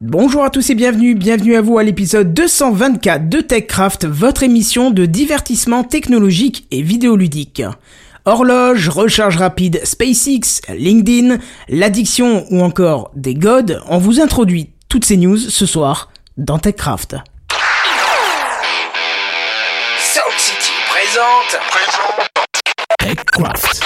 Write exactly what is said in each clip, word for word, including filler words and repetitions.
Bonjour à tous et bienvenue, bienvenue à vous à l'épisode deux cent vingt-quatre de TechCraft, votre émission de divertissement technologique et vidéoludique. Horloge, recharge rapide SpaceX, LinkedIn, l'addiction ou encore des gods, on vous introduit toutes ces news ce soir dans TechCraft. Sound City présente, présente TechCraft.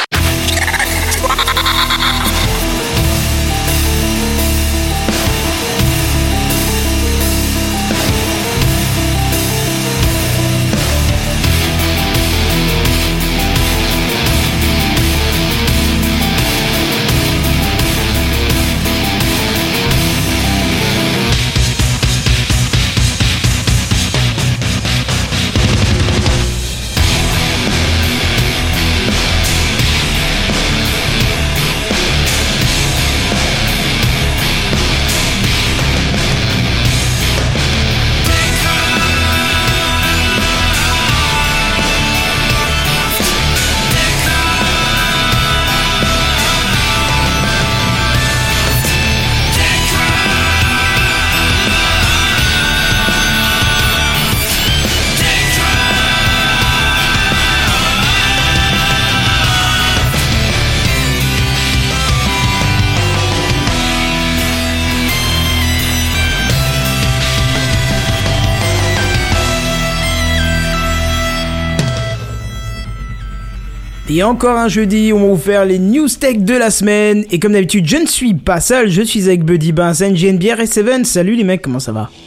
Et encore un jeudi, on va vous faire les news tech de la semaine. Et comme d'habitude, je ne suis pas seul, je suis avec Buddy, Benzen, G N B R et Seven. Salut les mecs, comment ça va?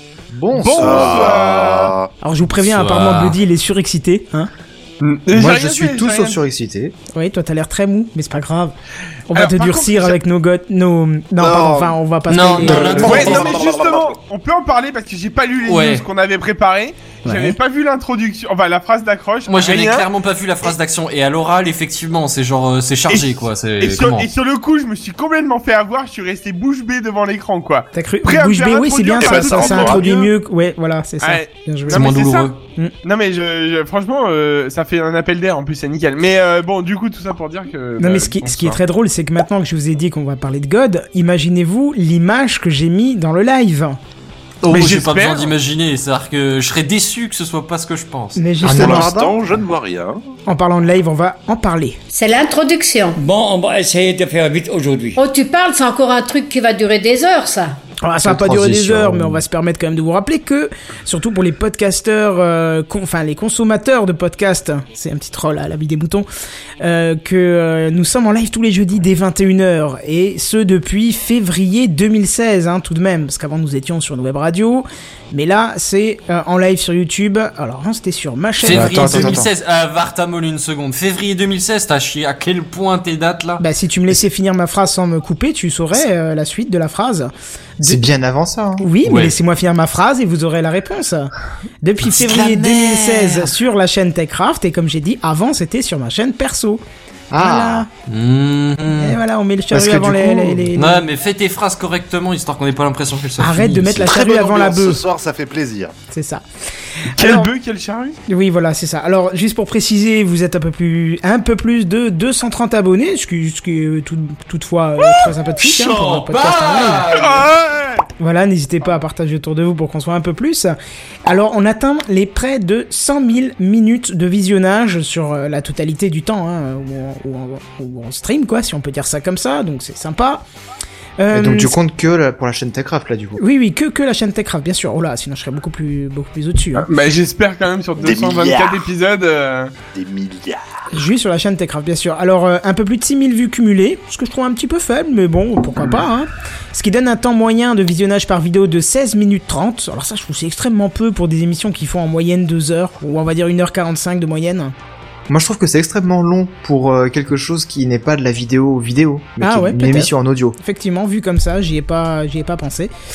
Bonsoir. Alors je vous préviens, Bonsoir. apparemment Buddy il est surexcité, hein. Moi je suis tout sauf surexcité. Oui, toi t'as l'air très mou, mais c'est pas grave. On va Alors, te par durcir contre, avec nos goth, nos... Non, pardon, enfin on va pas... Non, spoiler. non, Euh, non, Ouais, non mais justement, on peut en parler parce que j'ai pas lu les Ouais. news qu'on avait préparées. J'avais Ouais. pas vu l'introduction, enfin la phrase d'accroche. Moi, j'avais rien. clairement pas vu la phrase d'action. Et à l'oral, effectivement, c'est genre, euh, c'est chargé, quoi. C'est Et sur, comment et sur le coup, je me suis complètement fait avoir, je suis resté bouche bée devant l'écran, quoi. T'as cru... Prêt à Bouche me bée, faire oui c'est bien, introduire, ça, eh ben, ça, ça ça introduit rendra mieux... Ouais, voilà, c'est ça. Ouais. Bien joué. C'est Non, moins mais c'est douloureux. Non mais je, je- franchement, euh, ça fait un appel d'air en plus, c'est nickel. Mais euh, bon, du coup, tout ça pour dire que. Non bah, mais ce qui, ce qui est bonsoir. très drôle, c'est que maintenant que je vous ai dit qu'on va parler de God, imaginez-vous l'image que j'ai mis dans le live. Oh, Mais j'ai pas j'espère- besoin d'imaginer. C'est-à-dire que je serais déçu que ce soit pas ce que je pense. Mais Pour justement, l'instant, je ne vois rien. en parlant de live, on va en parler. C'est l'introduction. Bon, on va essayer de faire vite aujourd'hui. Oh, tu parles, c'est encore un truc qui va durer des heures, ça. Alors, ça va Cette pas durer des transition. heures, mais on va se permettre quand même de vous rappeler que, surtout pour les podcasteurs, euh, con- enfin les consommateurs de podcasts, c'est un petit troll à la vie des moutons, euh, que euh, nous sommes en live tous les jeudis dès vingt et une heures, et ce depuis février deux mille seize, hein, tout de même, parce qu'avant nous étions sur une web radio, mais là c'est euh, en live sur YouTube. Alors non, c'était sur ma chaîne. Février Attends, attends, deux mille seize. Ah, Vartamol une seconde. Février deux mille seize. T'as chié à quel point tes dates là? Bah si tu me laissais finir ma phrase sans me couper, tu saurais euh, la suite de la phrase. C'est bien avant ça. Hein. Oui, mais Ouais. laissez-moi finir ma phrase et vous aurez la réponse. Depuis C'est de février la deux mille seize merde. sur la chaîne TechCraft, et comme j'ai dit, avant c'était sur ma chaîne perso. Ah. Mmh. Voilà. Et voilà, on met le Parce charrue que avant du les, coup- les, les- les- Non, mais fais tes phrases correctement histoire qu'on ait pas l'impression que ça. Arrête finit, de mettre la c'est- charrue avant la Ce bœuf. soir, ça fait plaisir. C'est ça. Quel Alors- bœuf, quel charrue. Oui, voilà, c'est ça. Alors, juste pour préciser, vous êtes un peu plus, un peu plus de deux cent trente abonnés, ce qui, ce qui est tout- toutefois euh, très sympathique hein, pour un podcast en live. Ah ouais. Voilà, n'hésitez pas à partager autour de vous pour qu'on soit un peu plus. Alors, on atteint les près de cent mille minutes de visionnage sur euh, la totalité du temps, hein, où, on, où on- où on stream, quoi, si on peut dire ça comme ça, donc c'est sympa. Euh, Et donc tu comptes que là, pour la chaîne TechCraft là du coup. Oui, oui, que, que la chaîne TechCraft, bien sûr. Oh là, sinon je serais beaucoup plus, beaucoup plus au-dessus. Hein. Bah j'espère quand même sur Des deux cent vingt-quatre milliards. épisodes. euh, Des milliards. Juste sur la chaîne TechCraft, bien sûr. Alors, euh, un peu plus de six mille vues cumulées, ce que je trouve un petit peu faible, mais bon, pourquoi pas, hein. Ce qui donne un temps moyen de visionnage par vidéo de seize minutes trente. Alors ça, je trouve que c'est extrêmement peu pour des émissions qui font en moyenne deux heures, ou on va dire une heure quarante-cinq de moyenne. Moi je trouve que c'est extrêmement long pour euh, quelque chose qui n'est pas de la vidéo vidéo, mais Ah qui est ouais, une peut-être. émission en audio. Effectivement, vu comme ça, j'y ai pas, j'y ai pas pensé.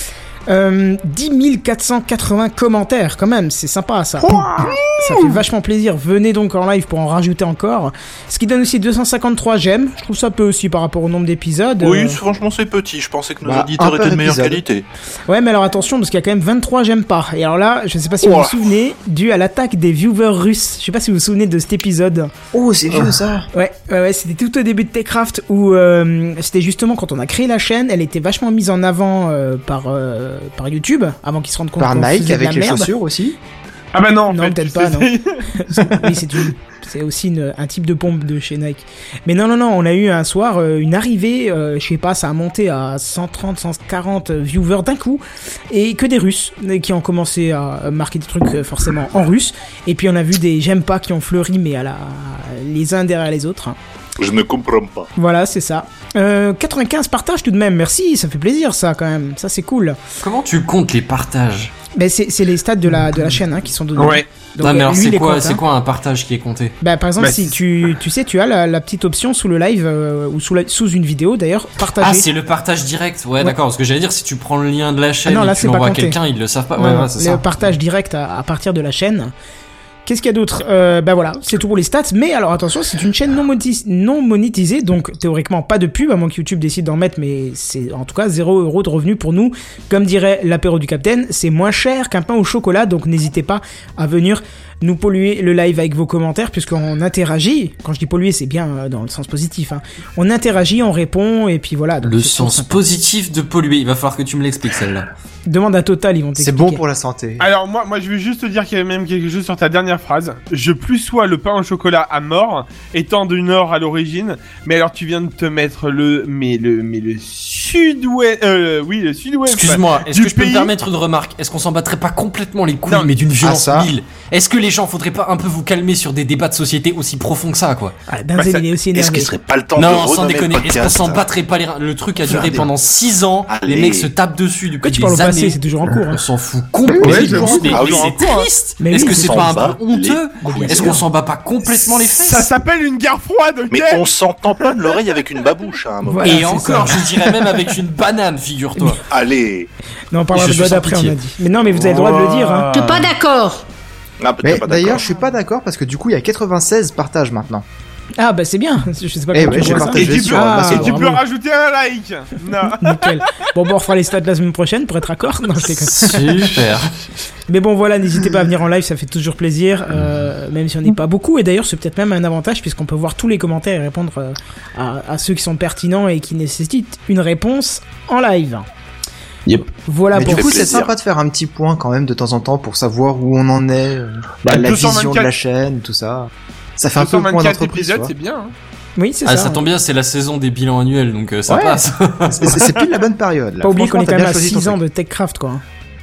Euh, dix mille quatre cent quatre-vingts commentaires, quand même, c'est sympa ça. Ça fait vachement plaisir. Venez donc en live pour en rajouter encore. Ce qui donne aussi deux cent cinquante-trois j'aime. Je trouve ça peu aussi par rapport au nombre d'épisodes. Oui, Euh, franchement, c'est petit. Je pensais que nos Bah, auditeurs un étaient par de meilleure épisode. qualité. Ouais, mais alors attention, parce qu'il y a quand même vingt-trois j'aime pas. Et alors là, je sais pas si vous Oh. vous souvenez, dû à l'attaque des viewers russes. Je sais pas si vous vous souvenez de cet épisode. Oh, c'est vieux ça. Ouais, ouais, ouais, c'était tout au début de Techcraft où euh, c'était justement quand on a créé la chaîne, elle était vachement mise en avant euh, par euh, par YouTube avant qu'ils se rendent compte Par qu'on Nike faisait de la avec les merde. chaussures aussi. Ah bah non, en Non, fait, peut-être tu pas, sais, non. Oui, c'est une, c'est aussi une, un type de pompe de chez Nike. Mais non, non, non, on a eu un soir euh, une arrivée, euh, je sais pas, ça a monté à cent trente, cent quarante viewers d'un coup, et que des Russes euh, qui ont commencé à marquer des trucs euh, forcément en russe. Et puis on a vu des j'aime pas qui ont fleuri, mais à la, les uns derrière les autres. Hein. Je ne comprends pas. Voilà, c'est ça. Euh, quatre-vingt-quinze partages tout de même, merci, ça fait plaisir ça quand même, ça c'est cool. Comment tu comptes les partages? Ben c'est, c'est les stats de la, de la chaîne hein, qui sont donnés. Ouais. Donc, Non mais alors lui, c'est les quoi, compte, c'est hein. quoi un partage qui est compté? Bah, par exemple, Bah, si c'est- tu, tu sais, tu as la, la petite option sous le live euh, ou sous, la, sous une vidéo d'ailleurs, partager. Ah, c'est le partage direct. Ouais, Ouais. d'accord. Parce que j'allais dire, si tu prends le lien de la chaîne Ah non, là, et que tu c'est pas l'envoies à compté. quelqu'un, ils le savent pas. Non, Ouais, non, ouais, c'est le ça. partage direct à, à partir de la chaîne. Qu'est-ce qu'il y a d'autre euh, Bah voilà, c'est tout pour les stats. Mais alors attention, c'est une chaîne non, monétis- non monétisée, donc théoriquement pas de pub, à moins que YouTube décide d'en mettre, mais c'est en tout cas zéro euro de revenus pour nous. Comme dirait l'apéro du Capitaine, c'est moins cher qu'un pain au chocolat, donc n'hésitez pas à venir nous polluer le live avec vos commentaires, puisqu'on interagit. Quand je dis polluer, c'est bien euh, dans le sens positif. Hein. On interagit, on répond, et puis voilà. donc Le c'est toujours sens sympa. positif de polluer. Il va falloir que tu me l'expliques celle-là. Demande à Total, ils vont C'est t'expliquer. bon pour la santé. Alors moi, moi je veux juste te dire qu'il y avait même quelque chose sur ta dernière phrase. Je plus sois le pain au chocolat à mort, étant du nord à l'origine. Mais alors tu viens de te mettre le, mais le, mais le sud-ouest, euh, oui le sud-ouest. Excuse-moi, est-ce du que je peux pays. me permettre une remarque? Est-ce qu'on s'en battrait pas complètement les couilles, Non, mais d'une violence ah, ça. mille? Est-ce que les gens faudrait pas un peu vous calmer sur des débats de société aussi profonds que ça, quoi? Ah, Denzel, Bah, ça- il est aussi Est-ce énervé. qu'il serait pas le temps de Non, sans renommer déconner. le Est-ce qu'on podcast s'en battrait pas les reins? Le truc a duré Allez. pendant six ans. Allez. Les mecs se tapent dessus depuis Pourquoi tu des parles au passé? années. C'est toujours en cours. Hein. On s'en fout complètement. Ouais, Mais j'avoue. mais Ah oui, c'est triste. Mais Est-ce oui, que c'est c'est s'en pas un bat peu honteux? les- bien Est-ce sûr. qu'on s'en bat pas complètement les fesses? Ça s'appelle une guerre froide, ok? Mais on s'entend pas de l'oreille avec une babouche à un moment. Voilà, Et c'est encore, ça. je dirais même avec une banane, figure-toi. Allez. Non, on parlera Je de suis God sans après, on pitié. a dit. Mais non, mais vous avez le droit de le dire. Hein. Je suis pas d'accord. Ah, peut-être Mais pas d'ailleurs, d'accord. je suis pas d'accord parce que du coup, il y a quatre-vingt-seize partages maintenant. Ah, bah c'est bien. Je sais pas Eh comment ouais, tu j'ai vois ça. partagé Et tu sur peux- ma Ah, Et tu peux bravo. rajouter un like. Non. Nickel. Bon, bon, on refera les stats la semaine prochaine pour être d'accord. Non, je déconne. Super. Mais bon, voilà, n'hésitez pas à venir en live, ça fait toujours plaisir, euh, même si on n'est pas beaucoup. Et d'ailleurs, c'est peut-être même un avantage puisqu'on peut voir tous les commentaires et répondre euh, à, à ceux qui sont pertinents et qui nécessitent une réponse en live. Yep. Voilà Mais pour du coup, fait c'est plaisir. sympa de faire un petit point quand même de temps en temps pour savoir où on en est, euh, bah, la deux vision cent de vingt-quatre la chaîne, tout ça. Ça fait un deux peu cent point vingt-quatre d'entreprise, tu épisodes, vois. c'est bien. hein. Oui, c'est Ah, ça. ça tombe bien, c'est la saison des bilans annuels, donc euh, ça Ouais. passe. C'est c'est- c'est pile la bonne période. Là. Pas oublier qu'on est Franchement, quand t'as même bien à choisi ton six ans truc. de Techcraft, quoi.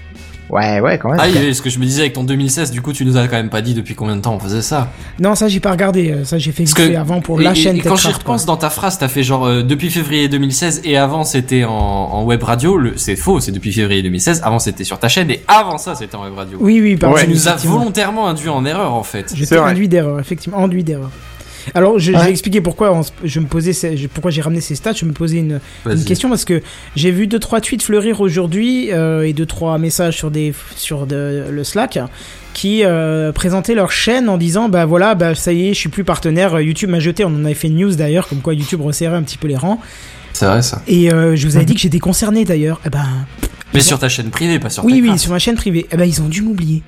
Ouais, ouais, quand même. Ah oui, oui, ce que je me disais avec ton deux mille seize, du coup, tu nous as quand même pas dit depuis combien de temps on faisait ça. Non, ça, j'ai pas regardé. euh, Ça, j'ai fait vite Parce que- fait avant pour et, la et- chaîne et quand j'y Techcraft. quoi. repense dans ta phrase, t'as fait genre euh, depuis février deux mille seize et avant c'était en, en web radio. Le, c'est faux, c'est depuis février deux mille seize. Avant c'était sur ta chaîne et avant ça c'était en web radio. Oui, oui, pardon. Ouais, Tu nous as effectivement. volontairement induit en erreur en fait. J'étais C'est vrai. induit d'erreur, effectivement, enduit d'erreur. Alors, je, je Ouais. vais expliquer pourquoi on se- je me posais, ces- je- pourquoi j'ai ramené ces stats. Je me posais une, une Vas-y. question parce que j'ai vu deux trois tweets fleurir aujourd'hui euh, et deux trois messages sur des sur de, le Slack qui euh, présentaient leur chaîne en disant bah voilà bah ça y est je suis plus partenaire, YouTube m'a jeté. On en avait fait une news d'ailleurs comme quoi YouTube resserrait un petit peu les rangs C'est vrai ça. et euh, je vous avais dit que j'étais concerné d'ailleurs. Eh ben Mais sur ta chaîne privée, pas sur oui oui Techcraft. sur ma chaîne privée. Eh ben ils ont dû m'oublier.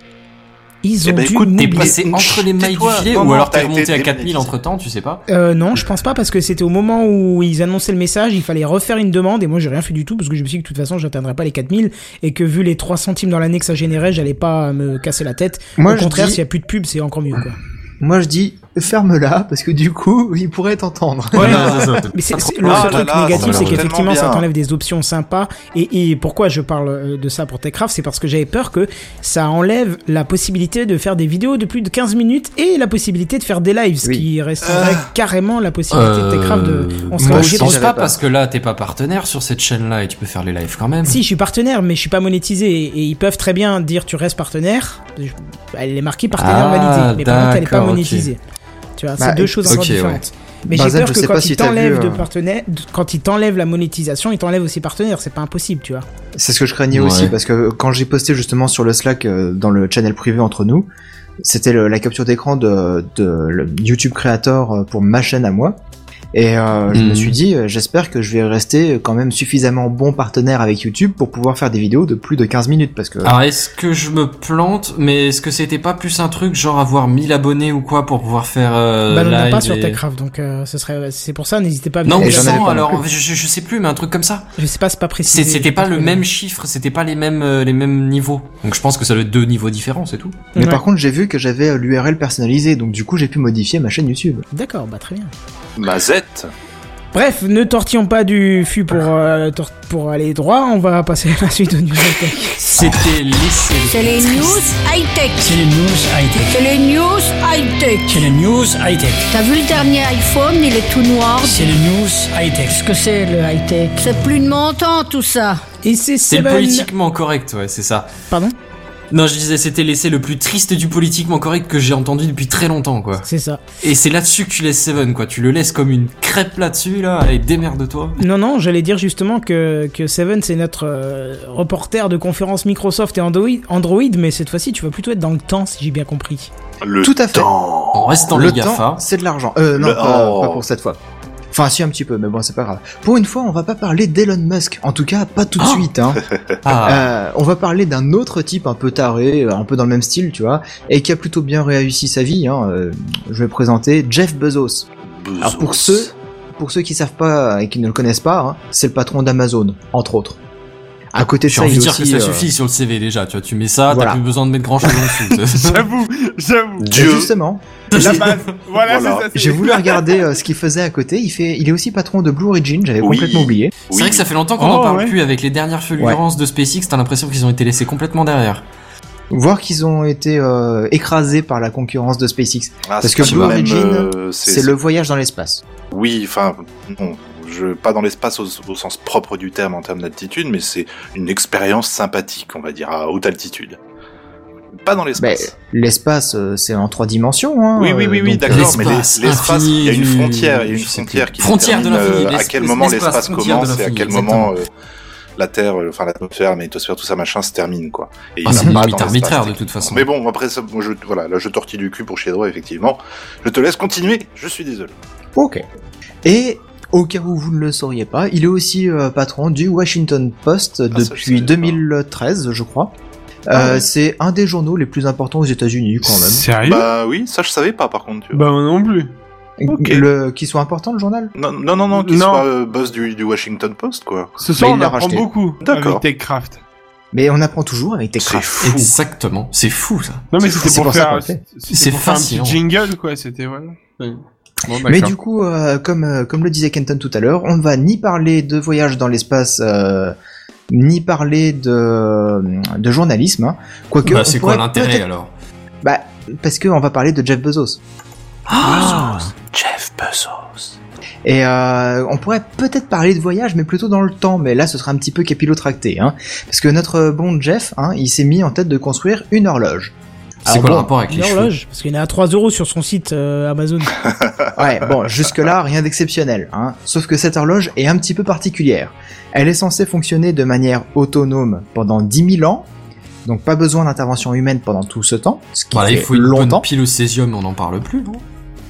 Ils ont Eh ben, dû écoute, t'es T'es m'oublier. passé entre les mailles du Tais-toi. filet Non, ou non, alors t'as t'es remonté été à quatre mille démonétisé. entre temps, tu sais pas. Euh, non, je pense pas parce que c'était au moment où ils annonçaient le message, il fallait refaire une demande et moi j'ai rien fait du tout parce que je me suis dit que de toute façon j'atteindrais pas les quatre mille et que vu les trois centimes dans l'année que ça générait, j'allais pas me casser la tête. Moi, au je contraire, dis- s'il y a plus de pub, c'est encore mieux quoi. Moi, je dis, ferme-la, parce que du coup, il pourrait t'entendre. Voilà, c'est ça. Mais c'est, c'est- trop- le Ah seul là truc là, négatif, ça c'est va qu'effectivement, tellement ça bien. t'enlève des options sympas. Et, et pourquoi je parle euh, de ça pour Techcraft, c'est parce que j'avais peur que ça enlève la possibilité de faire des vidéos de plus de quinze minutes et la possibilité de faire des lives, ce Oui. qui restreindrait carrément la possibilité de Techcraft de, on serait Moi, obligé je de pense j'avais pas pas. parce que là, t'es pas partenaire sur cette chaîne-là et tu peux faire les lives quand même. Si, je suis partenaire, mais je suis pas monétisé. Et ils peuvent très bien dire tu restes partenaire. Je- Elle est marquée partenaire Ah, validé, mais par contre elle est pas d'accord, ok. monétisée. Tu vois, Bah, c'est deux choses ok, encore ouais. différentes. Mais Benzen, j'ai peur je que sais quand pas il si t'as t'enlève vu, de euh, partenaires, quand il t'enlève la monétisation, il t'enlève aussi partenaires. C'est pas impossible, tu vois. C'est ce que je craignais Ouais. aussi, parce que quand j'ai posté justement sur le Slack, euh, dans le channel privé entre nous, c'était le- la capture d'écran de, de le YouTube Creator euh, pour ma chaîne à moi. Et euh, je Mhm. me suis dit, euh, j'espère que je vais rester quand même suffisamment bon partenaire avec YouTube pour pouvoir faire des vidéos de plus de quinze minutes, parce que... Alors est-ce que je me plante, mais est-ce que c'était pas plus un truc genre avoir mille abonnés ou quoi pour pouvoir faire euh, bah, on n'a live pas sur et- TechCraft, donc euh, ce serait, c'est pour ça, n'hésitez pas à Non, venir. Et ou j'en avais cent pas non alors, plus. je, je, je sais plus, mais un truc comme ça. Je sais pas, c'est pas précisé. C'est- C'était j'ai pas le trouvé. même chiffre, c'était pas les mêmes euh, les mêmes niveaux. Donc je pense que ça doit être deux niveaux différents, c'est tout. Mais Ouais. par contre, j'ai vu que j'avais euh, l'U R L personnalisé, donc du coup, j'ai pu modifier ma chaîne YouTube. D'accord, bah très bien. Mazette. Bref, ne tortillons pas du fût pour, euh, tor- pour aller droit, on va passer à la suite aux news tech. C'était laissé. C'est les news high-tech. C'est les news high-tech. C'est les news high-tech. C'est les news high-tech. T'as vu le dernier iPhone, il est tout noir. C'est les news high-tech. Qu'est-ce que c'est le high-tech? C'est plus de mon temps tout ça. Et c'est C'est le Seven. politiquement correct, ouais, c'est ça. Pardon? Non, je disais, c'était l'essai le plus triste du politiquement correct que j'ai entendu depuis très longtemps, quoi. C'est ça. Et c'est là-dessus que tu laisses Seven, quoi. Tu le laisses comme une crêpe là-dessus, là, et démerde-toi. Non, non, j'allais dire justement que, que Seven, c'est notre euh, reporter de conférences Microsoft et Android, Android, mais cette fois-ci, tu vas plutôt être dans le temps, si j'ai bien compris. Le Tout à fait. temps. On reste dans le les temps, GAFA. c'est de l'argent. Euh, non, Le- pas, oh. pas pour cette fois. Enfin, si, un petit peu, mais bon, c'est pas grave. Pour une fois, on va pas parler d'Elon Musk. En tout cas, pas tout de Oh. suite, hein. Ah, Euh, on va parler d'un autre type un peu taré, euh, un peu dans le même style, tu vois, et qui a plutôt bien réussi sa vie, hein. Euh, je vais présenter Jeff Bezos. Alors pour ceux, pour ceux qui savent pas et qui ne le connaissent pas, hein, c'est le patron d'Amazon, entre autres. À côté de j'ai ça, envie il de y a dire que aussi, ça euh, suffit sur le C V déjà, tu vois. Tu mets ça, Voilà. t'as plus besoin de mettre grand chose en dessous. J'avoue, j'avoue. Dieu. Justement, La base. Voilà, Voilà. c'est ça. c'est- j'ai voulu regarder euh, ce qu'il faisait à côté. Il fait, il est aussi patron de Blue Origin. J'avais Oui. complètement oublié. C'est vrai que ça fait longtemps qu'on Oh, en parle ouais. plus avec les dernières fulgurances de SpaceX, t'as l'impression qu'ils ont été laissés complètement derrière. Voir qu'ils ont été euh, écrasés par la concurrence de SpaceX. Ah, Parce c'est que quand Blue même, Origin, euh, C'est le voyage dans l'espace. Oui, enfin, non, je pas dans l'espace au, au sens propre du terme en termes d'altitude, mais c'est une expérience sympathique, on va dire, à haute altitude. Pas dans Mais l'espace. l'espace, euh, c'est en trois dimensions. Hein, Oui, oui, oui, euh, oui, donc, d'accord, euh, mais l'espace l'es- l'espace, infini il y a une du- frontière, il y a une je sais frontière plus. qui Frontière de détermine, l'infini, euh, à l'es- quel moment l'espace, l'espace frontière de commence et à l'infini, quel exactement. moment euh, la Terre, euh, enfin l'atmosphère, la magnétosphère, tout ça machin se termine, quoi. Et Ah, ici, c'est une pas limite dans l'espace, arbitraire, de techniquement. toute façon. Mais bon, après ça, moi, je, voilà, là je tortille du cul pour chier droit, effectivement. Je te laisse continuer, je suis désolé. Ok. Et au cas où vous ne le sauriez pas, il est aussi euh, patron du Washington Post ça, je depuis savais deux mille treize, je crois. Ah Euh, ouais. C'est un des journaux les plus importants aux États-Unis, quand même. Sérieux? Bah oui, ça je savais pas par contre, tu vois. Bah, moi non plus. ok. Le qui soit important le journal. Non, non, non, non, qu'il Non. soit euh, boss du, du Washington Post, quoi. Ce soir, Mais on il l'a apprend racheté. beaucoup D'accord. avec TechCraft. Mais on apprend toujours avec C'est TechCraft. fou. Exactement, c'est fou ça. Non, mais C'est- c'était c'est pour pour ça faire, qu'on le fait. c'était C'est pour faire un fascinant. petit jingle, quoi. C'était, voilà. Oui. Bon, Mais d'accord. du coup, euh, comme euh, comme le disait Kenton tout à l'heure, on ne va ni parler de voyage dans l'espace, euh, ni parler de de journalisme. Hein. Quoique, Bah, on c'est quoi pourrait l'intérêt peut-être- alors? Bah, parce que on va parler de Jeff Bezos. Ah, Jeff Bezos. Et euh, on pourrait peut-être parler de voyage, mais plutôt dans le temps. Mais là, ce sera un petit peu capillotracté, hein, parce que notre bon Jeff, hein, il s'est mis en tête de construire une horloge. c'est Alors quoi le bon, rapport avec Une les cheveux? horloge, parce qu'il y en a à trois euros sur son site euh, Amazon. Ouais, bon, jusque-là, rien d'exceptionnel, hein. Sauf que cette horloge est un petit peu particulière. Elle est censée fonctionner de manière autonome pendant dix mille ans, donc pas besoin d'intervention humaine pendant tout ce temps, ce qui Voilà, il fait faut une longtemps. bonne pile au césium, on n'en parle plus, non?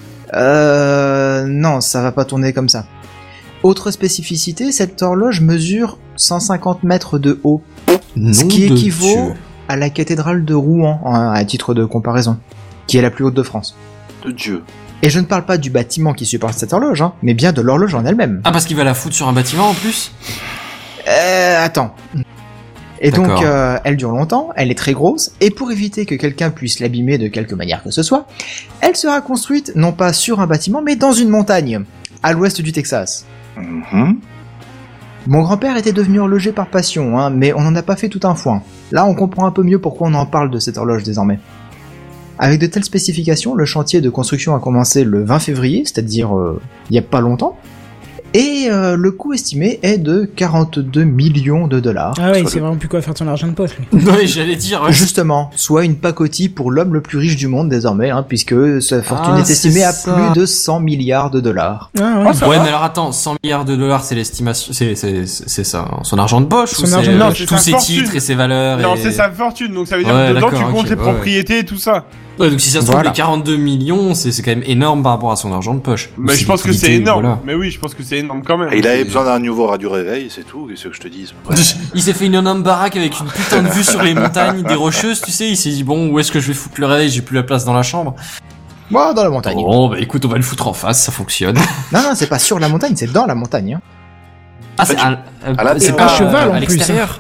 Euh, non, ça va pas tourner comme ça. Autre spécificité, cette horloge mesure cent cinquante mètres de haut, ce qui Nom de équivaut Dieu. à la cathédrale de Rouen, hein, à titre de comparaison, qui est la plus haute de France. De Dieu. Et je ne parle pas du bâtiment qui supporte cette horloge, hein, mais bien de l'horloge en elle-même. Ah, parce qu'il va la foutre sur un bâtiment en plus? Euh, attends. Et donc, D'accord. euh, elle dure longtemps, elle est très grosse, et pour éviter que quelqu'un puisse l'abîmer de quelque manière que ce soit, elle sera construite non pas sur un bâtiment, mais dans une montagne, à l'ouest du Texas. Mhm. Mon grand-père était devenu horloger par passion, hein, mais on n'en a pas fait tout un foin. Là, on comprend un peu mieux pourquoi on en parle de cette horloge désormais. Avec de telles spécifications, le chantier de construction a commencé le vingt février, c'est-à-dire euh, il y a pas longtemps. Et euh, le coût estimé est de quarante-deux millions de dollars. Ah ouais, il Soit sait le- vraiment plus quoi faire de son argent de poche, lui. Ouais, j'allais dire. ouais. Justement, soit une pacotille pour l'homme le plus riche du monde désormais, hein, puisque sa fortune Ah, est estimée c'est à ça. plus de cent milliards de dollars. Ah ouais. Ah, ça Ouais, va. mais alors attends, cent milliards de dollars, c'est l'estimation, c'est, c'est, c'est c'est ça, son argent de poche Son ou c'est argent de- euh, Non, c'est tous sa ses fortune. titres et ses valeurs Non, et... c'est sa fortune, donc ça veut dire Ouais, que dedans tu d'accord, comptes ok, les ouais, ouais. propriétés et tout ça. Ouais, donc si ça se trouve, Voilà. les quarante-deux millions, c'est, c'est quand même énorme par rapport à son argent de poche. Mais Ou je pense que c'est liquidité, énorme. voilà. Mais oui, je pense que c'est énorme quand même. Et il avait C'est- besoin d'un nouveau radio réveil, c'est tout, qu'est-ce que je te dise. Il s'est fait une énorme baraque avec une putain de vue sur les montagnes des Rocheuses, tu sais, il s'est dit bon, où est-ce que je vais foutre le réveil, j'ai plus la place dans la chambre. Moi, dans la montagne. Bon, bah écoute, on va le foutre en face, ça fonctionne. Non, non, c'est pas sur la montagne, c'est dans la montagne. Hein. Ah, c'est, à, à la- c'est à pas cheval, en à plus, l'extérieur.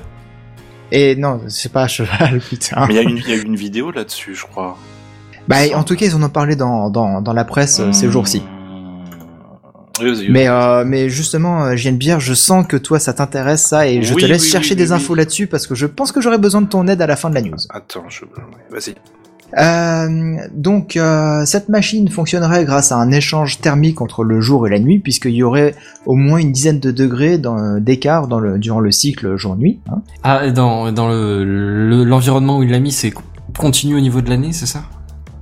Et non, c'est pas à cheval, putain. Mais il y a une, il y a eu une vidéo là-dessus, je crois. Bah, en tout cas, ils en ont parlé dans, dans, dans la presse euh, ces jours-ci. Oui, vas-y. Mais, euh, mais justement, euh, Bière, je sens que toi, ça t'intéresse, ça, et je Oui, te laisse oui, chercher oui, des oui, infos oui. là-dessus, parce que je pense que j'aurai besoin de ton aide à la fin de la news. Attends, je... vas-y. Euh, donc, euh, cette machine fonctionnerait grâce à un échange thermique entre le jour et la nuit, puisqu'il y aurait au moins une dizaine de degrés dans- d'écart dans le, durant le cycle jour-nuit. Hein. Ah, dans, dans le, le- l'environnement où il l'a mis, c'est continu au niveau de l'année, c'est ça?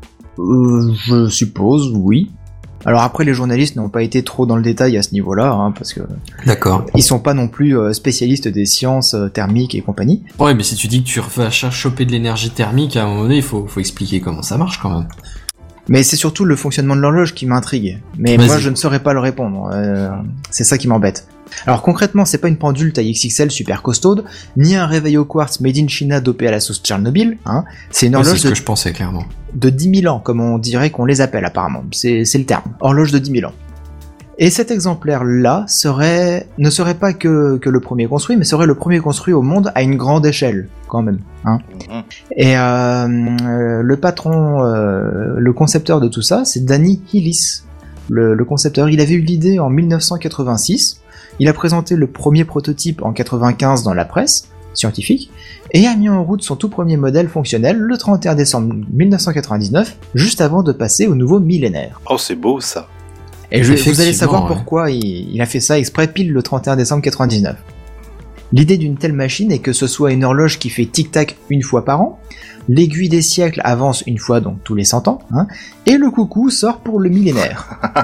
Euh, je suppose, oui. Alors après, les journalistes n'ont pas été trop dans le détail à ce niveau-là, hein, parce que D'accord. ils sont pas non plus euh, spécialistes des sciences euh, thermiques et compagnie. Ouais, mais si tu dis que tu vas chercher choper de l'énergie thermique, à un moment donné, il faut, faut expliquer comment ça marche quand même. Mais c'est surtout le fonctionnement de l'horloge qui m'intrigue. Mais Vas-y. moi, je ne saurais pas le répondre. Euh, c'est ça qui m'embête. Alors concrètement, c'est pas une pendule taille X X L super costaude, ni un réveil au quartz made in China dopé à la sauce Tchernobyl. Hein. C'est une Ouais, c'est horloge ce de, que je pensais, clairement. de dix mille ans, comme on dirait qu'on les appelle apparemment. C'est, c'est le terme. Horloge de dix mille ans. Et cet exemplaire-là serait, ne serait pas que, que le premier construit, mais serait le premier construit au monde à une grande échelle, quand même. Hein. Mhm. Et euh, euh, le patron, euh, le concepteur de tout ça, c'est Danny Hillis, le, le concepteur. Il avait eu l'idée en mille neuf cent quatre-vingt-six. Il a présenté le premier prototype en quatre-vingt-quinze dans la presse scientifique et a mis en route son tout premier modèle fonctionnel le trente et un décembre mille neuf cent quatre-vingt-dix-neuf, juste avant de passer au nouveau millénaire. Oh, c'est beau ça. Et je, vous allez Effectivement, savoir ouais. pourquoi il, il a fait ça exprès pile le trente et un décembre quatre-vingt-dix-neuf. L'idée d'une telle machine est que ce soit une horloge qui fait tic-tac une fois par an, l'aiguille des siècles avance une fois donc tous les cent ans, hein, et le coucou sort pour le millénaire.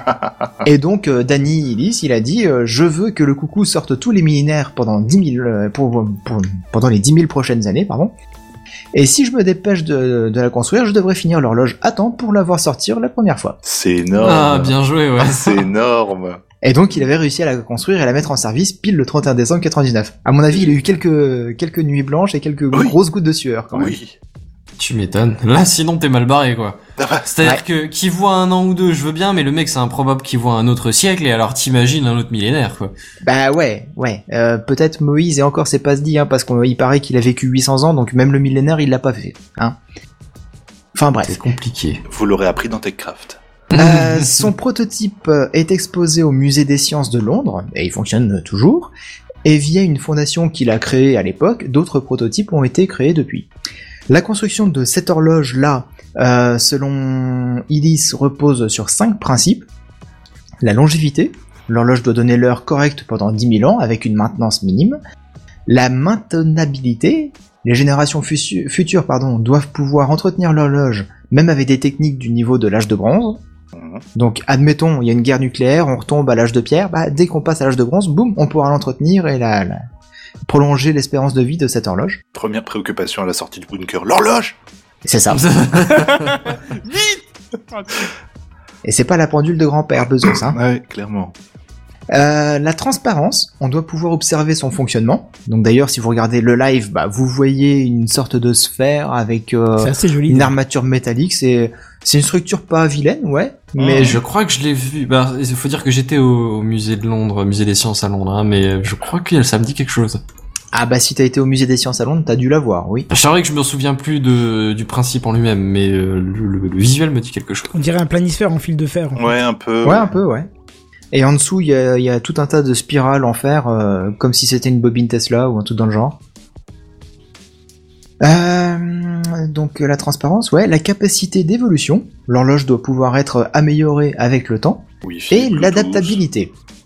Et donc euh, Danny Hillis, il a dit euh, je veux que le coucou sorte tous les millénaires pendant dix mille euh, pour, pour- pendant les dix mille prochaines années, pardon. Et si je me dépêche de, de la construire, je devrais finir l'horloge à temps pour la voir sortir la première fois. C'est énorme. Ah, bien joué, ouais. Ah, c'est énorme. Et donc il avait réussi à la construire et à la mettre en service pile le trente et un décembre quatre-vingt-dix-neuf. À mon avis, il a eu quelques quelques nuits blanches et quelques Oui. grosses gouttes de sueur quand même. Oui. Tu m'étonnes. Là, sinon, t'es mal barré, quoi. Ah bah, C'est-à-dire que, qui voit un an ou deux, je veux bien, mais le mec, c'est improbable qu'il voit un autre siècle, et alors t'imagines un autre millénaire, quoi. Bah ouais, ouais. Euh, peut-être Moïse et encore c'est pas se dit, hein, parce qu'il paraît qu'il a vécu huit cents ans, donc même le millénaire il l'a pas fait. Hein. Enfin bref. C'est compliqué. vous l'aurez appris dans TechCraft. Euh, son prototype euh, est exposé au musée des sciences de Londres, et il fonctionne toujours, et via une fondation qu'il a créée à l'époque, d'autres prototypes ont été créés depuis. La construction de cette horloge-là, euh, selon Hillis, repose sur cinq principes. La longévité, l'horloge doit donner l'heure correcte pendant dix mille ans avec une maintenance minime. La maintenabilité, les générations futu- futures pardon, doivent pouvoir entretenir l'horloge même avec des techniques du niveau de l'âge de bronze. Mhm. Donc, admettons, il y a une guerre nucléaire, on retombe à l'âge de pierre, bah, dès qu'on passe à l'âge de bronze, boum, on pourra l'entretenir et la, la- prolonger l'espérance de vie de cette horloge. Première préoccupation à la sortie du bunker, l'horloge. C'est ça. Et c'est pas la pendule de grand-père Bezos, hein. Ouais, clairement. Euh, la transparence, on doit pouvoir observer son fonctionnement. Donc d'ailleurs, si vous regardez le live, bah, vous voyez une sorte de sphère avec euh, C'est assez joli. une armature métallique. C'est c'est une structure pas vilaine, ouais. Mais Mais je crois que je l'ai vu. Bah, il faut dire que j'étais au, au musée de Londres, musée des sciences à Londres, hein, mais je crois que ça me dit quelque chose. ah bah si t'as été au musée des sciences à Londres, t'as dû la voir, oui. C'est vrai que je me souviens plus de, du principe en lui-même, mais euh, le, le- le visuel me dit quelque chose. On dirait un planisphère en fil de fer. en fait. Ouais, un peu. Ouais, un peu, ouais. Et en dessous, il y a, il y a tout un tas de spirales en fer, euh, comme si c'était une bobine Tesla ou un truc dans le genre. Euh, donc la transparence, ouais, la capacité d'évolution. L'horloge doit pouvoir être améliorée avec le temps. Wi-Fi, Et Bluetooth. l'adaptabilité.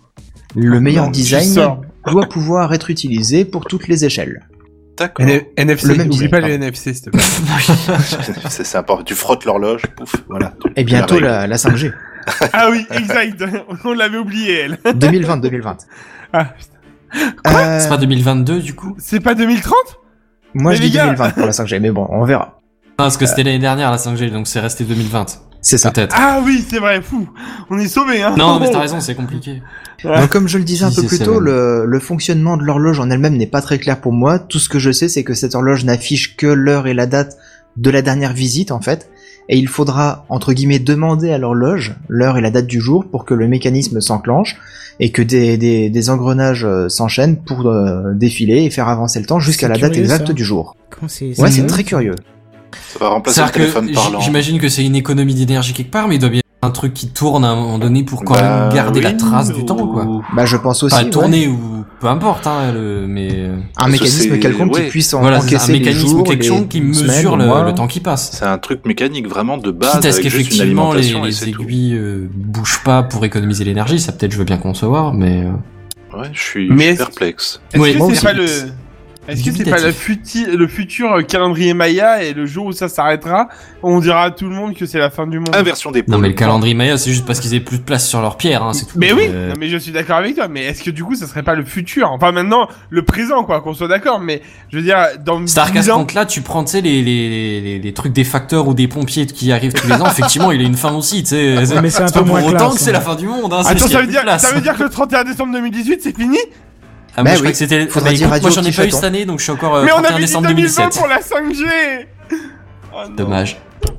Le meilleur non, design tu sors. doit pouvoir être utilisé pour toutes les échelles. D'accord. N- NFC, Le même n'oublie design, pas pardon. le N F C, s'il te plaît. c'est, c'est important. Tu frottes l'horloge, pouf, voilà. Tu- Et tu bientôt règles. la, la cinq G. Ah oui, exact. On l'avait oublié, elle. deux mille vingt, deux mille vingt. Ah, putain. Euh, C'est pas deux mille vingt-deux du coup? C'est pas deux mille trente? moi mais je les dis gars- deux mille vingt pour la cinq G, mais bon, on verra. Non, parce que c'était l'année dernière la cinq G, donc c'est resté deux mille vingt. C'est ça. Peut-être. Ah oui, c'est vrai, fou. On est sauvés, hein. Non, mais t'as raison, c'est compliqué. Donc comme je le disais un Si, peu c'est plus ça, tôt, même. le, le fonctionnement de l'horloge en elle-même n'est pas très clair pour moi. Tout ce que je sais, c'est que cette horloge n'affiche que l'heure et la date de la dernière visite, en fait. Et il faudra, entre guillemets, demander à l'horloge l'heure et la date du jour pour que le mécanisme s'enclenche et que des, des, des engrenages euh, s'enchaînent pour euh, défiler et faire avancer le temps jusqu'à C'est la date curieux, exacte ça. du jour. Comment c'est Ouais, c'est c'est bon. très curieux. Ça va remplacer le C'est-à-dire téléphone que parlant. j- j'imagine que c'est une économie d'énergie quelque part, mais il doit bien y avoir un truc qui tourne à un moment donné pour quand Bah, même garder la oui, trace du ou- temps, quoi. Bah, je pense aussi. Enfin, ouais. tourner ou peu importe, hein, le, mais Un Parce que mécanisme c'est- quelconque ouais. qui puisse en voilà, c'est encaisser un les mécanisme jours, quelque les chose qui semaines, mesure les le, mois. le temps qui passe. C'est un truc mécanique vraiment de base. Quitte à ce avec juste une qu'effectivement les, alimentation et les c'est tout. aiguilles euh, bougent pas pour économiser l'énergie, ça peut-être je veux bien concevoir, mais euh, Ouais, je suis, Mais je suis est-ce- perplexe. Est-ce Oui, que moi c'est aussi. pas le... Est-ce que c'est pas le, futi... le futur euh, calendrier Maya et le jour où ça s'arrêtera, on dira à tout le monde que c'est la fin du monde? Inversion des pôles. non mais le calendrier Maya c'est juste parce qu'ils avaient plus de place sur leur pierre, hein, c'est tout. Mais oui, Euh, non, mais je suis d'accord avec toi, mais est-ce que du coup ça serait pas le futur? Enfin maintenant, le présent quoi, qu'on soit d'accord, mais je veux dire, dans C'est-à-dire qu'à dix ce ans... compte-là, tu prends, tu sais, les, les, les, les trucs des facteurs ou des pompiers qui arrivent tous les ans, effectivement, il a une fin aussi, tu sais. mais c'est un c'est peu pas pour moins autant classe, que c'est hein. la fin du monde, hein. c'est Attends, juste qu'il y ça a veut plus dire, de place. ça veut dire que le trente et un décembre deux mille dix-huit c'est fini? Ah, moi, Bah je crois oui. que c'était, Faudra bah, dire écoute, radio moi, j'en ai petit pas eu chaton. cette année, donc je suis encore euh, Mais on trente et un avait dit décembre deux mille vingt deux mille sept. pour la cinq G. Oh, non. Dommage.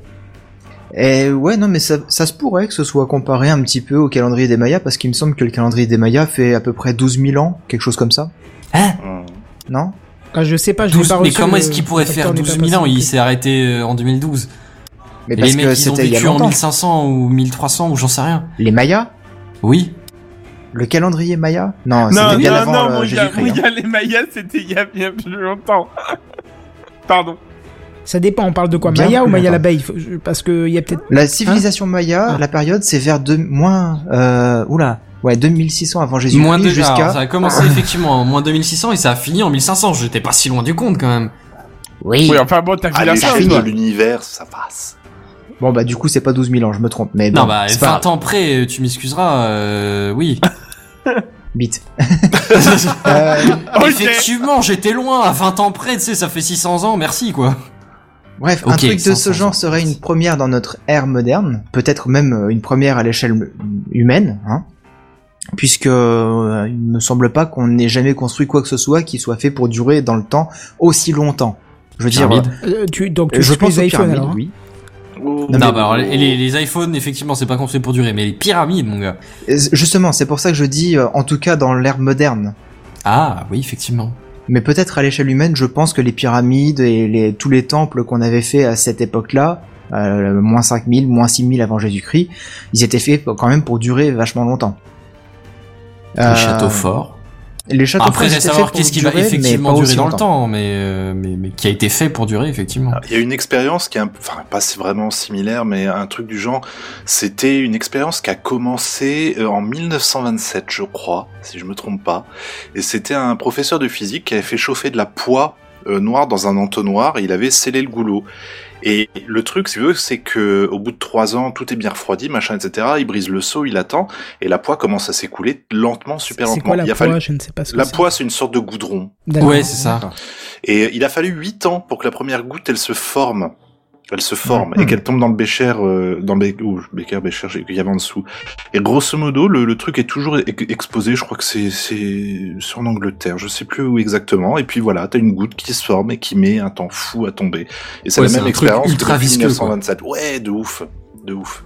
Et ouais, non, mais ça, ça se pourrait que ce soit comparé un petit peu au calendrier des Mayas, parce qu'il me semble que le calendrier des Mayas fait à peu près douze mille ans, quelque chose comme ça. Hein? Hum. Non? Ah, je sais pas, je l'ai douze pas mais reçu, comment le est-ce qu'il pourrait facteur faire n'est douze pas mille ans? passé. Il s'est arrêté euh, en deux mille douze. Mais Et parce les que mecs, ils ont c'était il y a vécu en longtemps. mille cinq cents ou mille trois cents ou j'en sais rien. Les Mayas? Oui. Le calendrier Maya? Non, Non, c'était bien non, avant non, le mon gars, Jésus-Christ. mon hein. gars, les Mayas c'était il y a bien plus longtemps. Pardon. Ça dépend, on parle de quoi? Bien Maya ou plus Maya longtemps. l'abeille? Faut- je- Parce que il y a peut-être... La civilisation Maya, Ah. la période, c'est vers deux, moins, euh, oula, ouais, deux mille six cents avant Moins Jésus-Christ de, alors, ça jusqu'à... a commencé effectivement en moins deux mille six cents et ça a fini en mille cinq cents. J'étais pas si loin du compte quand même. Oui. Oui, enfin bon, t'as vu À la fin, l'échelle toi. de l'univers, ça passe. Bon, bah, du coup, c'est pas douze mille ans, je me trompe, mais bon, Non, bah, c'est pas vingt grave. ans près, tu m'excuseras, euh, oui. Bite. Euh, Ok. Effectivement, j'étais loin, à vingt ans près, tu sais, ça fait six cents ans, merci, quoi. Bref, un Ok, truc de cinq ce cents genre ans. serait une première dans notre ère moderne, peut-être même euh, une première à l'échelle m- humaine, hein, puisque euh, il ne semble pas qu'on n'ait jamais construit quoi que ce soit qui soit fait pour durer dans le temps aussi longtemps. Je veux dire, Pyramide. Euh, tu, donc euh, tu je expliques pense les aux iPhones pyramides, alors, hein. oui. Oh, Non, bah, alors, les, les, les iPhones, effectivement, c'est pas construit pour durer, mais les pyramides, mon gars. Et justement, c'est pour ça que je dis, euh, en tout cas dans l'ère moderne. Ah, oui, effectivement. Mais peut-être à l'échelle humaine, je pense que les pyramides et les, tous les temples qu'on avait fait à cette époque-là, euh, moins cinq mille, moins six mille avant Jésus-Christ, ils étaient faits quand même pour durer vachement longtemps. Les Euh, châteaux forts. Les châteaux Après, forts, reste ils à étaient savoir faits pour qu'est-ce qui va durer, mais effectivement pas durer aussi dans le longtemps. temps, mais, euh, mais, mais qui a été fait pour durer, effectivement. Il y a une expérience qui est un peu, enfin pas si vraiment similaire, mais un truc du genre, c'était une expérience qui a commencé euh, en mille neuf cent vingt-sept, je crois, si je me trompe pas. Et c'était un professeur de physique qui avait fait chauffer de la poix euh, noire dans un entonnoir et il avait scellé le goulot. Et le truc, si tu veux, c'est que au bout de trois ans, tout est bien refroidi, machin, et cetera. Il brise le seau, il attend, et la poix commence à s'écouler lentement, super C'est lentement. quoi la il a poix? fallu... Je ne sais pas ce que La c'est. poix, c'est une sorte de goudron. D'accord. Ouais, c'est ça. Et il a fallu huit ans pour que la première goutte, elle se forme. Elle se forme Mhm. et qu'elle tombe dans le bécher, euh, dans le bé... ou bécher, bécher, qu'il y avait en dessous. Et grosso modo, le, le truc est toujours e- exposé. Je crois que c'est c'est sur en Angleterre, je sais plus où exactement. Et puis voilà, t'as une goutte qui se forme et qui met un temps fou à tomber. Et c'est Ouais, la c'est même un truc expérience que ultra depuis visqueux, mille neuf cent vingt-sept. Ouais, de ouf, de ouf.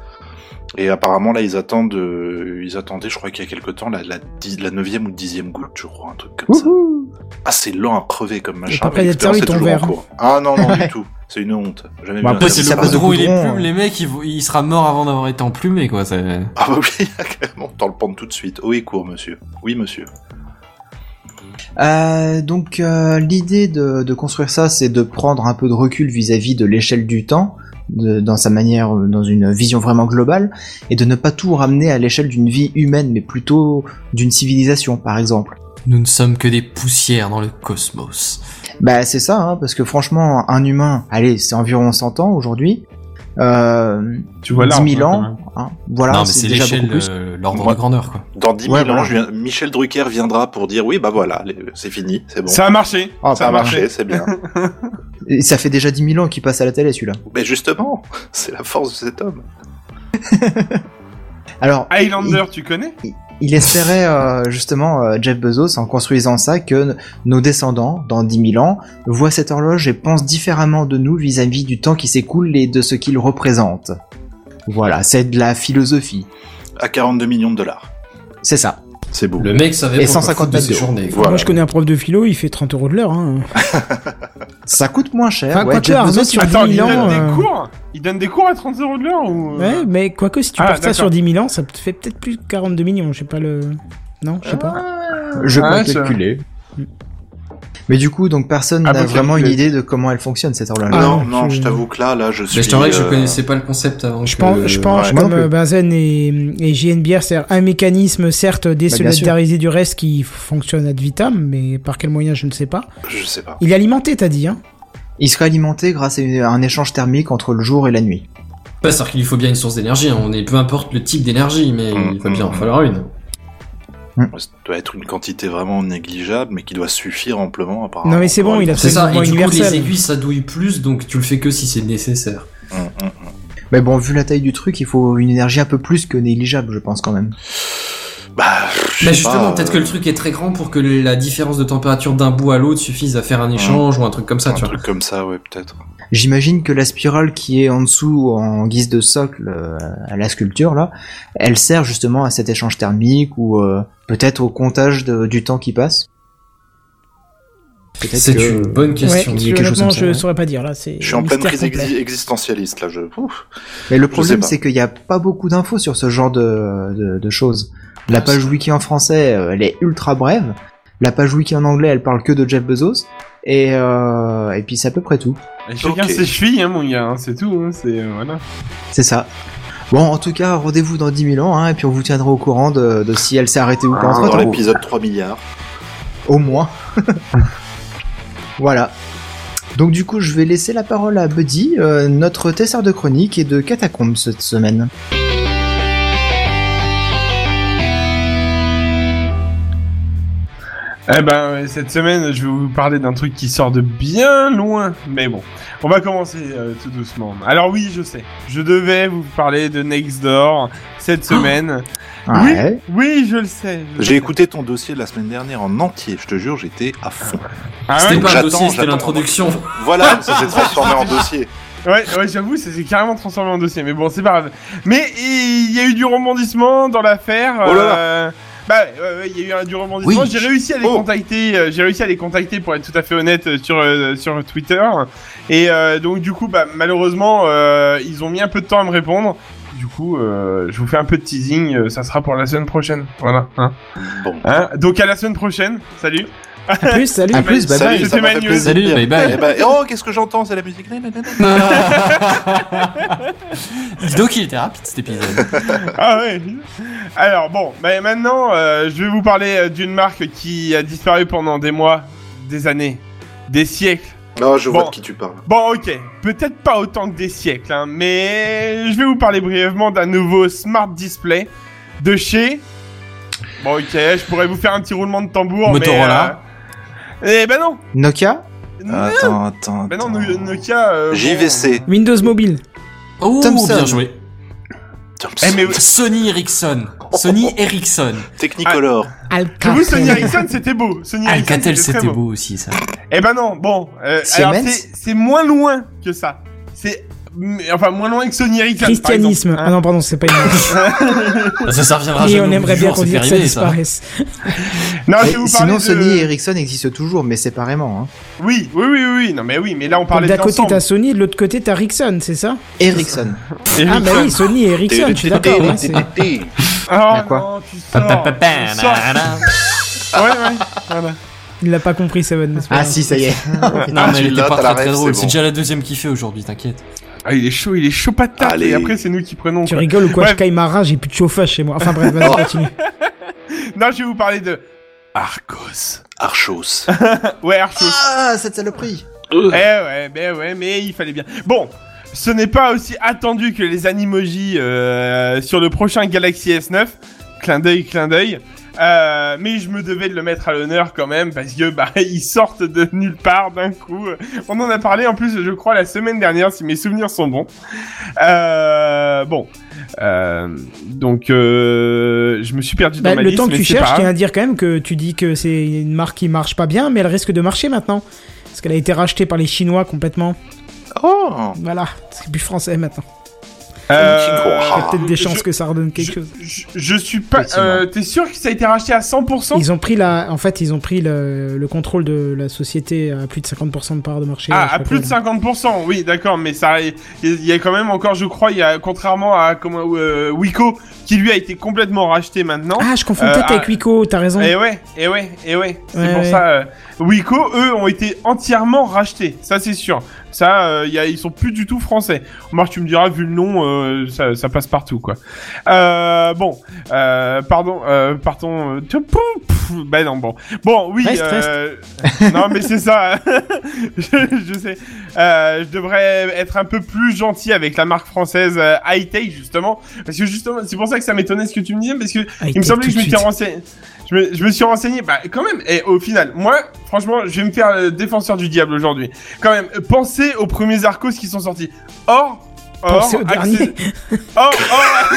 Et apparemment là, ils attendent, euh, ils attendaient, je crois qu'il y a quelque temps, la la, dix, la neuvième ou dixième goutte, je crois, un truc comme ça. Ah, c'est lent à crever comme machin. pas près mais d'être servi l'expérience ton est toujours en verre. cours. Ah non, non, Ouais. du tout. C'est une honte. Jamais Bon, vu après, un si truc ça comme passe de goudron, il est goudron, plume, euh. les mecs, il, vont- il sera mort avant d'avoir été emplumé, quoi. c'est- Ah bah oui, carrément, t'en le pendre tout de suite. Haut et court, monsieur. Oui, monsieur. Euh, donc euh, l'idée de, de construire ça, c'est de prendre un peu de recul vis-à-vis de l'échelle du temps de, dans sa manière, dans une vision vraiment globale, et de ne pas tout ramener à l'échelle d'une vie humaine, mais plutôt d'une civilisation, par exemple. Nous ne sommes que des poussières dans le cosmos. Bah c'est ça, hein, parce que franchement, un humain, allez, c'est environ cent ans aujourd'hui, euh, Tu vois dix mille large, ans, hein, voilà, non, mais c'est, déjà l'échelle, beaucoup plus. euh, l'ordre Moi- de grandeur, quoi. Dans dix Ouais, mille ans, voilà. je viens- Michel Drucker viendra pour dire oui, bah voilà, les- c'est fini, c'est bon. Ça a marché. Ah, Ça a marché, c'est bien. Et ça fait déjà dix mille ans qu'il passe à la télé, celui-là. Mais justement, c'est la force de cet homme. Alors, Highlander, tu connais? il espérait euh, justement euh, Jeff Bezos en construisant ça que n- nos descendants dans dix mille ans voient cette horloge et pensent différemment de nous vis-à-vis du temps qui s'écoule et de ce qu'il représente. Voilà, c'est de la philosophie. À quarante-deux millions de dollars. C'est ça. C'est beau. Le mec savait Et pas cent quoi cinquante foutre de ses mètres de haut. journées, quoi. Voilà. Moi, je connais un prof de philo, il fait trente euros de l'heure. Hein. Ça coûte moins cher. Enfin, ouais, quoique, Jeff Arnaud, Bezos, sur Attends, dix il mille donne ans, des euh, cours? Il donne des cours à trente euros de l'heure ou... Ouais, mais quoique, si tu Ah, portes ça d'accord. sur dix mille ans, ça te fait peut-être plus de quarante-deux millions, je sais pas le... Non, je sais pas. je Ah, peux ça- calculer. Mais du coup, donc personne Ah, n'a bon, vraiment une calculé. idée de comment elle fonctionne cette horloge. Ah, non, non, non, je- je t'avoue que là, là, je suis. Mais je t'avoue que je euh, connaissais pas le concept avant. Je que- pense, je pense ouais, moi comme non plus. euh, Benzen et, et J N B R, c'est un mécanisme certes désolidarisé du reste qui fonctionne ad vitam, mais par quel moyen je ne sais pas. Je sais pas. Il est alimenté, t'as dit, hein. Il serait alimenté grâce à une- un échange thermique entre le jour et la nuit. Ouais, c'est-à-dire qu'il lui faut bien une source d'énergie. Hein. On est peu importe le type d'énergie, mais Mm, il va bien en mm. falloir une. Ça doit être une quantité vraiment négligeable, mais qui doit suffire amplement, apparemment. Non, mais c'est bon, pour il a alimenter. C'est ça. mouvement Et du coup, universel. les aiguilles ça douille plus, donc tu le fais que si c'est nécessaire. Hum, hum, hum. Mais bon, vu la taille du truc, il faut une énergie un peu plus que négligeable, je pense quand même. Bah, je Mais sais justement, pas, peut-être euh, que le truc est très grand pour que la différence de température d'un bout à l'autre suffise à faire un échange ou un truc comme ça, un tu vois. truc comme ça, ouais, peut-être. J'imagine que la spirale qui est en dessous, en guise de socle euh, à la sculpture là, elle sert justement à cet échange thermique ou euh, peut-être au comptage de- du temps qui passe. Peut-être C'est que- une bonne Ouais, question. il y a quelque chose honnêtement, comme ça, je ouais. saurais pas dire, là, c'est Je suis en pleine mystère crise complet. exi- existentialiste, là, je... Ouf. Mais le sais problème pas. c'est qu'il n'y a pas beaucoup d'infos sur ce genre de, de, de choses. La Ah, page c'est- wiki en français, euh, elle est ultra brève. La page wiki en anglais, elle parle que de Jeff Bezos. Et, euh, et puis c'est à peu près tout. Et chacun Ok. ses chevilles, hein, mon gars, hein, c'est tout, hein, c'est... euh, voilà. C'est ça. Bon, en tout cas, rendez-vous dans dix mille ans, hein, et puis on vous tiendra au courant de, de si elle s'est arrêtée ou pas entre Dans temps. l'épisode trois milliards. Au moins. Voilà. Donc du coup, je vais laisser la parole à Buddy, euh, notre testeur de chronique et de catacombes cette semaine. Eh ben, ouais, cette semaine, je vais vous parler d'un truc qui sort de bien loin. Mais bon, on va commencer euh, tout doucement. Alors oui, je sais, je devais vous parler de Nextdoor cette semaine. Ouais. Oui, oui, je le sais. je le J'ai sais. écouté ton dossier de la semaine dernière en entier, je te jure, j'étais à fond. Ah C'était ouais, pas j'attends, un dossier, c'était j'attends. l'introduction. Voilà, ça s'est transformé en dossier. ouais, ouais, j'avoue, ça s'est carrément transformé en dossier. Mais bon, c'est pas grave. Mais il y a eu du rebondissement dans l'affaire. Oh là là. euh, Bah, ouais, ouais, il y a eu un- du rebondissement. Oui. J'ai réussi à les Oh. contacter. euh, J'ai réussi à les contacter pour être tout à fait honnête euh, sur euh, sur Twitter. Et euh, donc du coup, bah malheureusement, euh, ils ont mis un peu de temps à me répondre. Du coup, euh, je vous fais un peu de teasing. euh, Ça sera pour la semaine prochaine. Voilà. Hein. Bon. Hein donc à la semaine prochaine. Salut. À plus, salut. À plus, bye Salut, bye. ça C'était m'a fait Manu. plaisir. Salut, bye bye. Eh ben, oh, qu'est-ce que j'entends, c'est la musique. Dis donc, il était rapide cet épisode. Ah ouais. Alors bon, bah maintenant, euh, je vais vous parler euh, d'une marque qui a disparu pendant des mois, des années, des siècles. Non, je vois Bon. de qui tu parles. Bon, ok, peut-être pas autant que des siècles, hein, mais je vais vous parler brièvement d'un nouveau Smart Display de chez... Bon, ok, je pourrais vous faire un petit roulement de tambour, Motorola. mais... Euh... Eh ben non. Nokia. Attends, attends, Ben non, attends. No- Nokia... Euh, J V C. Windows Mobile. Oh, Thomson. bien joué. Eh, mais- Sony Ericsson. Sony Ericsson. Technicolor. Que vous, Sony Ericsson, c'était beau. Sony Ericsson, Alcatel, c'était très c'était beau. beau aussi, ça. Eh ben non, bon, euh, alors Siemens. c'est c'est moins loin que ça. C'est mm, enfin moins loin que Sony Ericsson. par Christianisme. exemple, Ah non, pardon, c'est pas une marque. Ça, ça reviendra Et jamais on au bout aimerait du bien jour, qu'on c'est dise fait que ça arriver, ça. disparaisse. Non, je Et vais vous parler sinon, de... Sony et Ericsson existent toujours, mais séparément. Hein. Oui, oui, oui, oui, non mais oui, mais là on Donc, parlait d'un côté d'ensemble. t'as Sony, de l'autre côté t'as Ericsson, c'est ça? Ericsson. Ah bah oui, Sony et Ericsson, je suis d'accord. ouais, c'est- Oh À quoi non, tu sors, tu sors. Ouais, ouais, voilà. Il l'a pas compris, Seven. n'est-ce pas Ah si, ça y est. Non, mais tu elle était l'as, pas t'as la très très ref, drôle. c'est C'est bon. déjà la deuxième qu'il fait aujourd'hui, t'inquiète. Ah, il est chaud, il est chaud patate. Allez. Et après, c'est nous qui prenons. Tu quoi. rigoles ou quoi? Bref. Je caille ma rage, j'ai plus de chauffage chez moi. Enfin bref, vas-y, continue. Non, je vais vous parler de Arcos. Archos. Ouais, Arcos. Ah, cette saloperie. Eh ouais, ben ouais, mais il fallait bien. Bon, ce n'est pas aussi attendu que les Animoji euh, sur le prochain Galaxy S neuf. Clin d'œil, clin d'œil. Euh, mais je me devais de le mettre à l'honneur quand même parce que bah ils sortent de nulle part d'un coup. On en a parlé en plus, je crois, la semaine dernière si mes souvenirs sont bons. Euh, bon, euh, donc euh, je me suis perdu Bah, dans ma le liste. temps que mais tu c'est cherches, pas je tiens grave. à dire quand même que tu dis que c'est une marque qui marche pas bien, mais elle risque de marcher maintenant. Parce qu'elle a été rachetée par les Chinois complètement. Oh. Voilà, c'est plus français maintenant. Euh, Il y a peut-être des je- chances que ça redonne quelque je, chose. Je, je suis pas. Effectivement. Euh, T'es sûr que ça a été racheté à cent pour cent? Ils ont pris la, en fait, ils ont pris le, le contrôle de la société à plus de cinquante pour cent de part de marché. Ah, je sais à pas plus quoi, de là. cinquante pour cent, oui, d'accord, mais ça, il y, y a quand même encore, je crois, il y a, contrairement à comment, euh, Wiko, qui lui a été complètement racheté maintenant. Ah, je confonds Euh, peut-être ah, avec Wiko, t'as raison. Et ouais, et ouais, et ouais, c'est Ouais, pour ouais. ça. Euh, Wiko, eux, ont été entièrement rachetés, ça c'est sûr. Ça, euh, y a, ils sont plus du tout français. Marc, tu me diras, vu le nom, euh, ça, ça passe partout, quoi. Euh, bon, euh, pardon, euh, partons. Euh, pouf, pouf, bah non, bon, bon, oui. Reste, euh, non, mais c'est ça. je, je sais. Euh, je devrais être un peu plus gentil avec la marque française euh, high-tech justement, parce que justement, c'est pour ça que ça m'étonnait ce que tu me disais, parce que High-tech il me semblait que tout je de m'étais suite. renseigné. Je me, je me suis renseigné, bah quand même, et au final, moi, franchement, je vais me faire le défenseur du diable aujourd'hui. Quand même, pensez aux premiers Arcos qui sont sortis. Or, or, Pensez au dernier. accès- Or, or,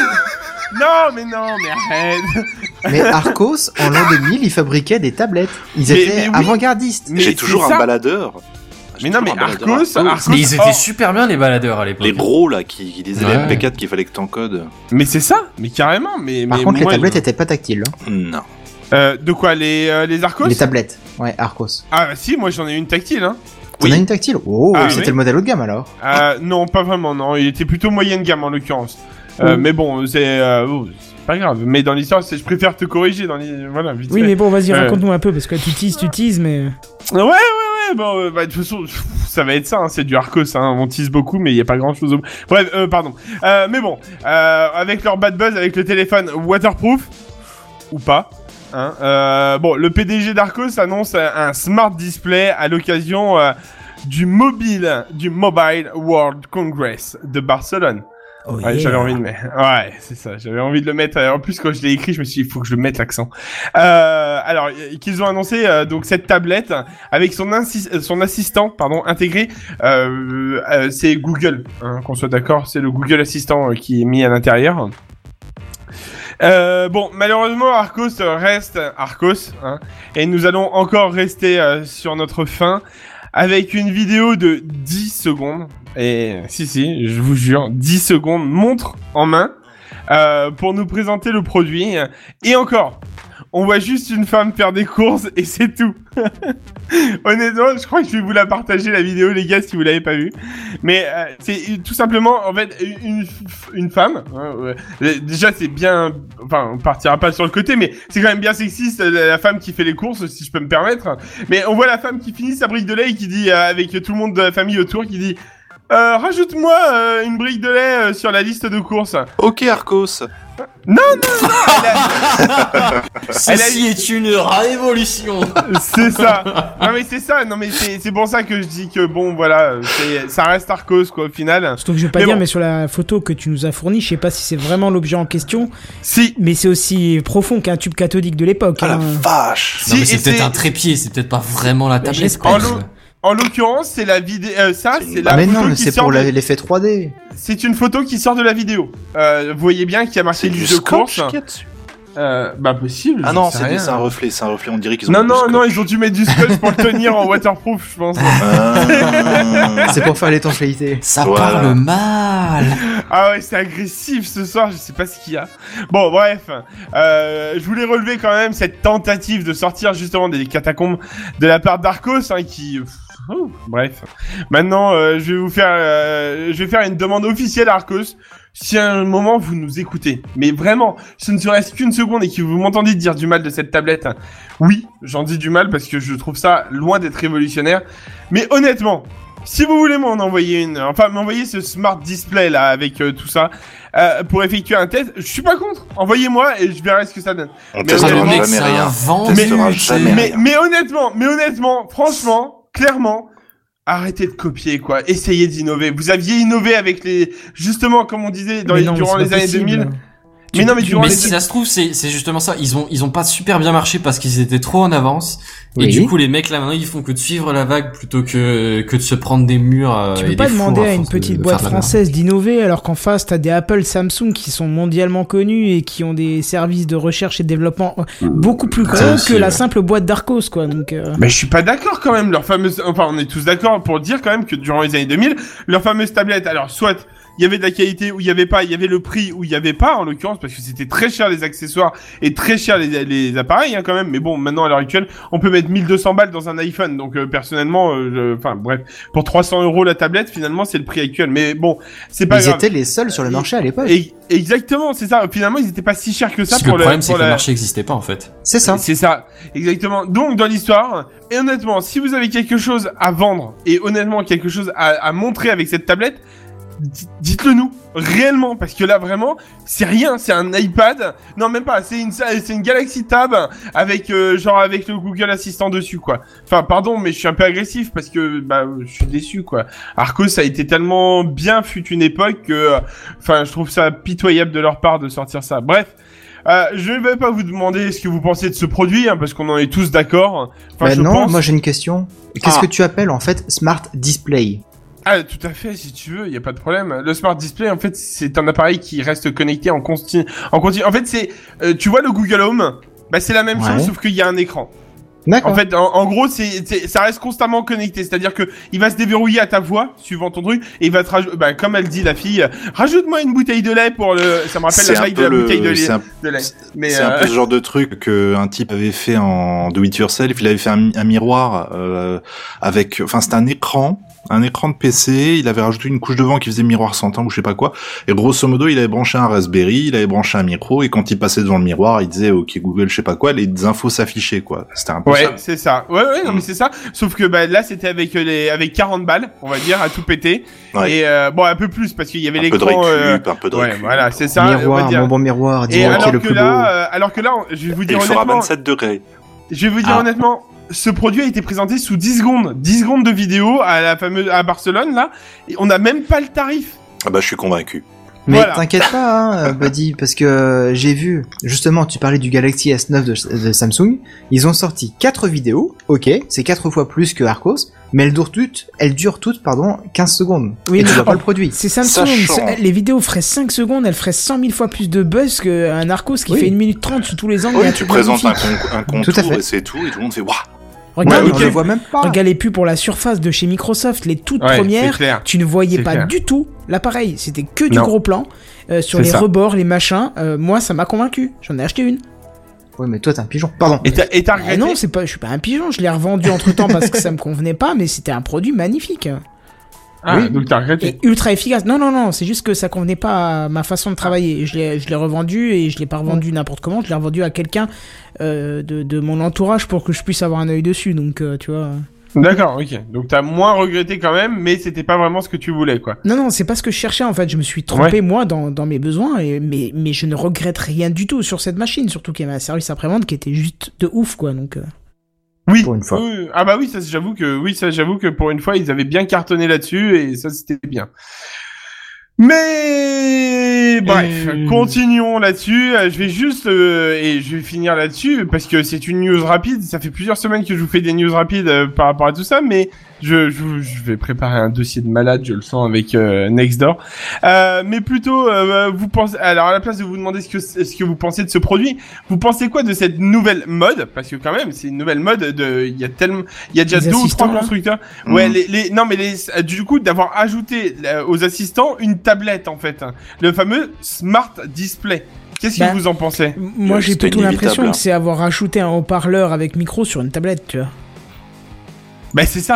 non, mais non, mais arrête. Mais Arcos, en l'an deux mille, ils fabriquaient des tablettes. Ils Mais- étaient mais oui. avant-gardistes. Mais J'ai c'est toujours ça. un baladeur. J'ai Mais non, mais toujours un baladeur Arcos, Arcos. Arcos, Mais ils étaient or. super bien les baladeurs à l'époque. Les gros là qui, qui disaient Ouais. les M P quatre qu'il fallait que t'encodes. Mais c'est ça, mais carrément, mais. Par mais contre, les moi, tablettes je- étaient pas tactiles. hein. Non. Euh, de quoi, les, euh, les Arcos? Les tablettes. Ouais, Arcos. Ah, bah si, moi j'en ai une tactile, hein. T'en Oui. as une tactile? Oh, Ah, c'était oui. le modèle haut de gamme alors. Euh, non, pas vraiment, non. Il était plutôt moyenne gamme en l'occurrence. Euh, Oh. Mais bon, c'est euh, oh, c'est pas grave. Mais dans l'histoire, c'est- je préfère te corriger dans les voilà. Vite Oui, fait. mais bon, vas-y, Euh. raconte-nous un peu, parce que tu teases, tu teases, mais... Ouais, ouais, ouais. Bon, euh, bah, de toute façon, pff, ça va être ça. Hein, c'est du Arcos. Hein, on tease beaucoup, mais il y a pas grand-chose. Au... Bref, euh, pardon. Euh, mais bon, euh, avec leur bad buzz, avec le téléphone waterproof ou pas. Hein, euh, bon, le P D G d'Arcos annonce un, un smart display à l'occasion euh, du mobile du Mobile World Congress de Barcelone. Oh, Ouais, yeah. j'avais envie de mettre. Ouais, c'est ça. J'avais envie de le mettre. euh, En plus, quand je l'ai écrit, je me suis dit, il faut que je le mette l'accent. Euh, alors, y- qu'ils ont annoncé euh, donc cette tablette avec son insi- euh, son assistant, pardon, intégré. Euh, euh, c'est Google, hein, qu'on soit d'accord. C'est le Google Assistant euh, qui est mis à l'intérieur. Euh, bon, malheureusement, Arcos reste Arcos, hein, et nous allons encore rester euh, sur notre fin avec une vidéo de dix secondes. Et si, si, je vous jure, dix secondes, montre en main, euh, pour nous présenter le produit. Et encore, on voit juste une femme faire des courses et c'est tout. Honnêtement, je crois que je vais vous la partager, la vidéo, les gars, si vous l'avez pas vue. Mais euh, c'est tout simplement, en fait, une, une femme. Hein, ouais. Déjà, c'est bien... Enfin, on partira pas sur le côté, mais c'est quand même bien sexiste, la, la femme qui fait les courses, si je peux me permettre. Mais on voit la femme qui finit sa brique de lait et qui dit, euh, avec tout le monde de la famille autour, qui dit... Euh, rajoute-moi euh, une brique de lait euh, sur la liste de courses. Ok Arcos. Non, non, non, elle a- Ceci est une révolution. c'est ça. Non mais c'est ça. Non mais c'est c'est pour ça que je dis que bon voilà, c'est ça reste Arcos quoi au final. Surtout que je vais pas Mais dire, bon. mais sur la photo que tu nous as fournie, je sais pas si c'est vraiment l'objet en question, Si. mais c'est aussi profond qu'un tube cathodique de l'époque. Ah la hein. vache. Non, mais Si, et c'est peut-être c'est- un trépied, c'est peut-être pas vraiment la tablette. j'espère. En l'eau- En l'occurrence, c'est la vidéo. Euh, ça, C'est une- c'est la Ah, mais photo non, mais qui c'est sort pour de- la- l'effet trois D. C'est une photo qui sort de la vidéo. Euh, vous voyez bien qu'il y a marqué C'est du liste de scotch course. qu'il y a dessus. Euh, bah possible. Ah j'en non, sais c'est rien. c'est un reflet, c'est un reflet. On dirait qu'ils ont Non mis du non scotch. non, ils ont dû mettre du scotch pour le tenir en waterproof, je pense. Ah. C'est pour faire l'étanchéité. Ça Voilà. parle mal. Ah ouais, c'est agressif ce soir, je sais pas ce qu'il y a. Bon, bref, euh, je voulais relever quand même cette tentative de sortir justement des catacombes de la part d'Arcos, hein, qui... Ouh, bref. Maintenant, euh, je vais vous faire, euh, je vais faire une demande officielle à Arcos. Si à un moment vous nous écoutez, mais vraiment, ce ne serait-ce qu'une seconde et que vous m'entendez dire du mal de cette tablette, oui, j'en dis du mal parce que je trouve ça loin d'être révolutionnaire. Mais honnêtement, si vous voulez m'en envoyer une, enfin m'envoyer ce smart display là avec euh, tout ça euh, pour effectuer un test, je suis pas contre. Envoyez-moi et je verrai ce que ça donne. On Mais testera honnêtement, jamais c'est rien. un vent On testera du- jamais mais, rien. mais honnêtement, mais honnêtement, franchement, clairement, arrêtez de copier quoi. Essayez d'innover. Vous aviez innové avec les, justement comme on disait dans Mais les, non, mais durant c'est les pas années possible. deux mille. Mais non mais durant Mais les si ça se trouve, c'est c'est justement ça. Ils ont ils ont pas super bien marché parce qu'ils étaient trop en avance. Et Oui. du coup, les mecs là maintenant, ils font que de suivre la vague plutôt que que de se prendre des murs. euh, Tu et peux pas des fours demander à une force de- petite de boîte faire de la merde. française d'innover alors qu'en face t'as des Apple, Samsung qui sont mondialement connus et qui ont des services de recherche et développement beaucoup plus gros Ça aussi, que la ouais. simple boîte d'Arcos quoi. Donc euh, Mais je suis pas d'accord quand même, leur fameuse, enfin on est tous d'accord pour dire quand même que durant les années deux mille, leur fameuse tablette, alors soit il y avait de la qualité ou il y avait pas, il y avait le prix ou il y avait pas en l'occurrence parce que c'était très cher les accessoires et très cher les, les appareils hein, quand même, mais bon maintenant à l'heure actuelle on peut mettre mille deux cents balles dans un iPhone donc euh, personnellement, euh, je- enfin bref, pour trois cents euros la tablette finalement c'est le prix actuel, mais bon c'est pas Ils grave. étaient les seuls sur le marché à l'époque. Et, exactement c'est ça, finalement ils étaient pas si chers que ça Parce que pour le problème, c'est pour que la... le marché existait pas en fait. C'est ça. C'est ça, exactement. Donc dans l'histoire, et honnêtement, si vous avez quelque chose à vendre et honnêtement quelque chose à, à montrer avec cette tablette, d- dites-le nous, réellement, parce que là vraiment, c'est rien, c'est un iPad. Non même pas, c'est une c'est une Galaxy Tab avec euh, genre avec le Google Assistant dessus quoi. Enfin pardon, mais je suis un peu agressif parce que bah je suis déçu quoi. Arcos ça a été tellement bien fut une époque que, enfin je trouve ça pitoyable de leur part de sortir ça. Bref. Euh, je ne vais pas vous demander ce que vous pensez de ce produit, hein, parce qu'on en est tous d'accord. Enfin, Bah je non, pense. moi j'ai une question. Qu'est-ce Ah. que tu appelles en fait Smart Display? Ah, tout à fait, si tu veux, il y a pas de problème. Le Smart Display, en fait, c'est un appareil qui reste connecté en continu. En continu. En fait, c'est, euh, tu vois le Google Home, bah c'est la même Ouais. chose, sauf qu'il y a un écran. D'accord. En fait, en, en gros, c'est, c'est, ça reste constamment connecté. C'est-à-dire que il va se déverrouiller à ta voix, suivant ton truc, et il va te rajouter, bah, comme elle dit, la fille, rajoute-moi une bouteille de lait pour le, ça me rappelle C'est la un taille de peu la le- bouteille de lait. c'est un- de lait. Mais, C'est un euh, peu ce genre de truc que un type avait fait en do it yourself. Il avait fait un, mi- un miroir euh, avec, enfin c'était un écran, un écran de P C. Il avait rajouté une couche de vent qui faisait miroir sans temps ou je sais pas quoi. Et grosso modo, il avait branché un Raspberry, il avait branché un micro et quand il passait devant le miroir, il disait OK Google, je sais pas quoi, les infos s'affichaient quoi. C'était un peu Ouais, ça. c'est ça. Ouais, ouais, non, Mm. mais c'est ça. Sauf que bah, là, c'était avec euh, les, avec quarante balles, on va dire, à tout péter. Ouais. Et euh, bon, un peu plus parce qu'il y avait Un peu de l'écran. euh, récup, un peu de Ouais, récup. voilà, c'est ça. on va Miroir, dire. mon bon miroir, Et dis-moi qui est alors le que plus beau. là, euh, alors que là, on- je vais vous Et dire il fera honnêtement, vingt-sept degrés. je vais vous dire Ah. honnêtement, ce produit a été présenté sous dix secondes, dix secondes de vidéo à la fameuse à Barcelone là, et on n'a même pas le tarif. Ah bah je suis convaincu. Mais Voilà. t'inquiète pas, hein, euh, Buddy, parce que euh, j'ai vu, justement, tu parlais du Galaxy S neuf de, de Samsung, ils ont sorti quatre vidéos, ok, c'est quatre fois plus que Arcos, mais elles durent toutes, elles durent toutes, pardon, quinze secondes. Oui, et tu mais- vois pas le produit. c'est Samsung, Sachant- c'est- les vidéos feraient cinq secondes, elles feraient cent mille fois plus de buzz qu'un Arcos qui Oui. fait une minute trente sous tous les angles. Oui, et un tu truc présentes un, magnifique. con- un Tout à contour fait. et c'est tout et tout le monde fait waouh. Regarde, Ouais, ok. on le voit même pas. regarde les pubs pour la Surface de chez Microsoft, les toutes Ouais, c'est premières, clair. tu ne voyais C'est pas clair. du tout l'appareil, c'était que du Non. gros plan euh, sur C'est les ça. rebords, les machins. Euh, moi, ça m'a convaincu. J'en ai acheté une. Ouais, mais toi t'es un pigeon. Pardon. Et t'as, et t'as Ah regretté. non, c'est pas, je suis pas un pigeon. Je l'ai revendu entre temps parce que ça me convenait pas, mais c'était un produit magnifique Ah, Oui. donc t'as regretté. et ultra efficace. Non, non, non, c'est juste que ça convenait pas à ma façon de travailler. Je l'ai, je l'ai revendu et je l'ai pas revendu n'importe comment. Je l'ai revendu à quelqu'un euh, de, de mon entourage pour que je puisse avoir un œil dessus. Donc, euh, tu vois. D'accord, ok. Donc t'as moins regretté quand même, mais c'était pas vraiment ce que tu voulais, quoi. Non, non, c'est pas ce que je cherchais en fait. Je me suis trompé moi dans, dans mes besoins, et, mais, mais je ne regrette rien du tout sur cette machine. Surtout qu'il y avait un service après-vente qui était juste de ouf, quoi. Donc, euh, Oui. Pour une fois. Oui, ah bah oui, ça j'avoue que oui, ça j'avoue que pour une fois ils avaient bien cartonné là-dessus et ça c'était bien. Mais bref, Euh. continuons là-dessus. Euh, Je vais juste euh, et je vais finir là-dessus parce que c'est une news rapide. Ça fait plusieurs semaines que je vous fais des news rapides euh, par rapport à tout ça, mais je, je, je vais préparer un dossier de malade, je le sens avec euh, Nextdoor. Euh, mais plutôt, euh, vous pensez. Alors à la place de vous demander ce que ce que vous pensez de ce produit, vous pensez quoi de cette nouvelle mode? Parce que quand même, c'est une nouvelle mode. De, il y a tellement, il y a déjà Les deux ou assistants, trois là constructeurs. Mhm. Ouais, les, les, non mais les, euh, du coup d'avoir ajouté euh, aux assistants une tablette en fait, hein. Le fameux Smart Display. Qu'est-ce Bah, que vous en pensez? moi Ouais, j'ai c'était plutôt inévitable, l'impression hein. que c'est avoir rajouté un haut-parleur avec micro sur une tablette, tu vois. Bah c'est ça.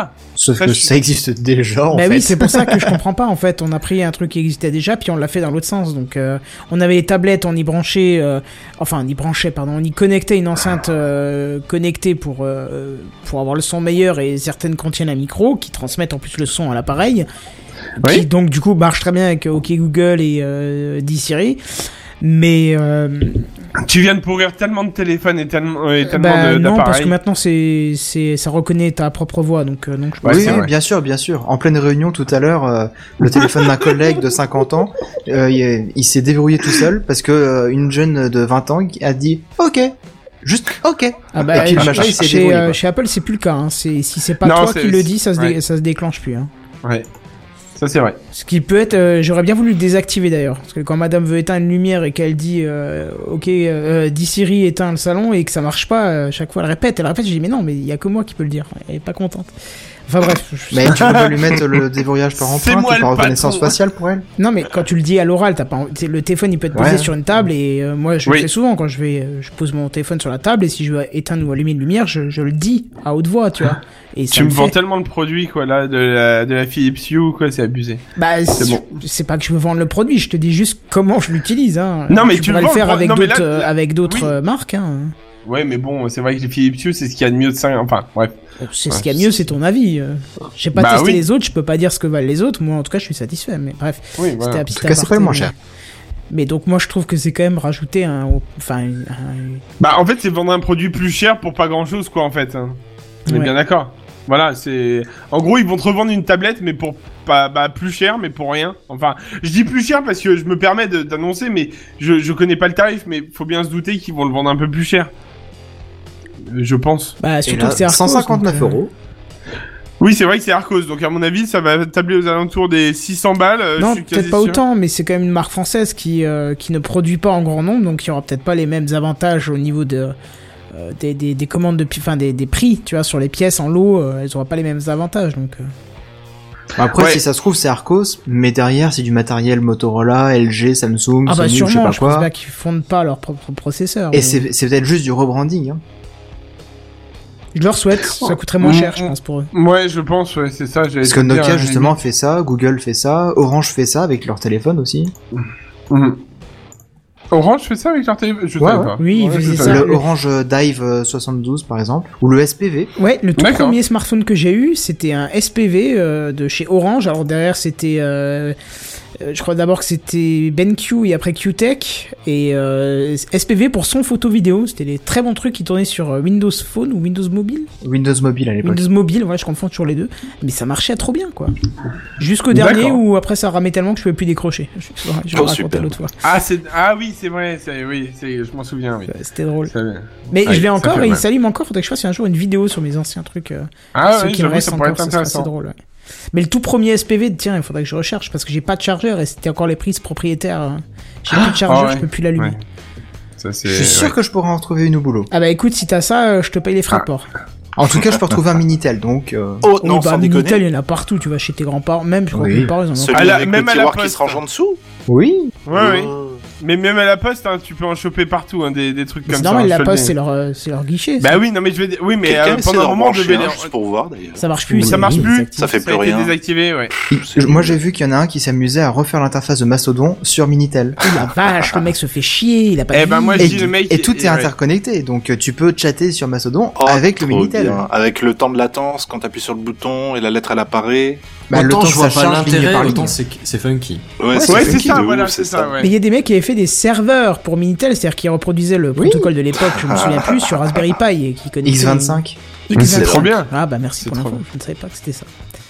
Sauf Ça, que je suis- ça existe déjà, en Bah fait. oui, c'est pour ça que je comprends pas en fait. On a pris un truc qui existait déjà, puis on l'a fait dans l'autre sens. Donc, euh, on avait les tablettes, on y branchait, euh, enfin, on y branchait, pardon, on y connectait une enceinte euh, connectée pour euh, pour avoir le son meilleur, et certaines contiennent un micro qui transmettent en plus le son à l'appareil, Oui. qui donc du coup marche très bien avec OK Google et euh, D Siri. Mais euh, Tu viens de pourrir tellement de téléphones et tellement, et tellement bah, de- non, parce d'appareils. que maintenant c'est c'est ça reconnaît ta propre voix, donc euh, donc je Ouais, oui, c'est oui, vrai. bien sûr, bien sûr. En pleine réunion tout à l'heure, euh, le téléphone d'un collègue de cinquante ans, euh, il, est- il s'est débrouillé tout seul parce que euh, une jeune de vingt ans a dit OK, juste OK. Ah bah, Et puis le chez, machin, il s'est chez, débrouillé, euh, quoi. chez Apple, c'est plus le cas. Hein. C'est, si c'est pas Non, toi c'est- qui le dis, ça se, dé- ouais. ça se déclenche plus. Hein. Ouais. Ça, c'est vrai. Ce qui peut être... euh, j'aurais bien voulu le désactiver d'ailleurs. Parce que quand madame veut éteindre une lumière et qu'elle dit euh, OK, euh, dis Siri, éteins le salon, et que ça marche pas, euh, chaque fois elle répète, elle répète, je dis mais non, mais il y a que moi qui peux le dire. Elle est pas contente. Enfin bref. je- Mais tu veux pas lui mettre le déverrouillage par C'est empreinte moi ou par le reconnaissance patron. faciale pour elle? Non mais quand tu le dis à l'oral, t'as pas... t'sais, le téléphone il peut être posé Ouais. sur une table, et euh, moi je le Oui. fais souvent quand je vais... euh, je pose mon téléphone sur la table, et si je veux éteindre ou allumer une lumière, je, je le dis à haute voix, tu vois. Et ça Tu me le vends fait. tellement le produit, quoi, là, de la, de la Philips Hue, quoi, c'est abusé. Bah, c'est bon. C'est pas que je veux vendre le produit, je te dis juste comment je l'utilise. Hein. Non, mais tu tu pourrais le le vends, faire le pro- avec non, mais d'autres, là, euh, avec d'autres oui. euh, marques. Hein. Ouais, mais bon, c'est vrai que les Philips Hue, c'est ce qu'il y a de mieux de ça. Enfin, bref. C'est Ouais, ce qu'il y a mieux, c'est ton avis. euh. J'ai pas Bah testé oui. les autres, je peux pas dire ce que valent les autres. Moi, en tout cas, je suis satisfait. Mais bref, Oui, c'était voilà. un En petit tout cas, c'est pas le moins aparté, cher. Mais... mais donc, moi, je trouve que c'est quand même rajouter un, enfin, un- Bah, en fait, c'est vendre un produit plus cher pour pas grand chose, quoi, en fait. hein. On est Ouais. bien d'accord. Voilà, c'est. En gros, ils vont te revendre une tablette, mais pour pas, bah, plus cher, mais pour rien. Enfin, je dis plus cher parce que je me permets de- d'annoncer, mais je, je connais pas le tarif, mais faut bien se douter qu'ils vont le vendre un peu plus cher. Euh, Je pense. bah, Et surtout là, que c'est Arcos, cent cinquante-neuf donc, euh, euros. Oui, c'est vrai que c'est Arcos, donc à mon avis, ça va tabler aux alentours des six cents balles. euh, Non, je suis quasi peut-être pas sûr. autant, mais c'est quand même une marque française qui, euh, qui ne produit pas en grand nombre, donc il y aura peut-être pas les mêmes avantages au niveau de, euh, des, des, des commandes de, pi- enfin des, des prix, tu vois, sur les pièces en lot, euh, elles auront pas les mêmes avantages, donc. euh. Après, Ouais. si ça se trouve, c'est Arcos, mais derrière, c'est du matériel Motorola, L G, Samsung, Ah bah Sony, ou je sais sûrement, pas je pense quoi. pas qu'ils fondent pas leur propre processeur. Et mais- c'est c'est peut-être juste du rebranding. Hein. Je leur souhaite, ça coûterait moins Mm, cher, je mm. pense, pour eux. Ouais, je pense, ouais, c'est ça. j'allais Parce te que dire, Nokia, euh, justement, fait ça, Google fait ça, Orange fait ça avec leur téléphone aussi. Mhm. Orange fait ça avec leur téléphone. Je Ouais, savais ouais. pas. Oui, ils je faisaient savais ça. le le- Orange Dive euh, soixante-douze, par exemple, ou le S P V. Ouais, le tout D'accord. premier smartphone que j'ai eu, c'était un S P V euh, de chez Orange. Alors derrière, c'était, euh, euh, je crois d'abord que c'était BenQ et après Q-Tech, et euh, S P V pour son photo vidéo. C'était des très bons trucs qui tournaient sur euh, Windows Phone ou Windows Mobile. Windows Mobile à l'époque. Windows Mobile, ouais, je confonds toujours les deux. Mais ça marchait trop bien, quoi. Jusqu'au dernier D'accord. où après ça ramait tellement que je pouvais plus décrocher. Je, je, je Oh, le racontais super. l'autre fois. Ah, c'est... ah oui, c'est vrai. C'est... Oui, c'est... je m'en souviens. Oui. Ouais, C'était drôle. Ça- Mais Ouais, je l'ai ça encore fait et il mal. s'allume encore. Faudrait que je fasse un jour une vidéo sur mes anciens trucs. euh, Ah ceux oui, qui me j'avoue, restent ça pourrait encore, être ça serait assez intéressant. drôle. Ouais. Mais le tout premier S P V, tiens, il faudrait que je recherche parce que j'ai pas de chargeur et c'était encore les prises propriétaires. hein. J'ai plus de chargeur, Ah ouais. je peux plus l'allumer. Ouais. Ça, c'est... Je suis sûr ouais. que je pourrais en retrouver une au boulot. Ah bah écoute, si t'as ça, euh, je te paye les frais de Ah. port. En tout cas, je peux retrouver un Minitel, donc... euh, Oh Oui, non, bah sans Minitel, déconner. il y en a partout. Tu vas chez tes grands-parents, même je crois Oui. que mes parents, ils en ont. Celui À la- avec même le à la tiroir qui poste. se range en dessous. Oui. Ouais, oui. Oh. Mais même à la poste, hein, tu peux en choper partout, hein, des, des trucs Mais comme C'est ça. normal, hein, la je te le poste, dis. c'est leur, euh, c'est leur guichet. Bah ça. oui, non mais je vais dire... Oui, mais Quelqu'un euh, essaie pendant un d'en moment, je brancher devais... un juste pour voir d'ailleurs. Ça marche plus. Ça oui, marche oui, plus. désactive. Ça fait Ça a plus été rien. désactivé, ouais. Je- Moi, j'ai vu qu'il y en a un qui s'amusait à refaire l'interface de Mastodon sur Minitel. Oh la vache, le mec se fait chier, il a pas de Eh ben vie. moi, je Et, dis le mec... et tout est ouais. interconnecté, donc euh, tu peux chatter sur Mastodon Oh, avec le trop Minitel. bien. Avec le temps de latence, quand t'appuies sur le bouton et la lettre elle apparaît. Bah, le autant temps je que vois ça pas charge ligne l'intérêt, par ligne. autant c'est c'est funky. Ouais, Ouais, c'est c'est funky ça, de voilà, ouf, c'est ça, ouais. Mais il y a des mecs qui avaient fait des serveurs pour Minitel, c'est-à-dire qui reproduisaient le Oui. protocole de l'époque, je me souviens plus, sur Raspberry Pi et qui connaissaient. X vingt-cinq. X vingt-cinq. C'est trop bien. Ah bah merci C'est pour trop l'info, bien. je ne savais pas que c'était ça.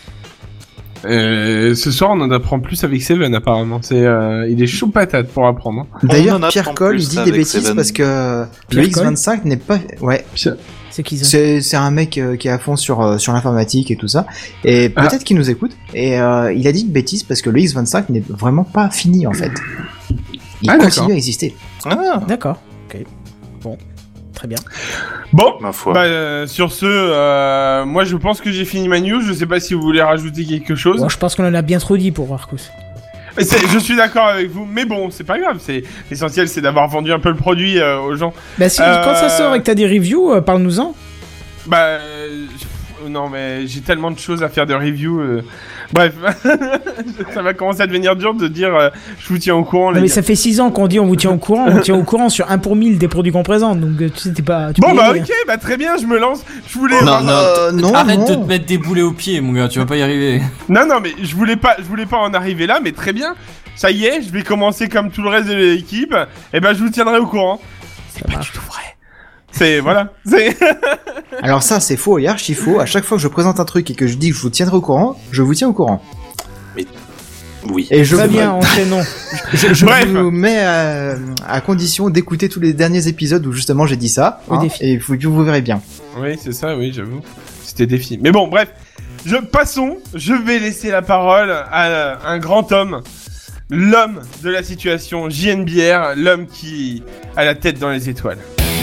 Euh, ce soir, on en apprend plus avec Seven, apparemment. C'est, euh, il est chaud patate pour apprendre. hein. On en D'ailleurs, apprend Pierre Coll, plus il dit des avec bêtises Seven. parce que le Pierre X vingt-cinq n'est pas... Ouais, C'est qu'ils ont. c'est c'est un mec euh, qui est à fond sur, euh, sur l'informatique et tout ça. Et Ah. peut-être qu'il nous écoute. Et euh, il a dit une bêtise parce que le X vingt-cinq n'est vraiment pas fini, en fait. Il Ah, continue d'accord. à exister. Ah, D'accord, ok. Bon, très bien. Bon, ma foi. bah, euh, sur ce, euh, moi, je pense que j'ai fini ma news. Je sais pas si vous voulez rajouter quelque chose. Bon, je pense qu'on en a bien trop dit pour Arcos. Mais c'est- je suis d'accord avec vous, mais bon, c'est pas grave. C'est l'essentiel, c'est d'avoir vendu un peu le produit euh, aux gens. Bah si, Euh, quand ça sort et que t'as des reviews, euh, parle-nous-en. Bah, euh, non, mais j'ai tellement de choses à faire de review. Euh... Bref, ça va commencer à devenir dur de dire euh, je vous tiens au courant. Non, mais ça fait six ans qu'on dit on vous tient au courant, on tient au courant sur un pour mille des produits qu'on présente, donc tu sais, t'es pas. Tu bon, bah, y ok, bah, très bien, je me lance. Je voulais. Non, non, euh, non, Arrête non. de te mettre des boulets aux pieds, mon gars, tu vas pas y arriver. Non, non, mais je voulais pas, je voulais pas en arriver là, mais très bien. Ça y est, je vais commencer comme tout le reste de l'équipe. Et ben, je vous tiendrai au courant. C'est pas du tout vrai. C'est, voilà. C'est. Alors ça, c'est faux et archi faux. À chaque fois que je présente un truc et que je dis que je vous tiendrai au courant, je vous tiens au courant. Mais oui. Et je Très vous... bien, enchaînons. Je, je Bref. vous mets à, à condition d'écouter tous les derniers épisodes où justement j'ai dit ça. Au hein, défi. et vous, vous verrez bien. Oui, c'est ça, oui, j'avoue. C'était défi. Mais bon, bref. Je passons. Je vais laisser la parole à un grand homme. L'homme de la situation, J N B R, l'homme qui a la tête dans les étoiles.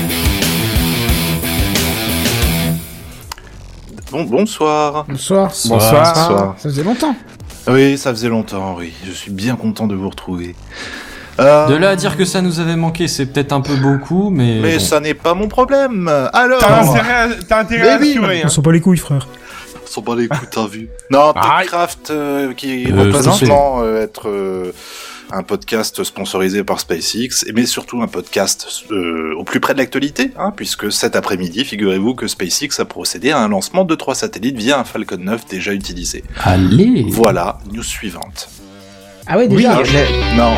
Bon, bonsoir. Bonsoir. Bonsoir. Bonsoir. Ça faisait longtemps. Oui, ça faisait longtemps, oui. Je suis bien content de vous retrouver. Euh, De là à dire que ça nous avait manqué, c'est peut-être un peu beaucoup, mais. Mais bon. ça n'est pas mon problème. Alors. T'as intérêt à, t'as intérêt à Mais oui. assurer, hein. On s'en bat les couilles, frère. Sont pas les coups, t'as vu. Non, Ah, TechCraft euh, qui Euh, représentant euh, être euh, un podcast sponsorisé par SpaceX, mais surtout un podcast euh, au plus près de l'actualité, hein, puisque cet après-midi, figurez-vous que SpaceX a procédé à un lancement de trois satellites via un Falcon neuf déjà utilisé. Allez. Voilà, news suivante. Ah ouais, Oui, déjà. la, Non.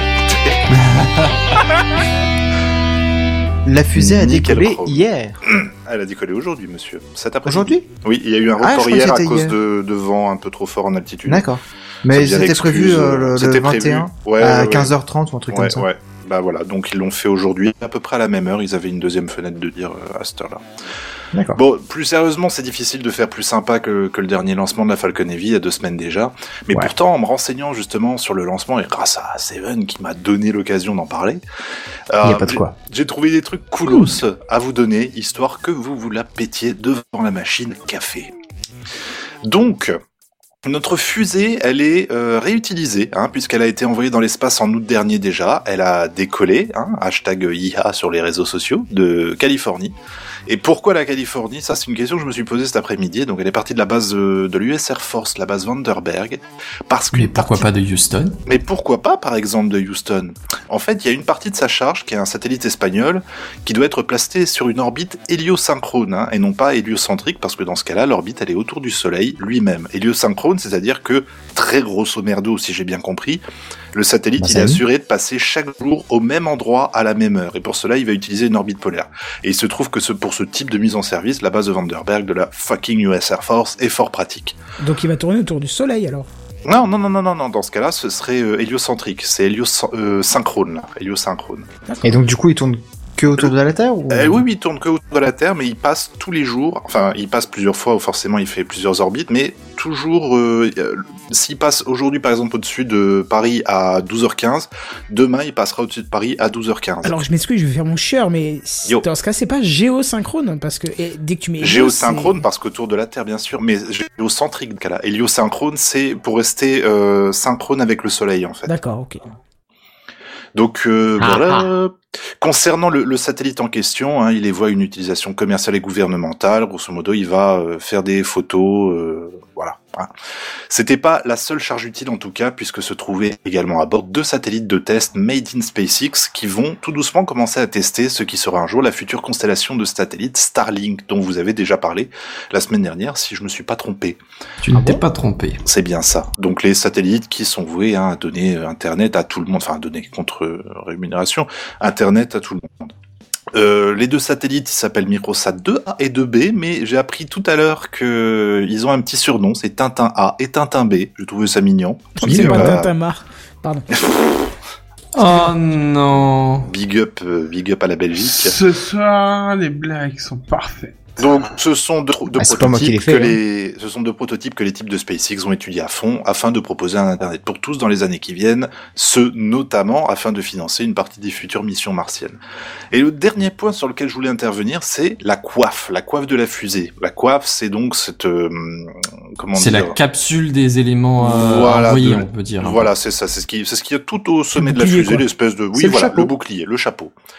la fusée a Nickel décollé Chrome. hier. Elle a décollé aujourd'hui, monsieur. Cet après-midi. Aujourd'hui? Oui, il y a eu un Ah, je report crois que hier à c'était cause hier. de, de vent un peu trop fort en altitude. D'accord. Ça Mais devient c'était l'excuse, prévu euh, le, c'était le vingt et un prévu. Ouais, à ouais, ouais. quinze heures trente ou un truc Ouais, comme ça. ouais. Bah voilà, donc ils l'ont fait aujourd'hui, à peu près à la même heure, ils avaient une deuxième fenêtre de dire euh, à cette heure-là. D'accord. Bon, plus sérieusement, c'est difficile de faire plus sympa que, que le dernier lancement de la Falcon Heavy il y a deux semaines déjà. Mais Ouais. pourtant, en me renseignant justement sur le lancement, et grâce à Seven qui m'a donné l'occasion d'en parler, euh, Il y a pas de j'ai- quoi. j'ai trouvé des trucs coolos à vous donner, histoire que vous vous la pétiez devant la machine café. Donc, notre fusée, elle est euh, réutilisée, hein, puisqu'elle a été envoyée dans l'espace en août dernier déjà. Elle a décollé, hein, hashtag I A sur les réseaux sociaux, de Californie. Et pourquoi la Californie? Ça, c'est une question que je me suis posée cet après-midi. Donc, elle est partie de la base de, de l'U S Air Force, la base Vandenberg. Parce que Mais pourquoi pas de Houston? mais pourquoi pas, par exemple, de Houston? En fait, il y a une partie de sa charge, qui est un satellite espagnol, qui doit être placé sur une orbite héliosynchrone, hein, et non pas héliocentrique, parce que dans ce cas-là, l'orbite, elle est autour du Soleil lui-même. Héliosynchrone, c'est-à-dire que, très grosso merdo, si j'ai bien compris, le satellite, Bah, il est salut. assuré de passer chaque jour au même endroit à la même heure. Et pour cela, il va utiliser une orbite polaire. Et il se trouve que ce, pour ce type de mise en service, la base de Vandenberg de la fucking U S Air Force est fort pratique. Donc il va tourner autour du soleil alors. Non, non, non, non, non, non. Dans ce cas-là, ce serait euh, héliocentrique. C'est héliosynchrone, là. Héliosynchrone. Et donc du coup, il tourne que autour de la Terre ou... Euh, oui, oui, il tourne que autour de la Terre, mais il passe tous les jours. Enfin, il passe plusieurs fois, forcément, il fait plusieurs orbites, mais toujours. Euh, euh, S'il passe aujourd'hui, par exemple, au-dessus de Paris à douze heures quinze, demain, il passera au-dessus de Paris à douze heures quinze. Alors je m'excuse, je vais faire mon chieur, mais si- Yo. dans ce cas, c'est pas géosynchrone parce que et dès que tu mets hélio, Géosynchrone c'est- parce qu'autour de la Terre, bien sûr, mais géocentrique, dans ce cas-là. Héliosynchrone, c'est pour rester euh, synchrone avec le Soleil, en fait. D'accord, ok. Donc euh, Ah, voilà. Concernant le, le satellite en question, hein, il évoque une utilisation commerciale et gouvernementale. Grosso modo, il va euh, faire des photos, euh, voilà. Hein. C'était pas la seule charge utile en tout cas, puisque se trouvaient également à bord deux satellites de test made in SpaceX qui vont tout doucement commencer à tester ce qui sera un jour la future constellation de satellites Starlink, dont vous avez déjà parlé la semaine dernière, si je me suis pas trompé. Tu ne t'es pas trompé. C'est bien ça. Donc les satellites qui sont voués hein, à donner euh, Internet à tout le monde, enfin à donner contre euh, rémunération, Internet à tout le monde. Euh, les deux satellites, ils s'appellent Microsat deux A et deux B, mais j'ai appris tout à l'heure que ils ont un petit surnom, c'est Tintin A et Tintin B. Je trouvais ça mignon. Je crois que c'est Et pas voilà. Tintin Pardon. Oh non. Big up, euh, big up à la Belgique. Ce soir, les blagues sont parfaites. Donc, ce sont deux, deux Ah, c'est pas moi qui l'ai prototypes fait, que hein. les, ce sont deux prototypes que les types de SpaceX ont étudiés à fond afin de proposer un Internet pour tous dans les années qui viennent, ce notamment afin de financer une partie des futures missions martiennes. Et le dernier point sur lequel je voulais intervenir, c'est la coiffe, la coiffe de la fusée. La coiffe, c'est donc cette, euh, comment C'est la dire, capsule des éléments euh, Voilà, envoyés, de- on peut dire. Voilà, c'est ça, c'est ce qui, c'est ce qui est tout au sommet de la bouclier, fusée, quoi. l'espèce de, oui, C'est le voilà, chapeau. le bouclier, le chapeau.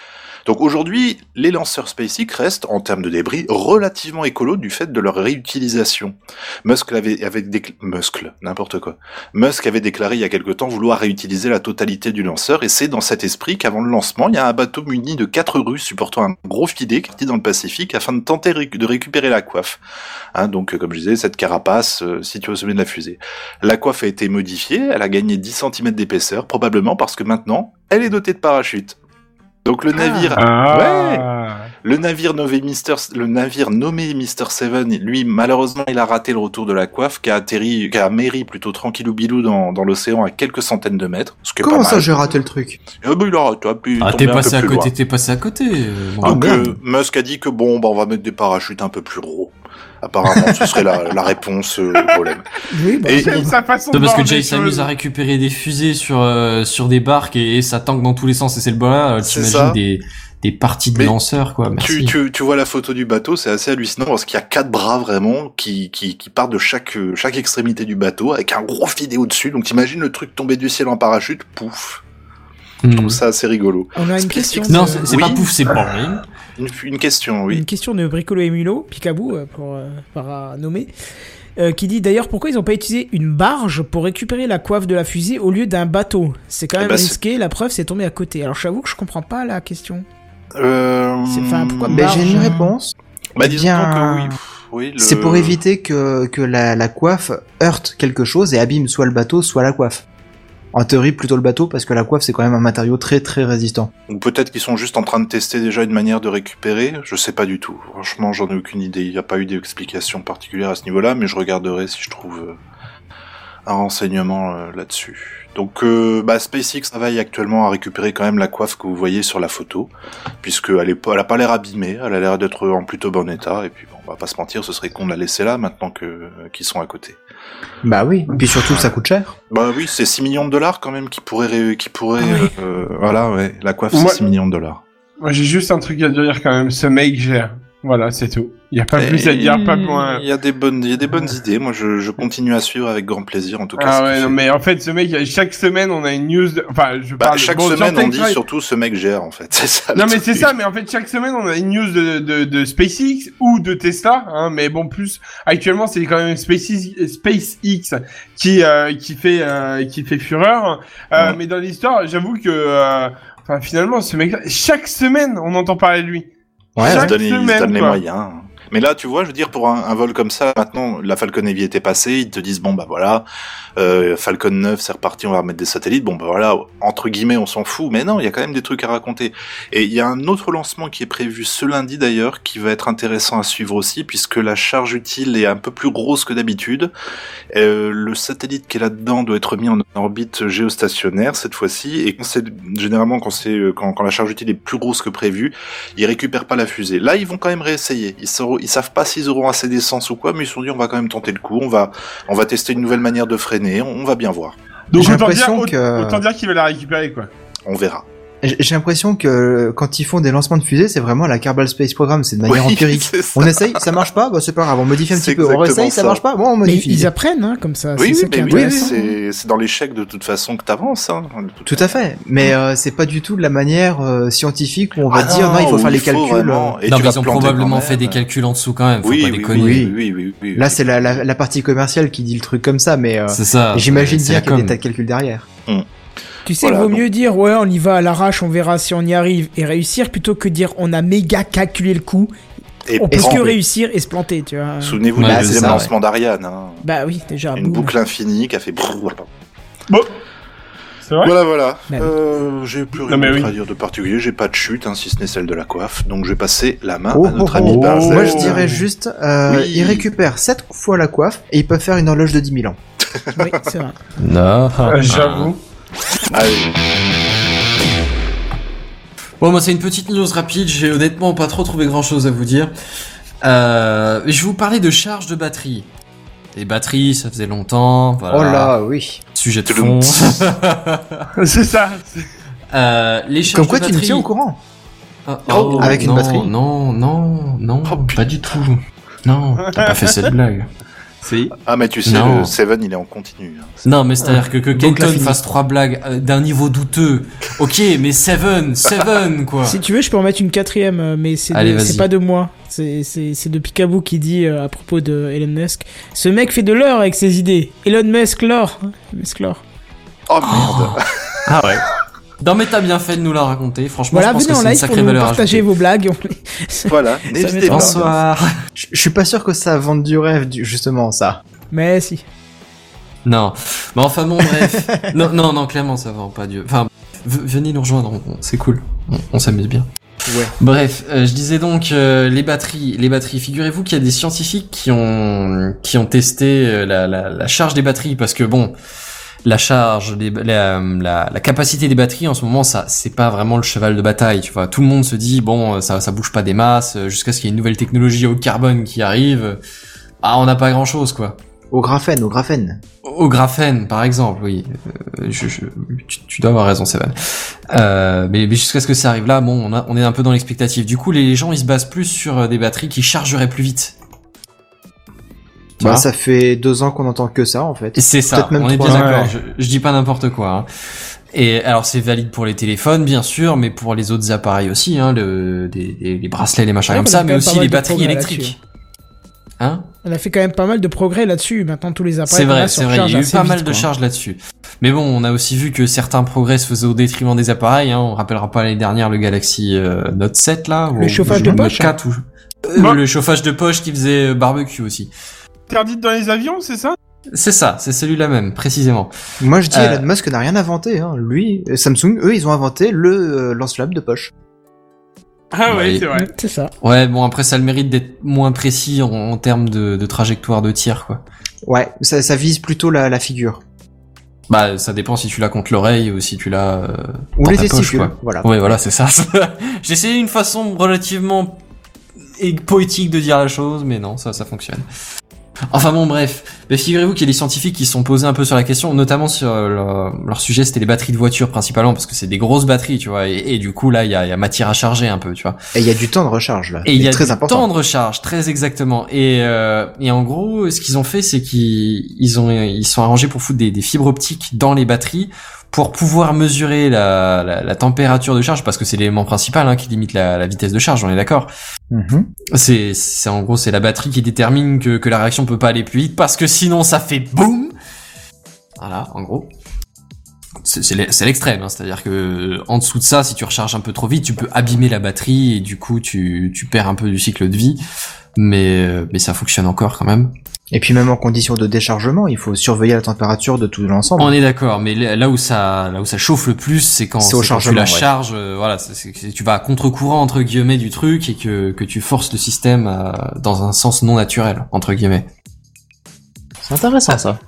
Donc aujourd'hui, les lanceurs SpaceX restent, en termes de débris, relativement écolos du fait de leur réutilisation. Musk avait, avait décl... Musk, n'importe quoi. Musk avait déclaré il y a quelque temps vouloir réutiliser la totalité du lanceur, et c'est dans cet esprit qu'avant le lancement, il y a un bateau muni de quatre rues supportant un gros filet qui est dans le Pacifique afin de tenter de récupérer la coiffe. Hein, donc, comme je disais, cette carapace euh, située au sommet de la fusée. La coiffe a été modifiée, elle a gagné dix centimètres d'épaisseur, probablement parce que maintenant, elle est dotée de parachute. Donc le navire, Ah. ouais, le navire nommé Mister, le navire nommé Mister Seven, lui malheureusement il a raté le retour de la coiffe, qui a atterri, qui a améri plutôt tranquillou bilou dans, dans l'océan à quelques centaines de mètres. Ce qui est Comment pas ça, mal. j'ai raté le truc? Eh ben, il a raté, puis il Ah, est t'es tombé un passé peu à plus côté, loin. t'es passé à côté. euh, bon. Donc merde. euh, Musk a dit que bon, bah on va mettre des parachutes un peu plus gros. Apparemment, ce serait la, la réponse euh, au problème. Oui, bah, Et- J'aime sa façon C'est de parce que voir Jay les s'amuse choses. à récupérer des fusées sur euh, sur des barques et, et ça tanque dans tous les sens et c'est le bol. C'est T'imagines ça. des des parties de Mais lanceurs quoi. Merci. Tu, tu, tu vois la photo du bateau, c'est assez hallucinant parce qu'il y a quatre bras vraiment qui, qui, qui partent de chaque, euh, chaque extrémité du bateau avec un gros filet au-dessus. Donc t'imagines le truc tomber du ciel en parachute, pouf. Je Hmm. trouve ça assez rigolo. on a une SpaceX, question. Non, de- c'est c'est Oui. pas pouf, c'est boring. Une, une question, oui. Une question de Bricolo et Mulot, Picabou, euh, pour euh, para nommer, euh, qui dit d'ailleurs pourquoi ils n'ont pas utilisé une barge pour récupérer la coiffe de la fusée au lieu d'un bateau. C'est quand Eh même ben, c'est- risqué, la preuve c'est tombé à côté. Alors j'avoue que je comprends pas la question. Euh... C'est- enfin, pourquoi Ben, j'ai une barge, réponse. Bah disons Bien. que oui. pff, oui le... C'est pour éviter que, que la, la coiffe heurte quelque chose et abîme soit le bateau, soit la coiffe. En théorie, plutôt le bateau, parce que la coiffe, c'est quand même un matériau très très résistant. Ou peut-être qu'ils sont juste en train de tester déjà une manière de récupérer. Je sais pas du tout. Franchement, j'en ai aucune idée. Il n'y a pas eu d'explication particulière à ce niveau-là, mais je regarderai si je trouve euh, un renseignement euh, là-dessus. Donc, euh, bah, SpaceX travaille actuellement à récupérer quand même la coiffe que vous voyez sur la photo, puisque elle, est pas, elle a pas l'air abîmée, elle a l'air d'être en plutôt bon état. Et puis, bon, on va pas se mentir, ce serait con de la laisser là maintenant que euh, qu'ils sont à côté. Bah oui, et puis surtout ça coûte cher. Bah oui, c'est six millions de dollars quand même qui pourraient, ré- qui pourraient, Ah oui. euh, voilà, ouais, la coiffe Moi- c'est six millions de dollars. Moi, j'ai juste un truc à dire quand même. Ce mec gère. Voilà, c'est tout. Il y a pas plus à dire, pas moins. Il y a des bonnes, il y a des bonnes idées. Moi, je, je continue à suivre avec grand plaisir, en tout cas. Ah ce qu'il ouais, fait. non, mais en fait, ce mec, chaque semaine, on a une news. De... Enfin, je Bah, parle. chaque bon, sur semaine, on dit TechCrunch- surtout ce mec gère, en fait. C'est ça. le Non mais truc. c'est ça, mais en fait chaque semaine on a une news de, de, de SpaceX ou de Tesla, hein, mais bon plus actuellement c'est quand même SpaceX, SpaceX qui euh, qui fait euh, qui fait fureur. Euh, Ouais. Mais dans l'histoire, j'avoue que euh, enfin finalement ce mec, chaque semaine on entend parler de lui. Ouais, il se chaque donne, il se semaine, donne les quoi. moyens. Mais là, tu vois, je veux dire, pour un, un vol comme ça, maintenant, la Falcon Heavy était passée, ils te disent, bon, bah voilà, euh, Falcon neuf, c'est reparti, on va remettre des satellites, bon, bah voilà, entre guillemets, on s'en fout, mais non, il y a quand même des trucs à raconter. Et il y a un autre lancement qui est prévu ce lundi, d'ailleurs, qui va être intéressant à suivre aussi, puisque la charge utile est un peu plus grosse que d'habitude. Euh, le satellite qui est là-dedans doit être mis en orbite géostationnaire, cette fois-ci, et quand c'est, généralement, quand c'est, quand, quand la charge utile est plus grosse que prévu, ils récupèrent pas la fusée. Là, ils vont quand même réessayer. Ils sauront, ils savent pas s'ils auront assez d'essence ou quoi, mais ils se sont dit on va quand même tenter le coup, on va, on va tester une nouvelle manière de freiner, on, on va bien voir. Donc J'ai autant dire, l'impression aut- que- autant dire qu'il va la récupérer quoi. On verra. J'ai j'ai l'impression que quand ils font des lancements de fusées, c'est vraiment la Kerbal Space Program, c'est de manière Oui, empirique. c'est ça. On essaye, ça marche pas, bah c'est pas grave, on modifie un C'est petit peu. On exactement essaye, ça ça. marche pas, bon on Mais modifie. ils apprennent, hein, comme ça. Oui, c'est ça oui, qui est mais oui, intéressant. c'est, c'est dans l'échec de toute façon que t'avances, hein. de toute Tout à fait, mais euh, c'est pas du tout de la manière euh, scientifique où on va Ah dire non, il faut où faire les calculs. vraiment- euh. et non tu mais vas ils ont te planter probablement quand fait des même. calculs en dessous quand même. Faut Oui, pas oui, déconner. oui, oui, oui, oui, oui. Là c'est la, la, la partie commerciale qui dit le truc comme ça, mais euh, C'est ça. j'imagine c'est bien la qu'il y a des com. tas de calculs derrière. Tu sais, Voilà, vaut donc- mieux dire ouais, on y va à l'arrache, on verra si on y arrive et réussir plutôt que dire on a méga calculé le coup. Et On peut prends- que réussir et se planter, tu vois. Souvenez-vous Ouais, du c'est deuxième ça, lancement d'Ariane, hein. Bah oui, déjà. Une boum. boucle infinie qui a fait brrr. Bon, c'est vrai. Voilà, voilà. Bah oui. Euh, j'ai plus rien Non, mais d'autre oui. à dire de particulier. J'ai pas de chute, hein, si ce n'est celle de la coiffe. Donc, je vais passer la main Oh, à notre oh, ami oh. Benzel. Moi je dirais juste, euh, Oui. ils récupèrent sept fois la coiffe et ils peuvent faire une horloge de dix mille ans. Oui, c'est vrai. Non. Euh, J'avoue. Allez. Bon, moi, c'est une petite news rapide. J'ai honnêtement pas trop trouvé grand chose à vous dire. Euh, je vais vous parler de charge de batterie. Les batteries, ça faisait longtemps. Voilà. Oh là, oui. Sujet de fond. C'est ça. c'est- euh, les charges Comme quoi de tu nous batterie. tiens au courant. Ah, Oh, avec une non, batterie. Non, non, non, Oh, pas du tout. Non, t'as pas fait cette blague. Si. Ah, mais tu sais, Non. le Seven, il est en continu. hein. Non, mais c'est-à-dire que, que Donc, la Kenton fini. fasse trois blagues euh, d'un niveau douteux. Ok, mais Seven, Seven, quoi. Si tu veux, je peux en mettre une quatrième, euh, mais c'est, Allez, de- vas-y. c'est pas de moi. C'est, c'est, c'est de Picaboo qui dit euh, à propos de Elon Musk. Ce mec fait de l'or avec ses idées. Elon Musk l'or. Musk l'or. Oh merde. Ah ouais. Non, mais t'as bien fait de nous la raconter. Franchement, Voilà, je pense venez que en c'est une live pour sacrée nous valeur partager ajoutée. vos blagues. On les- Voilà, Ça n'hésitez m'étonne. pas. Bonsoir. Je je suis pas sûr que ça vende du rêve, du- justement, ça. Mais si. Non. Mais enfin, bon, bref. non, non, non, clairement, ça va pas Dieu. Enfin, v- venez nous rejoindre, on- on- c'est cool. On, on s'amuse bien. Ouais. Bref, euh, je disais donc euh, les batteries. Les batteries. Figurez-vous qu'il y a des scientifiques qui ont qui ont testé euh, la, la, la charge des batteries parce que bon, la charge, des, la, la, la capacité des batteries en ce moment, ça c'est pas vraiment le cheval de bataille. Tu vois, tout le monde se dit bon, ça ça bouge pas des masses euh, jusqu'à ce qu'il y ait une nouvelle technologie au carbone qui arrive. Ah, on n'a pas grand chose quoi. Au graphène, au graphène. Au graphène, par exemple, oui. Euh, je, je, tu, tu dois avoir raison, Seven. Euh, mais, mais jusqu'à ce que ça arrive là, bon, on, a, on est un peu dans l'expectative. Du coup, les gens, ils se basent plus sur des batteries qui chargeraient plus vite. Tu Bah, vois ça fait deux ans qu'on entend que ça, en fait. Et c'est ça, peut-être même on est bien trois. d'accord. Ouais. Je, je dis pas n'importe quoi. Hein. Et alors, c'est valide pour les téléphones, bien sûr, mais pour les autres appareils aussi, hein, le, des, des, les bracelets, les machins Ouais, comme on a ça, quand mais même aussi pas mal les de batteries progrès électriques. Hein On a fait quand même pas mal de progrès là-dessus. Maintenant, tous les appareils. C'est qu'on a vrai, se c'est vrai. Il y a eu rechargent pas assez mal vite, de quoi. charges là-dessus. Mais bon, on a aussi vu que certains progrès se faisaient au détriment des appareils. Hein. On rappellera pas l'année dernière le Galaxy euh, Note sept là. Le ou- chauffage ou de le poche, Note quatre ou euh, Bon. le chauffage de poche qui faisait euh, barbecue aussi. Interdite dans les avions, c'est ça? C'est ça, c'est celui-là même, précisément. Moi, je dis, Euh. Elon Musk n'a rien inventé, hein. Lui, euh, Samsung, eux, ils ont inventé le euh, lance-flamme de poche. Ah Ouais, oui, c'est vrai. C'est ça. Ouais, bon après ça a le mérite d'être moins précis en, en termes de, de trajectoire de tir, quoi. Ouais, ça, ça vise plutôt la, la figure. Bah ça dépend si tu l'as contre l'oreille ou si tu l'as euh, Ou dans les ta poche, testicules, quoi. voilà. Ouais, voilà, c'est ça. J'ai essayé une façon relativement et poétique de dire la chose, mais non, ça, ça fonctionne. Enfin bon, bref. Mais figurez-vous qu'il y a des scientifiques qui se sont posés un peu sur la question, notamment sur euh, leur, leur sujet, c'était les batteries de voiture principalement, parce que c'est des grosses batteries, tu vois, et, et du coup là, il y a, il y a matière à charger un peu, tu vois. Et il y a du temps de recharge, là. Et il y a très du important. temps de recharge, très exactement. Et, euh, et en gros, ce qu'ils ont fait, c'est qu'ils ils ont ils sont arrangés pour foutre des, des fibres optiques dans les batteries pour pouvoir mesurer la, la, la température de charge, parce que c'est l'élément principal hein, qui limite la, la vitesse de charge, on est d'accord. Mhm. C'est, c'est en gros c'est la batterie qui détermine que, que la réaction peut pas aller plus vite, parce que sinon ça fait boum. Voilà, en gros. C'est, c'est l'e- c'est l'extrême, hein, c'est-à-dire que en dessous de ça, si tu recharges un peu trop vite, tu peux abîmer la batterie et du coup tu, tu perds un peu du cycle de vie. Mais, euh, mais ça fonctionne encore quand même. Et puis même en condition de déchargement, il faut surveiller la température de tout l'ensemble. On est d'accord, mais là où ça, là où ça chauffe le plus, c'est quand, C'est au c'est quand tu chargement, la ouais. charges. euh, voilà, c'est, c'est- c'est- tu vas à contre-courant entre guillemets du truc et que que tu forces le système à- dans un sens non naturel entre guillemets. C'est intéressant, ça.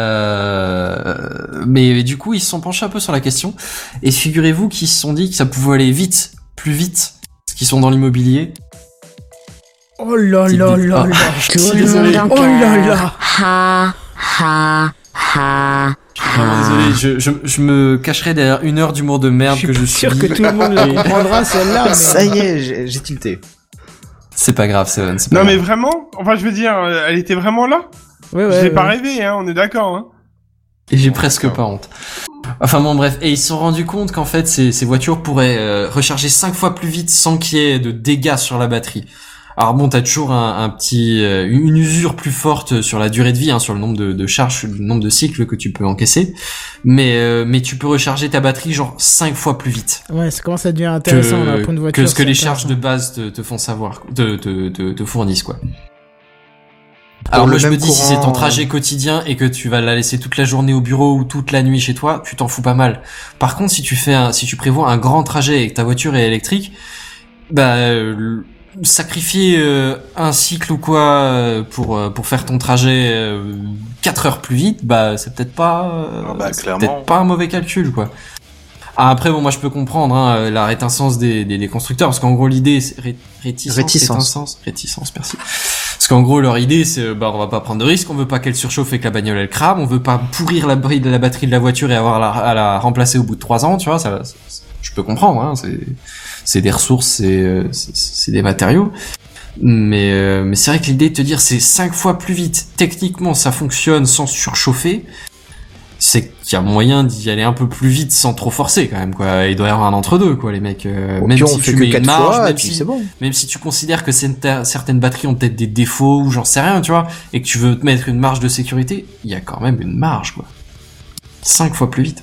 Euh, mais, mais du coup, ils se sont penchés un peu sur la question et figurez-vous qu'ils se sont dit que ça pouvait aller vite, plus vite, parce qu'ils sont dans l'immobilier. Oh là Petite là bite. là Ah, là. je suis désolé. Oh là là. Ha, ha, ha. Je suis vraiment désolé. Je, je, je me cacherai derrière une heure d'humour de merde Je que je suis sûr suis. que tout le monde la comprendra celle-là. Mais... Ça y est, j'ai j'ai tilté. C'est pas grave, Seven. C'est pas Non grave. mais vraiment, enfin je veux dire, euh, elle était vraiment là. Ouais, je ouais, l'ai ouais. pas rêvé, hein, on est d'accord. Hein. Et j'ai presque pas honte. Enfin bon bref, et ils se sont rendus compte qu'en fait ces, ces voitures pourraient euh, recharger cinq fois plus vite sans qu'il y ait de dégâts sur la batterie. Alors bon, t'as toujours un, un petit, euh, une usure plus forte sur la durée de vie, hein, sur le nombre de, de charges, le nombre de cycles que tu peux encaisser, mais euh, mais tu peux recharger ta batterie genre cinq fois plus vite Ouais, ça commence à devenir intéressant là, que, pour une voiture. que ce que c'est les charges de intéressant. base te, te font savoir, te, te, te, te fournissent quoi. Alors le moi je me même dis si c'est ton courant- trajet quotidien et que tu vas la laisser toute la journée au bureau ou toute la nuit chez toi, tu t'en fous pas mal. Par contre si tu fais un, si tu prévois un grand trajet et que ta voiture est électrique, bah euh, sacrifier euh, un cycle ou quoi euh, pour euh, pour faire ton trajet euh, quatre heures plus vite, bah c'est peut-être pas euh, Ah bah, c'est clairement. peut-être pas un mauvais calcul quoi. Ah, après bon moi je peux comprendre hein, la réticence des, des, des constructeurs parce qu'en gros l'idée c'est ré- réticence Réticence. réticence réticence merci parce qu'en gros leur idée c'est euh, bah on va pas prendre de risques, on veut pas qu'elle surchauffe et que la bagnole elle crame, on veut pas pourrir la, bri- la batterie de la voiture et avoir la, à la remplacer au bout de trois ans, tu vois, ça, ça- ça- je peux comprendre hein, c'est c'est des ressources, c'est euh, c'est, c'est des matériaux. Mais, euh, mais c'est vrai que l'idée de te dire c'est cinq fois plus vite, techniquement ça fonctionne sans surchauffer, c'est qu'il y a moyen d'y aller un peu plus vite sans trop forcer quand même, quoi. Il doit y avoir un entre-deux, quoi, les mecs. Euh, Bon, même puis si on fait tu que mets une quatre marge, fois, et même puis si, c'est bon. même si tu considères que certaines certaines batteries ont peut-être des défauts ou j'en sais rien, tu vois, et que tu veux te mettre une marge de sécurité, il y a quand même une marge, quoi. Cinq fois plus vite.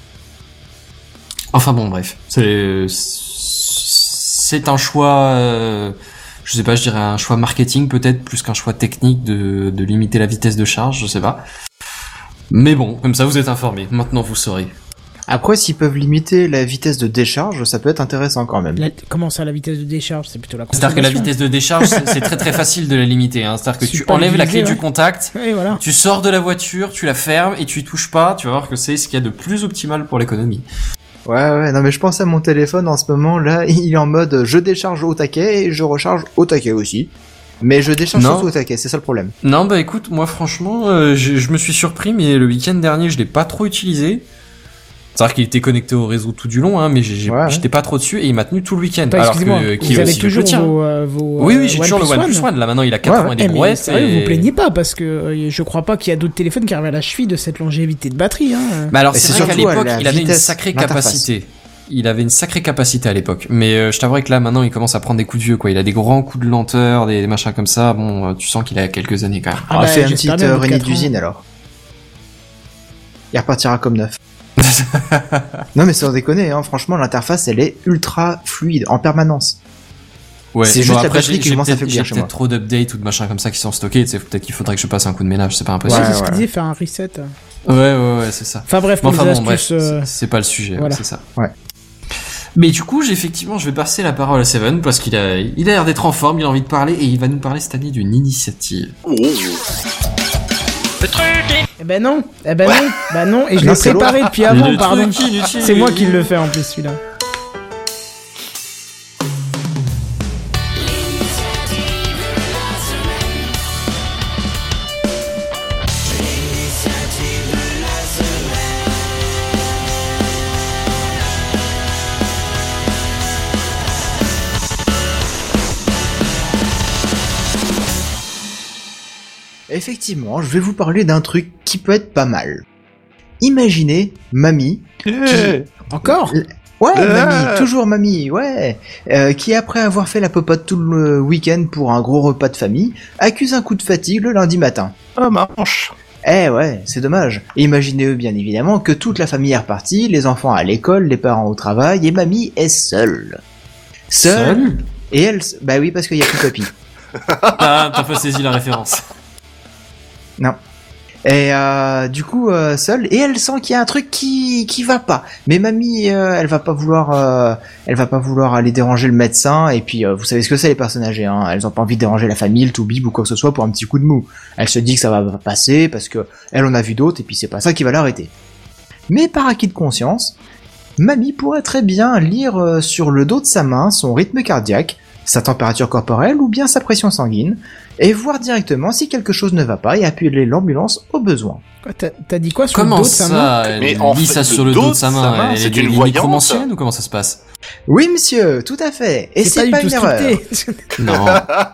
Enfin bon, bref. C'est, c'est un choix, euh, je sais pas, je dirais un choix marketing peut-être plus qu'un choix technique de, de limiter la vitesse de charge, je sais pas. Mais bon, comme ça vous êtes informés. Maintenant vous saurez. Après, s'ils peuvent limiter la vitesse de décharge, ça peut être intéressant quand même. La- comment ça, la vitesse de décharge? C'est plutôt la C'est-à-dire que la consommation. vitesse de décharge, c'est, c'est très très facile de la limiter. Hein. C'est-à-dire que tu Super enlèves la divisé, clé ouais. du contact, Et voilà. tu sors de la voiture, tu la fermes et tu y touches pas. Tu vas voir que c'est ce qu'il y a de plus optimal pour l'économie. Ouais, ouais, non mais je pense à mon téléphone en ce moment, là, il est en mode je décharge au taquet et je recharge au taquet aussi. Mais je décharge Non. surtout au taquet, c'est ça le problème. Non, bah écoute, moi franchement, euh, je, je me suis surpris, mais le week-end dernier, je l'ai pas trop utilisé. C'est-à-dire qu'il était connecté au réseau tout du long, hein, mais j'ai, j'ai- Ouais, ouais. j'étais pas trop dessus et il m'a tenu tout le week-end. Attends, alors excusez-moi, que, qu'il vous est avez aussi vieux que toujours le tien. vos, euh, vos Oui, euh, oui, j'ai toujours le OnePlus One. Là, maintenant, il a Ouais, ouais. quatre-vingt-dix Eh, mais brouettes. sérieux, et... vous plaignez pas parce que euh, je crois pas qu'il y a d'autres téléphones qui arrivent à la cheville de cette longévité de batterie. Hein. Mais alors, Et c'est c'est vrai qu'à surtout à l'époque, la il avait une vitesse, sacrée l'interface. capacité. Il avait une sacrée capacité à l'époque. Mais euh, je t'avouerai que là, maintenant, il commence à prendre des coups de vieux, quoi. Il a des grands coups de lenteur, des, des machins comme ça. Bon, euh, tu sens qu'il a quelques années quand même. Ah Ah, bah, fait un petit j'espère bien, euh, au bout de René quatre ans. d'usine alors. Il repartira comme neuf. Non mais sans déconner, hein, franchement l'interface elle est ultra fluide en permanence. Ouais. C'est bon, juste la après, batterie j'ai- qui j'ai commence à peut-être- faiblir J'ai chez peut-être moi. trop d'updates ou de machins comme ça qui sont stockés. Tu sais, peut-être qu'il faudrait que je passe un coup de ménage. C'est pas impossible. Ouais, Ouais, c'est ce ouais. qu'il disait, faire un reset. Ouais, ouais, ouais, c'est ça. Enfin bref, Mais pour enfin les bon, bref, astuces. euh, c'est- c'est pas le sujet, ouais, voilà. c'est ça. Ouais. Mais du coup, j'ai, effectivement, je vais passer la parole à Seven parce qu'il a, il a l'air d'être en forme, il a envie de parler et il va nous parler cette année d'une initiative. Oh. Eh ben non, eh ben non, bah non, et je Non, l'ai c'est préparé lourd. depuis avant, Le pardon. truc inutile. C'est moi qui le fais en plus celui-là. Effectivement, je vais vous parler d'un truc qui peut être pas mal. Imaginez mamie. Eh, Encore? Ouais, Ah. mamie, toujours mamie, ouais. Euh, qui après avoir fait la popote tout le week-end pour un gros repas de famille, accuse un coup de fatigue le lundi matin. Oh, ma hanche. Eh ouais, c'est dommage. Et imaginez bien évidemment que toute la famille est repartie, les enfants à l'école, les parents au travail, et mamie est seule. Seule, Seul et elle... Bah oui, parce qu'il y a plus papy. Ah, t'as pas saisi la référence. Non. Et euh, du coup, euh, seule, et elle sent qu'il y a un truc qui qui va pas. Mais mamie, euh, elle va pas vouloir, euh, elle va pas vouloir aller déranger le médecin. Et puis, euh, vous savez ce que c'est les personnes âgées, hein. Elles ont pas envie de déranger la famille, le toubib ou quoi que ce soit pour un petit coup de mou. Elle se dit que ça va passer parce que elle en a vu d'autres et puis c'est pas ça qui va l'arrêter. Mais par acquis de conscience, mamie pourrait très bien lire euh, sur le dos de sa main son rythme cardiaque, sa température corporelle ou bien sa pression sanguine, et voir directement si quelque chose ne va pas et appeler l'ambulance au besoin. Quoi, t'as, t'as dit quoi sur Comment le dos de sa main? ça Elle Mais en lit fait, ça le sur le dos de sa main. Elle c'est est une une voyante. nécromancienne ou comment ça se passe? Oui monsieur, tout à fait, et c'est pas, du une tout erreur. scripté. Non.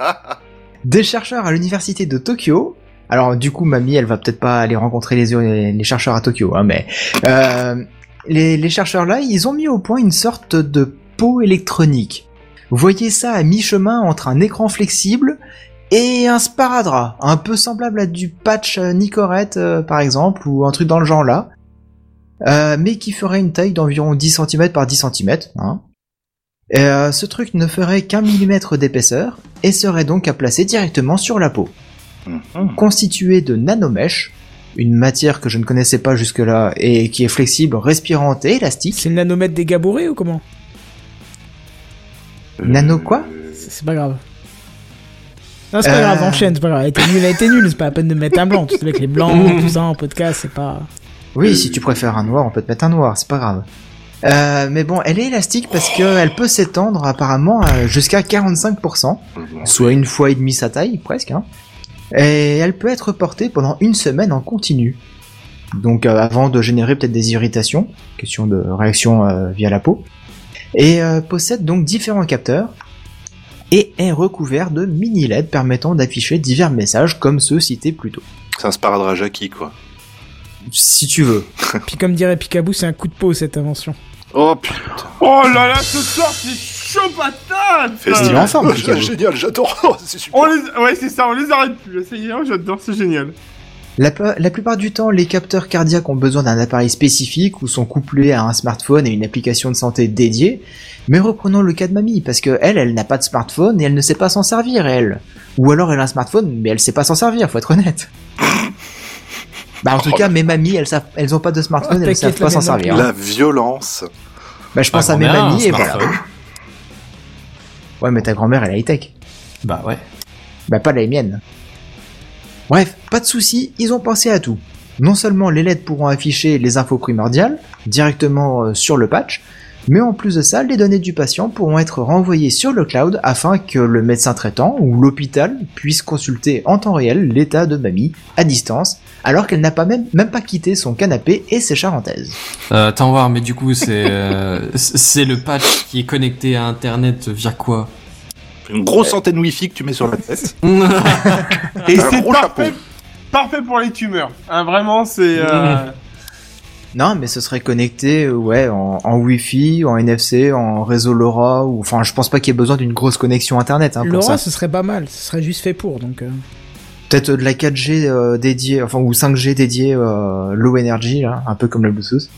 Des chercheurs à l'université de Tokyo, alors du coup mamie elle va peut-être pas aller rencontrer les, les chercheurs à Tokyo, hein, mais euh, les, les chercheurs là ils ont mis au point une sorte de peau électronique. Vous voyez ça à mi-chemin entre un écran flexible et un sparadrap, un peu semblable à du patch euh, Nicorette euh, par exemple, ou un truc dans le genre là, euh, mais qui ferait une taille d'environ dix centimètres par dix centimètres. Hein. Et, euh, ce truc ne ferait qu'un millimètre d'épaisseur et serait donc à placer directement sur la peau. Mhm. Constitué de nanomèches, une matière que je ne connaissais pas jusque-là et qui est flexible, respirante et élastique. C'est le nanomètre des gabourés ou comment? Nano quoi? C'est, c'est pas grave. Non, c'est pas Euh. grave, enchaîne, c'est pas grave. Elle était nulle, elle était nulle, c'est pas la peine de mettre un blanc. Tu sais, avec les blancs, tout ça en podcast, c'est pas. Oui, si tu préfères un noir, on peut te mettre un noir, c'est pas grave. Euh, mais bon, elle est élastique parce qu'elle peut s'étendre apparemment à jusqu'à quarante-cinq pour cent, soit une fois et demie sa taille, presque. Hein. Et elle peut être portée pendant une semaine en continu. Donc euh, avant de générer peut-être des irritations, question de réaction euh, via la peau. Et euh, possède donc différents capteurs. et est recouvert de mini L E D permettant d'afficher divers messages comme ceux cités plus tôt. C'est un sparadrap Jackie, quoi. Si tu veux. Puis comme dirait Picaboo, c'est un coup de peau cette invention. Oh putain. Oh là là, ce soir c'est chaud patate. Il est en forme, Oh, Picaboo. génial, j'adore. Oh, c'est super. On les... Ouais, c'est ça, on les arrête plus. Ça y est, j'adore, c'est génial. La, la plupart du temps, les capteurs cardiaques ont besoin d'un appareil spécifique ou sont couplés à un smartphone et une application de santé dédiée. Mais reprenons le cas de mamie, parce que elle, elle n'a pas de smartphone et elle ne sait pas s'en servir, elle. Ou alors elle a un smartphone, mais elle sait pas s'en servir, faut être honnête. Bah en tout Oh, cas, bah. mes mamies, elles savent, elles ont pas de smartphone, Oh, elles savent t'inquiète, pas la s'en mienne non servir. La violence. Bah je pense Ma à mes grand-mère a un mamies et voilà. smartphone. Ouais, mais ta grand-mère, elle est high-tech. Bah ouais. Bah pas les miennes. Bref, pas de soucis, ils ont pensé à tout. Non seulement les L E D pourront afficher les infos primordiales directement euh, sur le patch, mais en plus de ça, les données du patient pourront être renvoyées sur le cloud afin que le médecin traitant ou l'hôpital puisse consulter en temps réel l'état de mamie à distance, alors qu'elle n'a pas même, même pas quitté son canapé et ses charentaises. Euh, attends voir, mais du coup c'est euh, c'est le patch qui est connecté à internet via quoi? Une grosse antenne Wi-Fi que tu mets sur la tête. Et Un c'est gros parfait, chapeau. parfait pour les tumeurs. Hein, vraiment, c'est. Euh... Non, mais ce serait connecté, euh, ouais, en, en Wi-Fi, en N F C, en réseau LoRa, ou enfin, je pense pas qu'il y ait besoin d'une grosse connexion internet hein, pour Laura, ça. ce serait pas mal, ce serait juste fait pour, donc... Euh... Peut-être de la quatre G euh, dédiée, enfin ou cinq G dédiée euh, low energy, là, un peu comme le Bluetooth.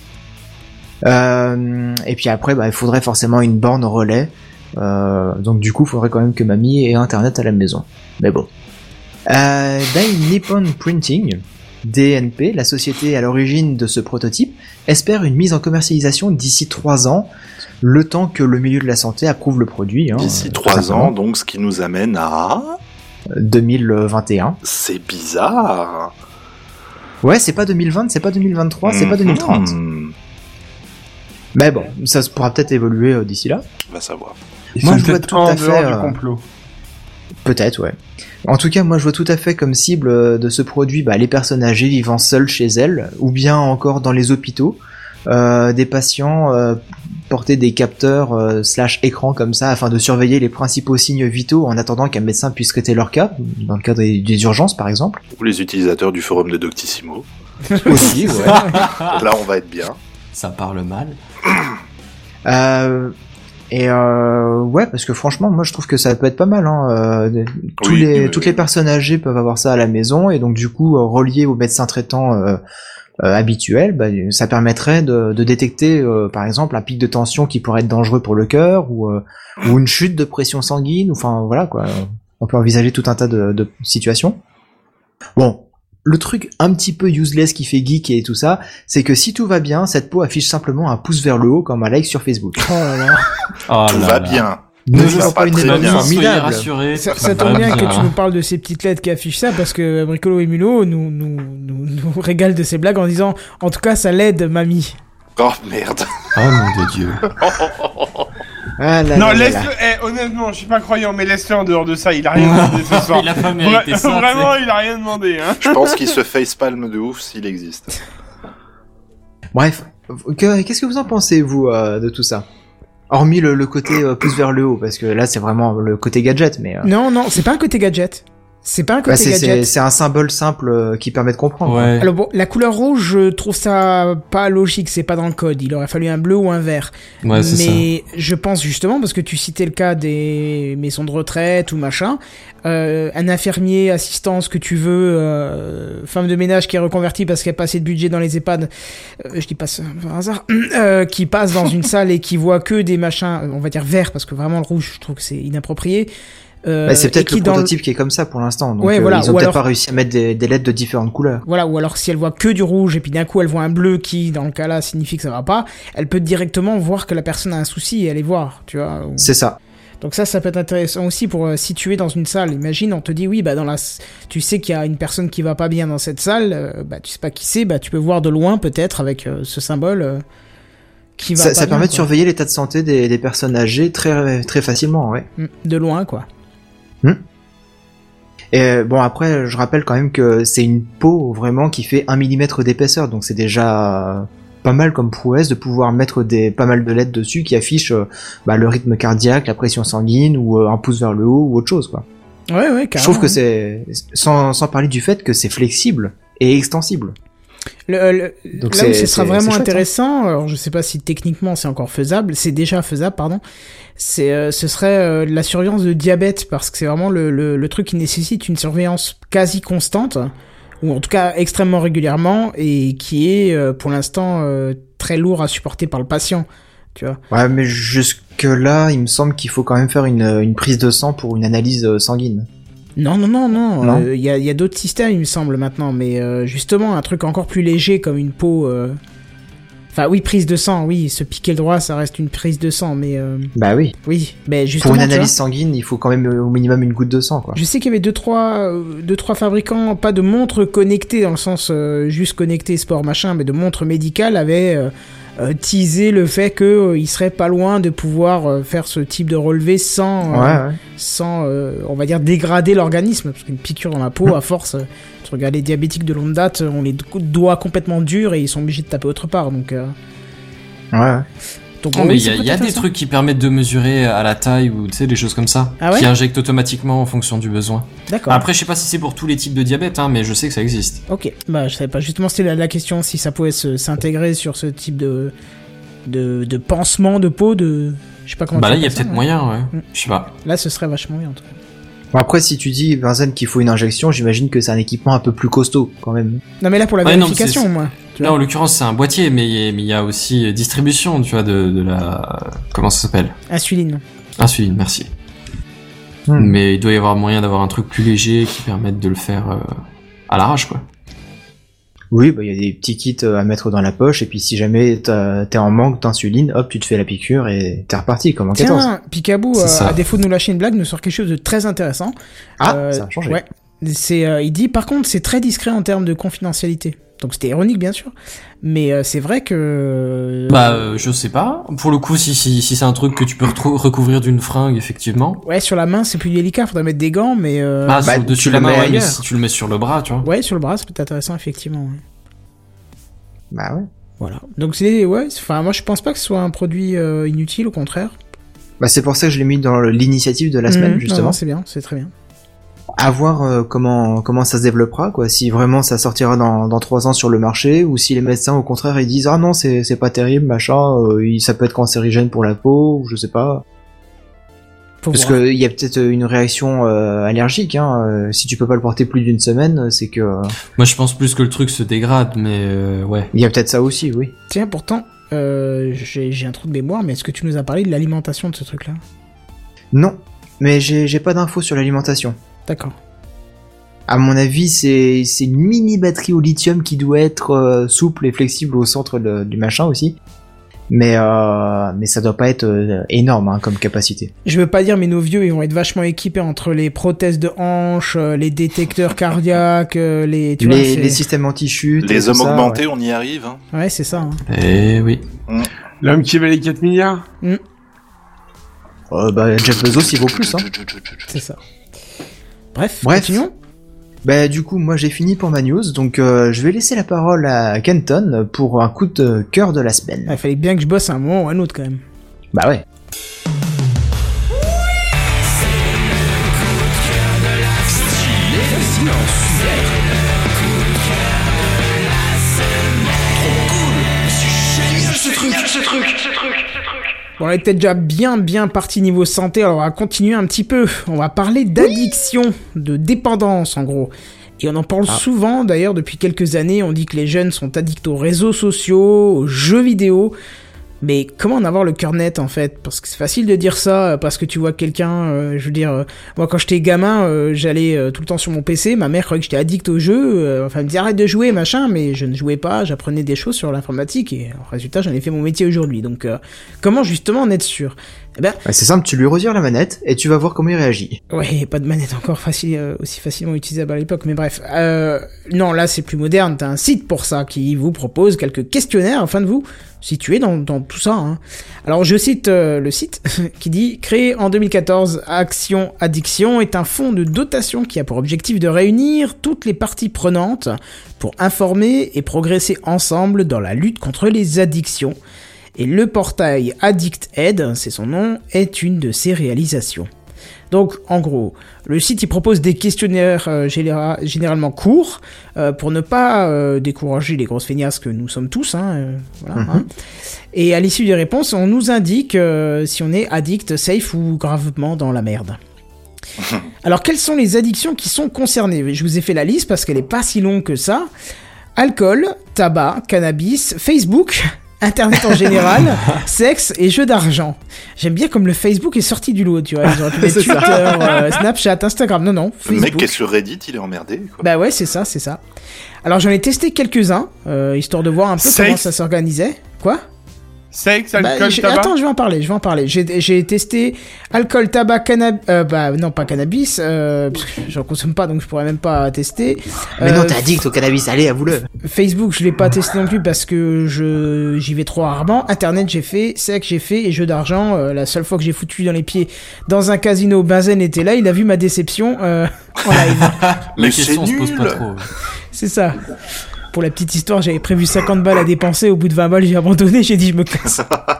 Euh, et puis après, bah, il faudrait forcément une borne relais. Euh, donc du coup, il faudrait quand même que mamie ait internet à la maison. Mais bon. Euh, Dai Nippon Printing, D N P, la société à l'origine de ce prototype, espère une mise en commercialisation d'ici trois ans, le temps que le milieu de la santé approuve le produit. Hein, D'ici euh, trois simplement. ans, donc ce qui nous amène à... deux mille vingt et un. C'est bizarre. Ouais, c'est pas deux mille vingt, c'est pas deux mille vingt-trois, c'est pas deux mille trente. Hmm, Mais bon, ça pourra peut-être évoluer euh, d'ici là. on va savoir. Ils Moi, sont je vois peut-être tout en à dehors fait, du euh, complot. Peut-être, ouais. En tout cas, moi, je vois tout à fait comme cible euh, de ce produit bah, les personnes âgées vivant seules chez elles, ou bien encore dans les hôpitaux, euh, des patients euh, porter des capteurs euh, slash écran comme ça afin de surveiller les principaux signes vitaux en attendant qu'un médecin puisse traiter leur cas, dans le cadre des, des urgences par exemple. Ou les utilisateurs du forum de Doctissimo. Aussi, ouais. Là, on va être bien. Ça parle mal. Euh, et euh, ouais, parce que franchement, moi je trouve que ça peut être pas mal. Hein. Euh, tous Oui, les, oui, toutes oui. les personnes âgées peuvent avoir ça à la maison et donc du coup euh, relié au médecin traitant euh, euh, habituel, bah, ça permettrait de, de détecter euh, par exemple un pic de tension qui pourrait être dangereux pour le cœur ou, euh, ou une chute de pression sanguine. Enfin voilà quoi. On peut envisager tout un tas de, de situations. Bon. Le truc un petit peu useless qui fait geek et tout ça, c'est que si tout va bien, cette peau affiche simplement un pouce vers le haut comme un like sur Facebook. Oh là là. Oh Tout là va là. bien. Ne Ne je va vois pas pas une très énorme bien. Soyez formidable. rassurés. Ça, tout ça va tombe bien que bien. tu nous parles de ces petites lettres qui affichent ça, parce que Bricolo et Mulot nous, nous, nous, nous régale de ces blagues en disant « En tout cas, ça l'aide, mamie. Oh merde. Oh mon de Dieu. Ah là Non, là là laisse-le. là. Eh, honnêtement, je suis pas croyant, mais laisse-le en dehors de ça. Il a rien demandé ce soir. Il a pas mérité Vra- ça. Vraiment, il a rien demandé. Hein. Je pense qu'il se facepalm de ouf s'il existe. Bref, que- qu'est-ce que vous en pensez, vous, euh, de tout ça? Hormis le, le côté euh, pouce vers le haut, parce que là, c'est vraiment le côté gadget, mais... euh, Non, non, c'est pas un côté gadget. C'est pas un bah, côté c'est, c'est, gadget. c'est un symbole simple euh, qui permet de comprendre. Ouais. Alors bon, la couleur rouge, je trouve ça pas logique, c'est pas dans le code. Il aurait fallu un bleu ou un vert. Ouais, c'est ça. Mais je pense justement, parce que tu citais le cas des maisons de retraite ou machin, euh, un infirmier, assistant, ce que tu veux, euh, femme de ménage qui est reconvertie parce qu'elle a pas assez de budget dans les EHPAD, euh, je dis pas ça par hasard, euh, qui passe dans une salle et qui voit que des machins, on va dire verts, parce que vraiment le rouge, je trouve que c'est inapproprié. Euh, Bah, c'est et peut-être qui le dans prototype qui est comme ça pour l'instant, donc Ouais, euh, voilà, ils ont ou peut-être alors- pas réussi à mettre des, des L E D de différentes couleurs. Voilà, ou alors si elle voit que du rouge et puis d'un coup elle voit un bleu qui, dans le cas-là, signifie que ça va pas, elle peut directement voir que la personne a un souci et aller voir, tu vois. ou- C'est ça. Donc ça, ça peut être intéressant aussi pour euh, situer dans une salle. Imagine, on te dit oui, bah dans la, tu sais qu'il y a une personne qui va pas bien dans cette salle, euh, bah tu sais pas qui c'est, bah tu peux voir de loin peut-être avec euh, ce symbole euh, qui va. Ça, pas ça bien, permet de quoi. surveiller l'état de santé des, des personnes âgées très, très facilement, ouais. Mm, de loin, quoi. Et euh, bon, après, je rappelle quand même que c'est une peau vraiment qui fait un millimètre d'épaisseur, donc c'est déjà pas mal comme prouesse de pouvoir mettre des pas mal de lettres dessus qui affichent euh, bah, le rythme cardiaque, la pression sanguine ou euh, un pouce vers le haut ou autre chose quoi. Ouais ouais carrément. Je trouve que c'est sans sans parler du fait que c'est flexible et extensible. Le, le, Donc là où ce c'est- sera c'est- vraiment c'est chouette, intéressant, alors je sais pas si techniquement c'est encore faisable, c'est déjà faisable, pardon, c'est, euh, ce serait euh, la surveillance de diabète, parce que c'est vraiment le, le, le truc qui nécessite une surveillance quasi constante, ou en tout cas extrêmement régulièrement, et qui est euh, pour l'instant euh, très lourd à supporter par le patient, tu vois. Ouais, mais jusque là, il me semble qu'il faut quand même faire une une prise de sang pour une analyse euh, sanguine. Non, non, non, non. Non. Il y a, y a d'autres systèmes, il me semble, maintenant. Mais euh, justement, un truc encore plus léger comme une peau... euh, Enfin, oui, prise de sang, oui. Se piquer le droit, ça reste une prise de sang. Mais euh, Bah oui. oui, mais justement, Pour une tu vois, analyse sanguine, il faut quand même euh, au minimum une goutte de sang quoi. je sais qu'il y avait deux trois, euh, deux, trois fabricants, pas de montres connectées, dans le sens euh, juste connectées sport machin, mais de montres médicales, avaient euh, euh, teasé le fait qu'ils seraient pas loin de pouvoir euh, faire ce type de relevé sans... euh, Ouais, ouais. sans, euh, on va dire, dégrader l'organisme, parce qu'une piqûre dans la peau, à force, euh, tu regardes les diabétiques de longue date, on les do- doigts complètement durs et ils sont obligés de taper autre part, donc... Euh, Ouais, ouais. donc Non, oui, mais il y c'est a, il y a peut-être des ça. trucs qui permettent de mesurer à la taille ou tu sais des choses comme ça, Ah ouais qui injectent automatiquement en fonction du besoin. D'accord, Après, je sais pas si c'est pour tous les types de diabète, hein, mais je sais que ça existe. ok, bah je savais pas, justement c'était la, la question si ça pouvait se- s'intégrer sur ce type de, de, de pansement de peau, de... Je sais pas comment Bah tu là, il y a appelles ça, peut-être ouais. moyen, ouais. Mm. Je sais pas. Là ce serait vachement bien en tout cas. Bon, après, si tu dis, Benzen, qu'il faut une injection, j'imagine que c'est un équipement un peu plus costaud, quand même. Non mais là pour la Ouais, non, vérification c'est- moi. Tu Là, vois. en l'occurrence, c'est un boîtier, mais il y a- mais il y a aussi distribution, tu vois, de, de la... Comment ça s'appelle? Insuline. Insuline, merci. Hmm. Mais il doit y avoir moyen d'avoir un truc plus léger qui permette de le faire euh, à l'arrache, quoi. Oui, bah, il y a des petits kits euh, à mettre dans la poche, et puis si jamais t'as- t'es en manque d'insuline, hop, tu te fais la piqûre et t'es reparti, comme en quatorze. Tiens, Picaboo, C'est euh, ça. à défaut de nous lâcher une blague, nous sort quelque chose de très intéressant. Ah, Euh, ça a changé. Ouais. C'est, euh, il dit, par contre, c'est très discret en termes de confidentialité. Donc c'était ironique, bien sûr. Mais euh, c'est vrai que... Bah, euh, je sais pas. Pour le coup, si, si, si c'est un truc que tu peux retrou- recouvrir d'une fringue, effectivement. Ouais, sur la main, c'est plus délicat, faudrait mettre des gants, mais... Euh... Ah, bah, sur- dessus tu de la le main, mets ouais, mais ailleurs. si tu le mets sur le bras, tu vois. Ouais, sur le bras, c'est peut-être intéressant, effectivement. Ouais. Bah ouais. Voilà. Donc c'est... Ouais, c'est- enfin, moi, je pense pas que ce soit un produit euh, inutile, au contraire. Bah c'est pour ça que je l'ai mis dans le- l'initiative de la semaine, Mmh, justement. non, non, c'est bien, c'est très bien. À voir euh, comment comment ça se développera, quoi. Si vraiment ça sortira dans dans trois ans sur le marché, ou si les médecins au contraire ils disent ah non c'est c'est pas terrible machin, euh, il- ça peut être cancérigène pour la peau, ou je sais pas. Faut Parce voir. que il y a peut-être une réaction euh, allergique. Hein. euh, si tu peux pas le porter plus d'une semaine, c'est que euh, Moi, je pense plus que le truc se dégrade, mais euh, ouais. il y a peut-être ça aussi, oui. Tiens, pourtant, euh, j'ai, j'ai un trou de mémoire, mais est-ce que tu nous as parlé de l'alimentation de ce truc-là? Non, mais j'ai j'ai pas d'infos sur l'alimentation. D'accord. À mon avis, c'est c'est une mini batterie au lithium qui doit être euh, souple et flexible au centre de- du machin aussi. Mais euh, mais ça doit pas être euh, énorme hein, comme capacité. Je veux pas dire, mais nos vieux, ils vont être vachement équipés entre les prothèses de hanches, euh, les détecteurs cardiaques, euh, les... Tu vois, Les, c'est- les systèmes anti-chute. et Les tout hommes ça, augmentés, on y arrive. Hein. Ouais, c'est ça. Hein. Eh oui. L'homme qui valait quatre milliards. ouais. Euh, bah Jeff Bezos il vaut plus hein. C'est ça. Bref, Bref. continuons. Bah du coup moi j'ai fini pour ma news, donc euh, je vais laisser la parole à Kenton pour un coup de cœur de la semaine. Il fallait bien que je bosse un moment ou un autre, quand même. Bah ouais. Bon, on est peut-être déjà bien bien parti niveau santé, alors on va continuer un petit peu. On va parler d'addiction, de dépendance en gros. Et on en parle souvent d'ailleurs depuis quelques années, on dit que les jeunes sont addicts aux réseaux sociaux, aux jeux vidéo. Mais comment en avoir le cœur net en fait? Parce que c'est facile de dire ça, euh, parce que tu vois quelqu'un, euh, je veux dire, euh, moi quand j'étais gamin, euh, j'allais euh, tout le temps sur mon P C, ma mère croyait que j'étais addict au jeu, euh, enfin elle me disait arrête de jouer machin, mais je ne jouais pas, j'apprenais des choses sur l'informatique et en résultat j'en ai fait mon métier aujourd'hui. Donc euh, comment justement en être sûr? Eh ben, Bah, c'est simple, tu lui retires la manette et tu vas voir comment il réagit. ouais, pas de manette encore facile, euh, aussi facilement utilisable à l'époque, mais bref. Euh, non, là c'est plus moderne, t'as un site pour ça qui vous propose quelques questionnaires afin de vous situé dans, dans tout ça. Hein. Alors je cite euh, le site qui dit « Créé en deux mille quatorze, Action Addiction est un fonds de dotation qui a pour objectif de réunir toutes les parties prenantes pour informer et progresser ensemble dans la lutte contre les addictions. Et le portail AddictAid, c'est son nom, est une de ses réalisations. » Donc, en gros, le site il propose des questionnaires euh, généra- généralement courts euh, pour ne pas euh, décourager les grosses feignasses que nous sommes tous. Hein, euh, voilà, mm-hmm. hein. Et à l'issue des réponses, on nous indique euh, si on est addict, safe ou gravement dans la merde. Alors, quelles sont les addictions qui sont concernées ? Je vous ai fait la liste parce qu'elle est pas si longue que ça. Alcool, tabac, cannabis, Facebook... Internet en général, sexe et jeux d'argent. J'aime bien comme le Facebook est sorti du lot, tu vois. Ils auraient pu mettre Twitter, euh, Snapchat, Instagram. Non, non, Facebook. Le mec qui est sur Reddit, il est emmerdé, quoi. Bah ouais, c'est ça, c'est ça. Alors j'en ai testé quelques-uns, euh, histoire de voir un peu Sexe. comment ça s'organisait. Quoi ? Sexe, alcool, bah, j'ai... tabac. Attends, je vais en parler, je vais en parler. J'ai, j'ai testé alcool, tabac, cannabis... Euh, bah non, pas cannabis, euh, parce que j'en consomme pas, donc je pourrais même pas tester. Mais euh, non, t'es addict au cannabis, allez, avoue-le. Facebook, je l'ai pas testé non plus parce que je j'y vais trop rarement. Internet, j'ai fait. Sexe, j'ai fait. Et jeux d'argent, euh, la seule fois que j'ai foutu dans les pieds dans un casino, Benzen était là, il a vu ma déception euh, en live. Mais La c'est question se pose nul. pas trop. C'est ça. Pour la petite histoire, j'avais prévu cinquante balles à dépenser. Au bout de vingt balles, j'ai abandonné. J'ai dit, je me casse.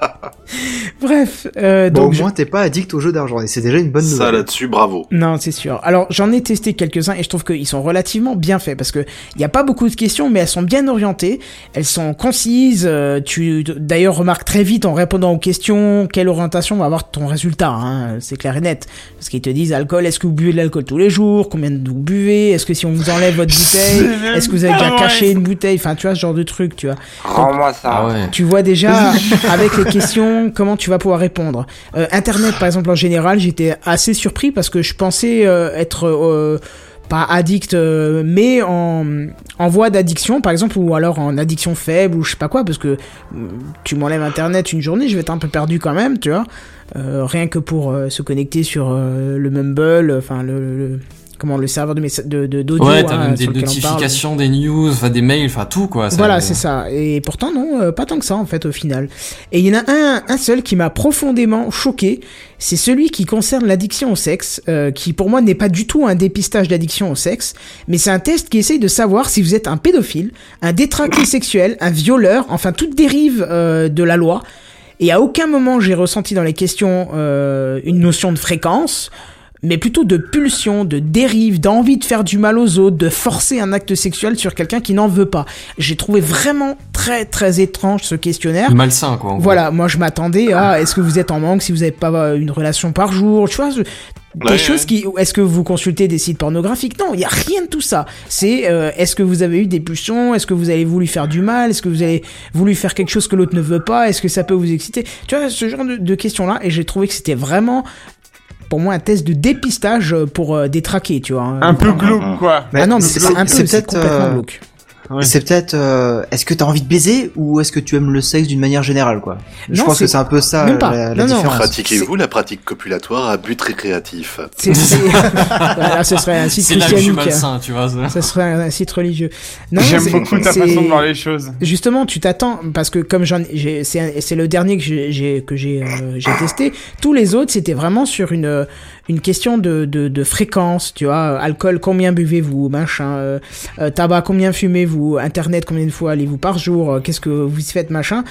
Bref. Euh, Bon, donc, au je- moins, t'es pas addict au jeu d'argent, et c'est déjà une bonne Ça nouvelle. là-dessus, bravo. Non, c'est sûr. Alors, j'en ai testé quelques-uns et je trouve qu'ils sont relativement bien faits parce que il n'y a pas beaucoup de questions, mais elles sont bien orientées, elles sont concises. euh, tu, d'ailleurs, remarques très vite en répondant aux questions quelle orientation va avoir ton résultat. Hein, c'est clair et net. Parce qu'ils te disent alcool, est-ce que vous buvez de l'alcool tous les jours ? Combien de vous buvez ? Est-ce que si on vous enlève votre bouteille, C'est est-ce que vous avez déjà même caché pas une bouteille ? Enfin, tu vois, ce genre de truc, tu vois. Rends-moi ça. Ah ouais. Tu vois déjà avec les questions comment tu vas pouvoir répondre. Euh, Internet par exemple en général, j'étais assez surpris parce que je pensais euh, être euh, pas addict euh, mais en, en voie d'addiction par exemple, ou alors en addiction faible ou je sais pas quoi, parce que euh, tu m'enlèves Internet une journée, je vais être un peu perdu quand même, tu vois. Euh, rien que pour euh, se connecter sur euh, le Mumble, enfin le, le comment le serveur de messa- de, de d'audio, Ouais, t'as hein, même des sur lequel on parle. notifications, des news, enfin des mails, enfin tout quoi. Ça- Voilà, c'est ça. Et pourtant, non, euh, pas tant que ça, en fait, au final. Et il y en a un, un seul qui m'a profondément choqué. C'est celui qui concerne l'addiction au sexe, euh, qui pour moi n'est pas du tout un dépistage d'addiction au sexe, mais c'est un test qui essaye de savoir si vous êtes un pédophile, un détraqué sexuel, un violeur, enfin toute dérive euh, de la loi. Et à aucun moment j'ai ressenti dans les questions euh, une notion de fréquence, mais plutôt de pulsion, de dérive, d'envie de faire du mal aux autres, de forcer un acte sexuel sur quelqu'un qui n'en veut pas. J'ai trouvé vraiment très très étrange ce questionnaire. Malsain quoi. en gros. Voilà, moi je m'attendais à est-ce que vous êtes en manque si vous n'avez pas une relation par jour, tu vois, je- des Ouais, choses qui, est-ce que vous consultez des sites pornographiques ? Non, il y a rien de tout ça. C'est euh, est-ce que vous avez eu des pulsions ? Est-ce que vous avez voulu faire du mal ? Est-ce que vous avez voulu faire quelque chose que l'autre ne veut pas ? Est-ce que ça peut vous exciter ? Tu vois, ce genre de, de questions-là, et j'ai trouvé que c'était vraiment pour moi un test de dépistage pour euh, détraquer, tu vois. hein. Un peu Vraiment. glauque, quoi. Mais Ah non, mais c'est- c'est pas un peu, c'est c'est peut-être, complètement euh, glauque. Ouais. C'est peut-être, euh, est-ce que t'as envie de baiser ou est-ce que tu aimes le sexe d'une manière générale, quoi. Je Non, pense c'est- que c'est un peu ça même pas. la, la Non, non. différence. Pratiquez-vous la pratique copulatoire à but récréatif? C'est, c'est... Voilà, ce serait un site C'est là que je suis christianique. malsain, tu vois. ça. Ça serait un, un site religieux. Non, J'aime c'est- beaucoup ta c'est- façon de voir les choses. Justement, tu t'attends parce que comme j'en, j'ai, c'est, un- c'est le dernier que j'ai, j'ai que j'ai, euh, j'ai testé. Tous les autres, c'était vraiment sur une une question de de, de fréquence, tu vois. Alcool, combien buvez-vous, machin. Euh, euh, tabac, combien fumez-vous. Internet, combien de fois allez-vous par jour. euh, Qu'est-ce que vous faites, machin.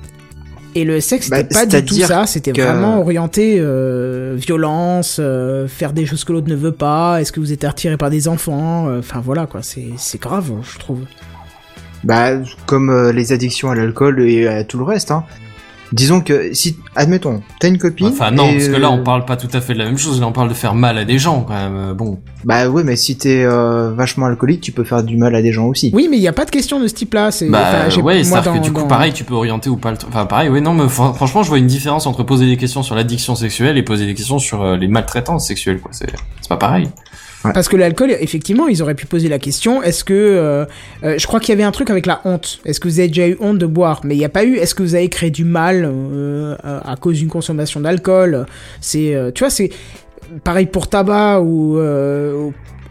Et le sexe, Bah, c'était pas du tout c'est-à-dire ça. C'était que- vraiment orienté euh, violence, euh, faire des choses que l'autre ne veut pas. Est-ce que vous êtes attiré par des enfants. euh, Enfin voilà quoi. C'est c'est grave, je trouve. Bah, comme euh, les addictions à l'alcool et à tout le reste, hein. Disons que si, admettons, t'as une copine. Enfin non, et, parce que là euh, on parle pas tout à fait de la même chose. Là on parle de faire mal à des gens quand même. euh, Bon. Bah ouais, mais si t'es euh, vachement alcoolique, tu peux faire du mal à des gens aussi. Oui, mais il y a pas de question de ce type-là. C'est, Bah enfin, j'ai- ouais, moi, c'est-à-dire dans- que du coup dans- pareil, tu peux orienter ou pas le. tr- Enfin pareil, ouais non, mais fran- franchement, je vois une différence entre poser des questions sur l'addiction sexuelle et poser des questions sur euh, les maltraitances sexuelles, quoi. C'est c'est pas pareil. Parce que l'alcool, effectivement, ils auraient pu poser la question, est-ce que... Euh, euh, je crois qu'il y avait un truc avec la honte. Est-ce que vous avez déjà eu honte de boire ? Mais il n'y a pas eu, est-ce que vous avez créé du mal euh, à cause d'une consommation d'alcool ? C'est, euh, tu vois, c'est pareil pour tabac ou... Euh, ou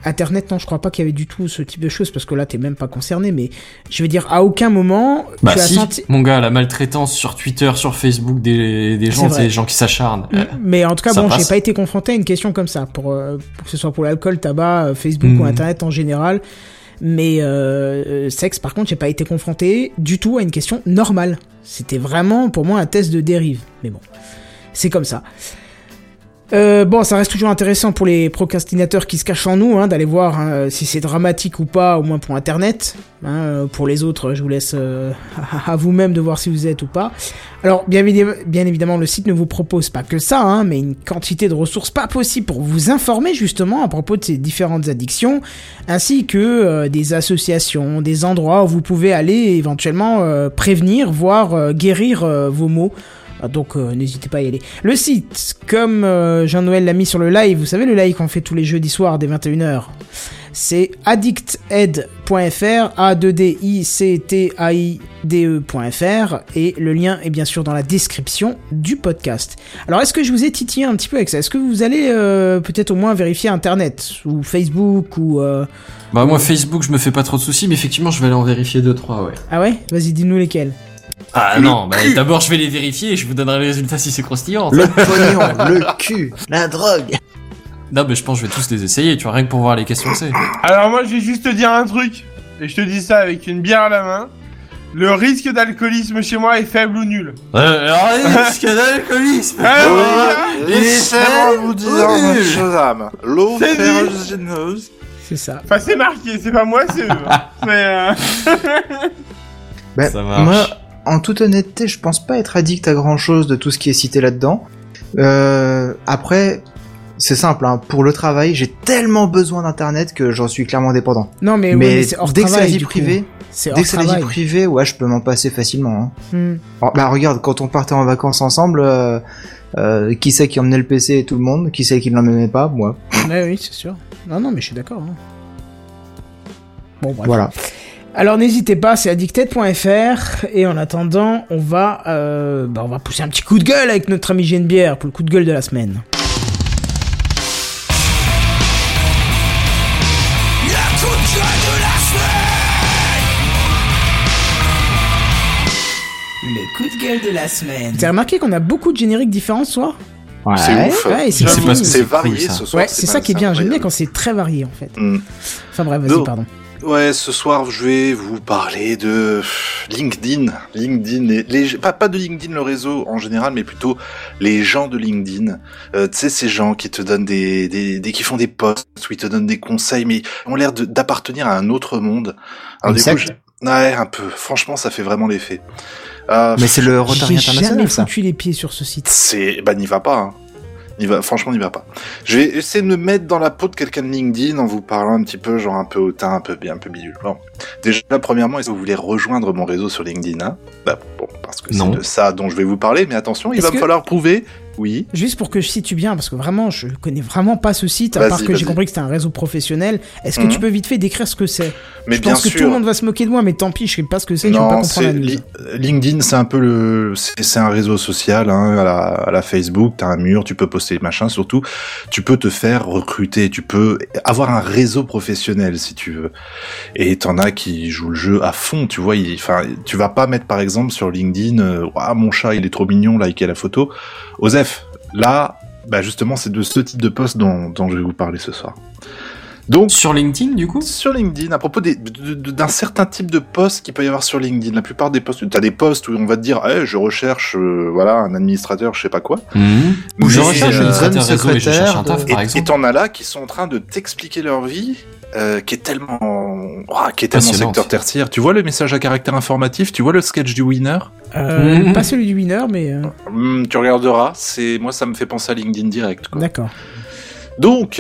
Internet, non, je crois pas qu'il y avait du tout ce type de choses, parce que là, t'es même pas concerné, mais je veux dire, à aucun moment, bah tu si, as senti... mon gars, la maltraitance sur Twitter, sur Facebook, des, des gens, c'est des gens qui s'acharnent. Mmh, mais en tout cas, ça bon, passe. j'ai pas été confronté à une question comme ça, pour, euh, pour que ce soit pour l'alcool, tabac, euh, Facebook Mmh. ou Internet en général. Mais euh, sexe, par contre, j'ai pas été confronté du tout à une question normale. C'était vraiment, pour moi, un test de dérive. Mais bon, c'est comme ça. Euh, bon, ça reste toujours intéressant pour les procrastinateurs qui se cachent en nous, hein, d'aller voir hein, si c'est dramatique ou pas, au moins pour Internet. Hein, pour les autres, je vous laisse euh, à vous-même de voir si vous êtes ou pas. Alors, bien, bien évidemment, le site ne vous propose pas que ça, hein, mais une quantité de ressources pas possible pour vous informer justement à propos de ces différentes addictions, ainsi que euh, des associations, des endroits où vous pouvez aller éventuellement euh, prévenir, voire euh, guérir euh, vos maux. Donc euh, n'hésitez pas à y aller. Le site, comme euh, Jean-Noël l'a mis sur le live, vous savez le live qu'on fait tous les jeudis soirs dès vingt et une heures, c'est addicted point f r, A deux D I C T A I D E point f r, et le lien est bien sûr dans la description du podcast. Alors est-ce que je vous ai titillé un petit peu avec ça? Est-ce que vous allez euh, peut-être au moins vérifier Internet, ou Facebook, ou... Euh, bah ou... moi Facebook je me fais pas trop de soucis, mais effectivement je vais aller en vérifier deux trois, ouais. Ah ouais? Vas-y, dis-nous lesquels. Ah non, bah d'abord je vais les vérifier et je vous donnerai les résultats si c'est croustillant. Le pognon, le cul, la drogue. Non mais je pense que je vais tous les essayer, tu vois, rien que pour voir les questions que c'est. Alors moi, je vais juste te dire un truc, et je te dis ça avec une bière à la main. Le risque d'alcoolisme chez moi est faible ou nul. Ouais, alors le risque d'alcoolisme. Ah, Ouais, ouais, ouais. Laissez-moi vous dire oui. une chose, âme. L'eau C'est dit. ferrugineuse. C'est ça. Enfin, c'est marqué, c'est pas moi, c'est eux. hein. Mais euh... Ben, Ça marche. moi, en toute honnêteté, je pense pas être addict à grand chose de tout ce qui est cité là-dedans. Euh, après, c'est simple, hein, pour le travail, j'ai tellement besoin d'internet que j'en suis clairement dépendant. Non mais, mais ouais, mais c'est hors dès que c'est la travail, vie du coup. privée, C'est hors dès que c'est la vie travail. privée, ouais, je peux m'en passer facilement. Hein. Hmm. Alors, bah regarde, quand on partait en vacances ensemble, euh, euh, qui c'est qui emmenait le P C et tout le monde, qui c'est qui ne l'emmenait pas, moi. Ouais, oui, c'est sûr. Non, non, mais je suis d'accord. Hein. Bon, bref. Voilà. Alors n'hésitez pas, c'est addicted point f r, et en attendant, on va, euh, bah, on va pousser un petit coup de gueule avec notre ami Genebière pour le coup de gueule de la semaine. Le coup de gueule de la semaine. T'as remarqué qu'on a beaucoup de génériques différents ce soir? Ouais. C'est ouf. Ouais, et c'est J'avoue, pas parce que c'est c'est varié cool, ça. ce soir. Ouais, c'est ça qui est bien, j'aime bien quand c'est très varié en fait. Mm. Enfin bref, vas-y, Donc, pardon. Ouais, ce soir, je vais vous parler de LinkedIn. LinkedIn, les, les, pas, pas de LinkedIn le réseau en général, mais plutôt les gens de LinkedIn. Euh, tu sais, ces gens qui te donnent des, des, des, qui font des posts, où ils te donnent des conseils, mais ont l'air de, d'appartenir à un autre monde. Alors, Une du secte. coup, je- ouais, un peu. Franchement, ça fait vraiment l'effet. Euh, Mais c'est le Rotary J'ai jamais International, ça. foutu les pieds sur ce site. C'est, bah, n'y va pas, hein. N'y va, franchement, n'y va pas. Je vais essayer de me mettre dans la peau de quelqu'un de LinkedIn en vous parlant un petit peu, genre un peu hautain, un peu bien, un peu bidule. Bon. Déjà, premièrement, est-ce que vous voulez rejoindre mon réseau sur LinkedIn, hein? Bah, bon, parce que Non. c'est de ça dont je vais vous parler, mais attention, il Est-ce va que- me falloir prouver, oui. Juste pour que je situe bien, parce que vraiment, je connais vraiment pas ce site, à Vas-y, part que j'ai vas-y. compris que c'était un réseau professionnel. Est-ce que Mhm. tu peux vite fait décrire ce que c'est? Mais Je bien pense que sûr. tout le monde va se moquer de moi, mais tant pis, je sais pas ce que c'est, je vais pas Non, comprendre c'est la news. Li- LinkedIn, c'est un peu le, c'est c'est un réseau social, hein, à la, à la Facebook. T'as un mur, tu peux poster machin. Surtout, tu peux te faire recruter, tu peux avoir un réseau professionnel si tu veux. Et t'en as qui jouent le jeu à fond, tu vois. il- Enfin, tu vas pas mettre par exemple sur LinkedIn, euh, ah mon chat il est trop mignon, liker la photo. Osef, là, bah justement, c'est de ce type de post dont, dont je vais vous parler ce soir. Donc, Sur LinkedIn du coup? sur LinkedIn, à propos des- de- de- d'un certain type de post qu'il peut y avoir sur LinkedIn, la plupart des posts, t'as des posts où on va te dire, eh, je recherche, euh, voilà, un administrateur, je sais pas quoi. Ou Mais, je recherche euh, un administrateur jeune réseau et je cherche un secrétaire taf de- par Et, et exemple. t'en as là qui sont en train de t'expliquer leur vie, euh, qui est tellement, ouah, qui est tellement Passionnante. secteur tertiaire. Tu vois le message à caractère informatif, tu vois le sketch du winner. Euh, Mhm. Pas celui du winner, mais euh, Hum, tu regarderas. C'est, moi, ça me fait penser à LinkedIn direct, quoi. d'accord. Donc,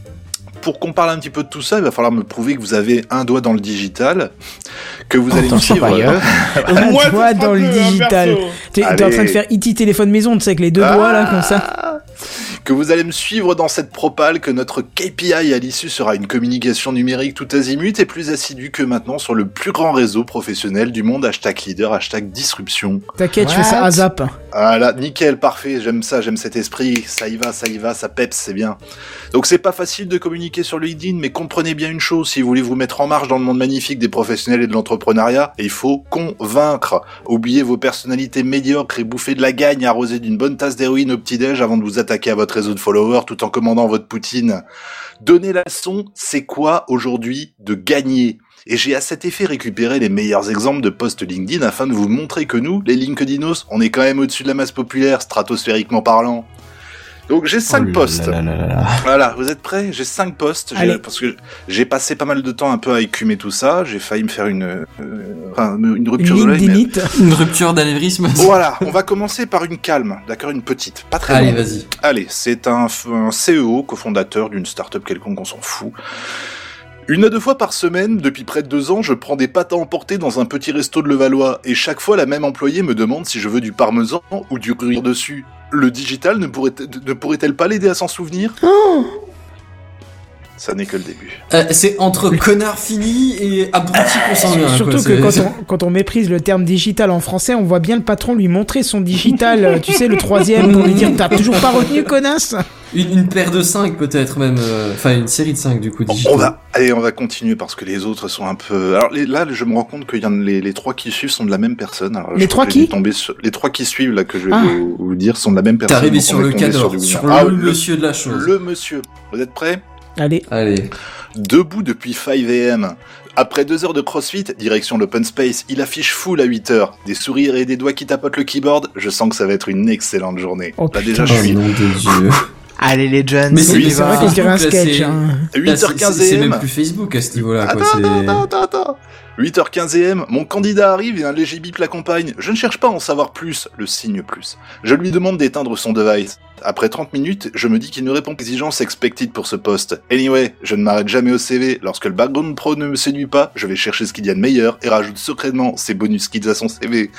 pour qu'on parle un petit peu de tout ça, il va falloir me prouver que vous avez un doigt dans le digital, que vous allez me Attention, suivre. par ailleurs. Un Moi, doigt ce sera dans le peu, hein, digital. perso. T'es t'es en Allez. train de faire E T téléphone maison, tu sais, avec les deux Ah. doigts là, comme ça. que vous allez me suivre dans cette propale, que notre K P I à l'issue sera une communication numérique tout azimut et plus assidue que maintenant sur le plus grand réseau professionnel du monde, hashtag leader, hashtag disruption. T'inquiète, je fais ça à zap. Ah là, nickel, parfait, j'aime ça, j'aime cet esprit, ça y va, ça y va, ça peps, c'est bien. Donc c'est pas facile de communiquer sur LinkedIn, mais comprenez bien une chose, si vous voulez vous mettre en marche dans le monde magnifique des professionnels et de l'entrepreneuriat, il faut convaincre. Oubliez vos personnalités médiocres et bouffez de la gagne arrosée d'une bonne tasse d'héroïne au petit-déj avant de vous attaquer à votre réseau de followers tout en commandant votre poutine. Donner la leçon, c'est quoi aujourd'hui de gagner ? Et j'ai à cet effet récupéré les meilleurs exemples de posts LinkedIn afin de vous montrer que nous, les LinkedInos, on est quand même au-dessus de la masse populaire, stratosphériquement parlant. Donc j'ai cinq oh posts. Là là là là. Voilà, vous êtes prêts ? J'ai cinq posts. J'ai, parce que j'ai passé pas mal de temps un peu à écumer tout ça. J'ai failli me faire une, euh, enfin, une rupture une de l'œil. Mais... Une rupture d'anévrisme. Voilà, on va commencer par une calme, d'accord, une petite, pas très Allez, longue. vas-y. Allez, c'est un, un C E O, cofondateur d'une start-up quelconque, on s'en fout. Une à deux fois par semaine, depuis près de deux ans, je prends des pâtes à emporter dans un petit resto de Levallois, et chaque fois la même employée me demande si je veux du parmesan ou du gruyère dessus. Le digital ne, pourrait, ne pourrait-elle pas l'aider à s'en souvenir ? Oh Ça n'est que le début. Euh, c'est entre connard fini et abruti consanguin. Surtout quoi, que c'est... quand on, quand on méprise le terme digital en français, on voit bien le patron lui montrer son digital, euh, tu sais, le troisième, pour lui dire « T'as toujours pas retenu, connasse !» Une, une paire de cinq peut-être même, enfin euh, une série de cinq du coup. Digital. On va, allez, on va continuer parce que les autres sont un peu. Alors les, là, je me rends compte que y en, les, les trois qui suivent sont de la même personne. Alors, les trois qui sur, Les trois qui suivent là que je vais ah. vous, vous dire sont de la même personne. T'es arrivé sur le cadre, sur, sur ah, le, le monsieur de la chose. Le monsieur. Vous êtes prêts ? Allez. Allez. Debout depuis cinq a m. Après deux heures de crossfit, direction l'open space, il affiche full à huit heures. Des sourires et des doigts qui tapotent le keyboard. Je sens que ça va être une excellente journée. Oh, là putain. déjà, je suis. Oh, nom de Dieu. Allez les jeunes, mais c'est, c'est, c'est vrai qu'on dirait un sketch. Hein. huit heures quinze a m. C'est même plus Facebook à ce niveau-là. Attends, quoi, c'est... attends, attends, attends. huit heures quinze a m, mon candidat arrive et un léger bip l'accompagne. Je ne cherche pas à en savoir plus, le signe plus. Je lui demande d'éteindre son device. Après trente minutes, je me dis qu'il ne répond pas aux exigences expected pour ce poste. Anyway, je ne m'arrête jamais au C V. Lorsque le background pro ne me séduit pas, je vais chercher ce qu'il y a de meilleur et rajoute secrètement ses bonus skills à son C V.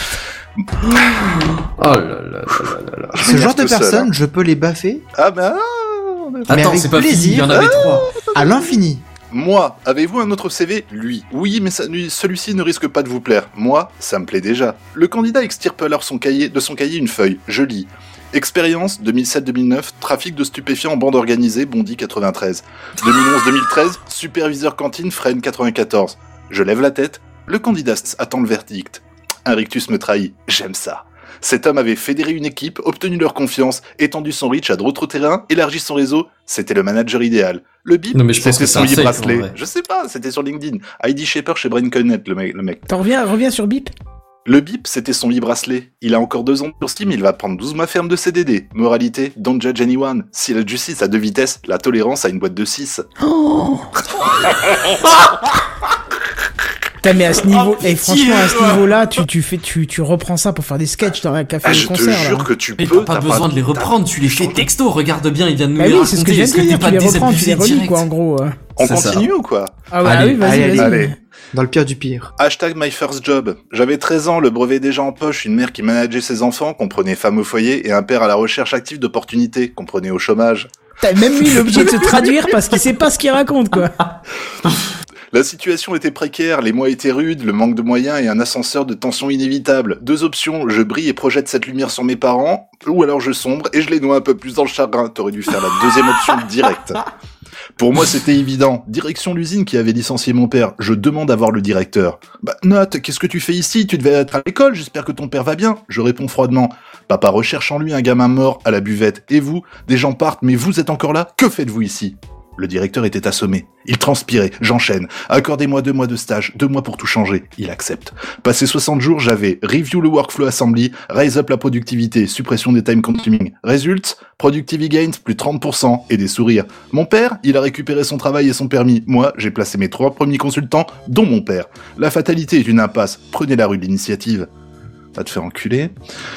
Oh là là là là là. Ce genre de seul, personnes, hein. je peux les baffer Ah ben... Attends, avec c'est pas plaisir. fini, il y en avait trois. à l'infini. Moi, avez-vous un autre C V ? Lui. Oui, mais ça, celui-ci ne risque pas de vous plaire. Moi, ça me plaît déjà. Le candidat extirpe alors son cahier, de son cahier une feuille. Je lis. Expérience deux mille sept deux mille neuf, trafic de stupéfiants en bande organisée, Bondy quatre-vingt-treize. deux mille onze deux mille treize, superviseur cantine, Fresnes quatre-vingt-quatorze. Je lève la tête. Le candidat attend le verdict. Un rictus me trahit. J'aime ça. Cet homme avait fédéré une équipe, obtenu leur confiance, étendu son reach à d'autres terrains, élargi son réseau. C'était le manager idéal. Le bip, Non, mais je pense c'était que c'est son un fake, e-bracelet. en vrai. Je sais pas, c'était sur LinkedIn. Heidi Shaper chez Brain Connect, le mec. Le mec. T'en reviens, reviens sur Bip. Le bip, c'était son e-bracelet. Il a encore deux ans sur Steam, il va prendre douze mois ferme de C D D. Moralité, don't judge anyone. Si la justice a deux vitesses, la tolérance a une boîte de six. Oh Putain, mais à ce niveau, Oh, et pitié, franchement, à ce quoi. niveau-là, tu, tu fais, tu, tu reprends ça pour faire des sketchs dans un café Ah, de je te concert. jure là. que tu Mais peux. t'as pas besoin de les reprendre, tu les fais texto, regarde bien, il vient de nous Bah les oui, raconter. c'est ce que je viens de Est-ce te dire, t'es tu les pas reprends, tu les désabusé relis, direct quoi, en gros. euh. On C'est continue ou quoi ? Ah ouais, Allez, ah oui, vas-y, allez, vas-y. allez. Dans le pire du pire. Hashtag my first job. J'avais treize ans, le brevet déjà en poche, une mère qui manageait ses enfants, comprenait femme au foyer, et un père à la recherche active d'opportunités, comprenait au chômage. T'as même lui l'objet de se traduire parce qu'il sait pas ce qu'il raconte, quoi. La situation était précaire, les mois étaient rudes, le manque de moyens et un ascenseur de tension inévitable. Deux options, je brille et projette cette lumière sur mes parents, ou alors je sombre et je les noie un peu plus dans le chagrin. T'aurais dû faire la deuxième option directe. Pour moi, c'était évident. Direction l'usine qui avait licencié mon père. Je demande à voir le directeur. Bah, Nat, qu'est-ce que tu fais ici ? Tu devais être à l'école, j'espère que ton père va bien. Je réponds froidement. Papa recherche en lui un gamin mort à la buvette. Et vous ? Des gens partent, mais vous êtes encore là ? Que faites-vous ici ? Le directeur était assommé. Il transpirait. J'enchaîne. Accordez-moi deux mois de stage, deux mois pour tout changer. Il accepte. Passé soixante jours, j'avais review le workflow assembly, raise up la productivité, suppression des time consuming. Résulte, productivity gains, plus trente pour cent et des sourires. Mon père, il a récupéré son travail et son permis. Moi, j'ai placé mes trois premiers consultants, dont mon père. La fatalité est une impasse. Prenez la rue de l'initiative. Va te faire enculer.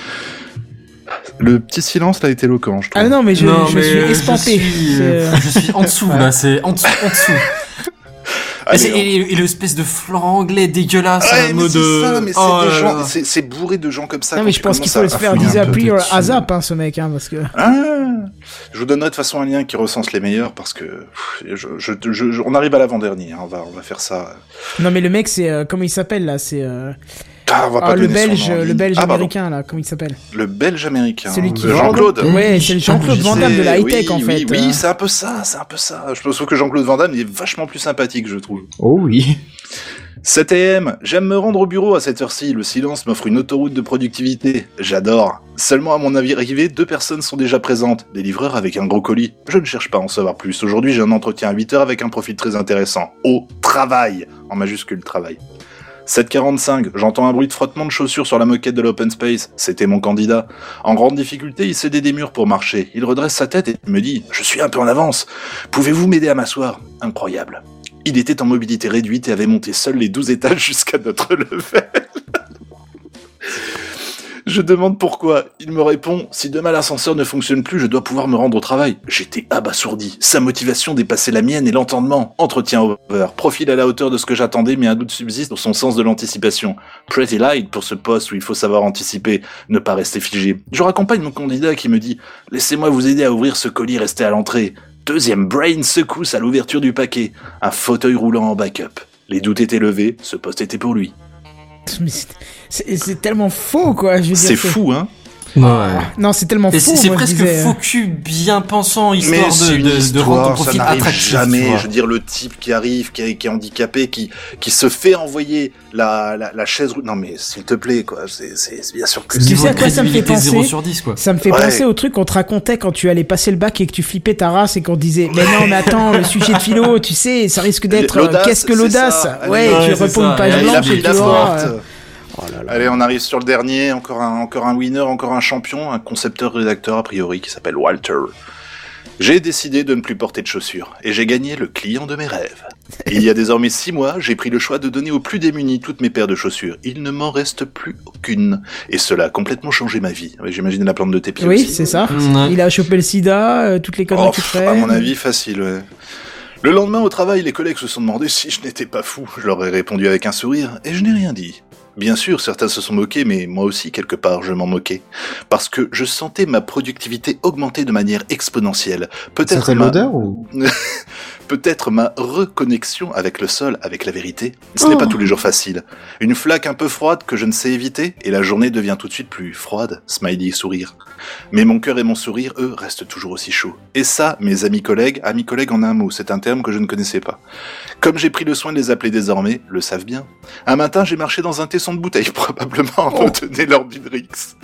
Le petit silence là est éloquent, je trouve. Ah non, mais je, Non, je mais suis je espampé. suis, C'est- euh, je suis en dessous, là, c'est en dessous, en dessous. Ah, et, c'est- mais et, et l'espèce de flan anglais dégueulasse, Ouais, en mais mode. c'est ça, mais c'est oh des là gens, là. c'est, c'est bourré de gens comme ça. Non quand mais tu je pense qu'il commences faut à- se faire à fouiller un peu disappear dessus. ASAP, hein, ce mec, hein, parce que... Ah, je vous donnerai de toute façon un lien qui recense les meilleurs parce que pff, je, je, je, je- on arrive à l'avant-dernier. Hein, on va, on va faire ça. Non mais le mec, c'est... euh, comment il s'appelle, là? C'est... Euh... Ah, on va pas Ah, le donner son belge, nom en le ligne. belge Ah, pardon. américain, là, comment il s'appelle? Le belge américain. Celui qui Le vend- Jean-Claude. Ouais, c'est le Jean-Claude Ah, Van je Damme de la C'est- high-tech, oui, en fait. Oui, oui, euh. c'est un peu ça, c'est un peu ça. Je trouve que Jean-Claude Van Damme est vachement plus sympathique, je trouve. Oh oui. sept a m, j'aime me rendre au bureau à cette heure-ci, le silence m'offre une autoroute de productivité. J'adore. Seulement à mon arrivée, deux personnes sont déjà présentes, des livreurs avec un gros colis. Je ne cherche pas à en savoir plus. Aujourd'hui, j'ai un entretien à huit heures avec un profil très intéressant. Au travail, en majuscule travail. sept quarante-cinq, j'entends un bruit de frottement de chaussures sur la moquette de l'open space. C'était mon candidat. En grande difficulté, il cédait des murs pour marcher. Il redresse sa tête et me dit « Je suis un peu en avance. Pouvez-vous m'aider à m'asseoir ?» Incroyable. Il était en mobilité réduite et avait monté seul les douze étages jusqu'à notre level. Je demande pourquoi. Il me répond « Si demain l'ascenseur ne fonctionne plus, je dois pouvoir me rendre au travail. » J'étais abasourdi. Sa motivation dépassait la mienne et l'entendement. Entretien over. Profil à la hauteur de ce que j'attendais, mais un doute subsiste sur son sens de l'anticipation. Pretty light pour ce poste où il faut savoir anticiper, ne pas rester figé. Je raccompagne mon candidat qui me dit « Laissez-moi vous aider à ouvrir ce colis resté à l'entrée. » Deuxième brain secousse à l'ouverture du paquet. Un fauteuil roulant en backup. Les doutes étaient levés, ce poste était pour lui. Mais c'est- c'est c'est tellement faux, quoi. Je veux dire, C'est fou, hein? Ouais. Non, c'est tellement Et faux. c'est c'est moi, je presque disais. faux cul bien pensant, histoire Mais c'est de, une de, de histoire, rendre ton ça profil n'arrive attractif. tu jamais. vois. Je veux dire, le type qui arrive, qui est, qui est handicapé, qui, qui se fait envoyer la, la, la chaise roulante. Non, mais s'il te plaît, quoi. C'est, c'est, c'est bien sûr que Tu c'est. sais à quoi ça me fait Crédibilité zéro penser sur dix, quoi. Ça me fait Ouais. penser au truc qu'on te racontait quand tu allais passer le bac et que tu flippais ta race et qu'on te disait mais non mais attends le sujet de philo tu sais ça risque d'être euh, L'audace, qu'est-ce que c'est l'audace ça. Allez, ouais, ouais, tu c'est réponds ça. une page Allez, il a blanche et pris tu la vois porte. euh, oh là là. Allez, on arrive sur le dernier. Encore un, encore un winner, encore un champion, un concepteur-rédacteur a priori qui s'appelle Walter. J'ai décidé de ne plus porter de chaussures et j'ai gagné le client de mes rêves. Il y a désormais six mois, j'ai pris le choix de donner aux plus démunis toutes mes paires de chaussures. Il ne m'en reste plus aucune. Et cela a complètement changé ma vie. Oui, j'imagine la plante de tes pieds oui aussi. c'est ça Ouais. il a chopé le sida euh, toutes les conneries Oh, que tu pff, fais à mon avis, facile, ouais. Le lendemain au travail, les collègues se sont demandé si je n'étais pas fou. Je leur ai répondu avec un sourire, et je n'ai rien dit. Bien sûr, certains se sont moqués, mais moi aussi, quelque part, je m'en moquais. Parce que je sentais ma productivité augmenter de manière exponentielle. Ça Peut-être fait ma... l'odeur ou Peut-être ma reconnexion avec le sol, avec la vérité. Ce n'est pas tous les jours facile. Une flaque un peu froide que je ne sais éviter, et la journée devient tout de suite plus froide, smiley sourire. Mais mon cœur et mon sourire, eux, restent toujours aussi chauds. Et ça, mes amis collègues, amis collègues en un mot, c'est un terme que je ne connaissais pas. Comme j'ai pris le soin de les appeler désormais, le savent bien. Un matin, j'ai marché dans un tesson de bouteille, probablement à me donner leur Bidrix.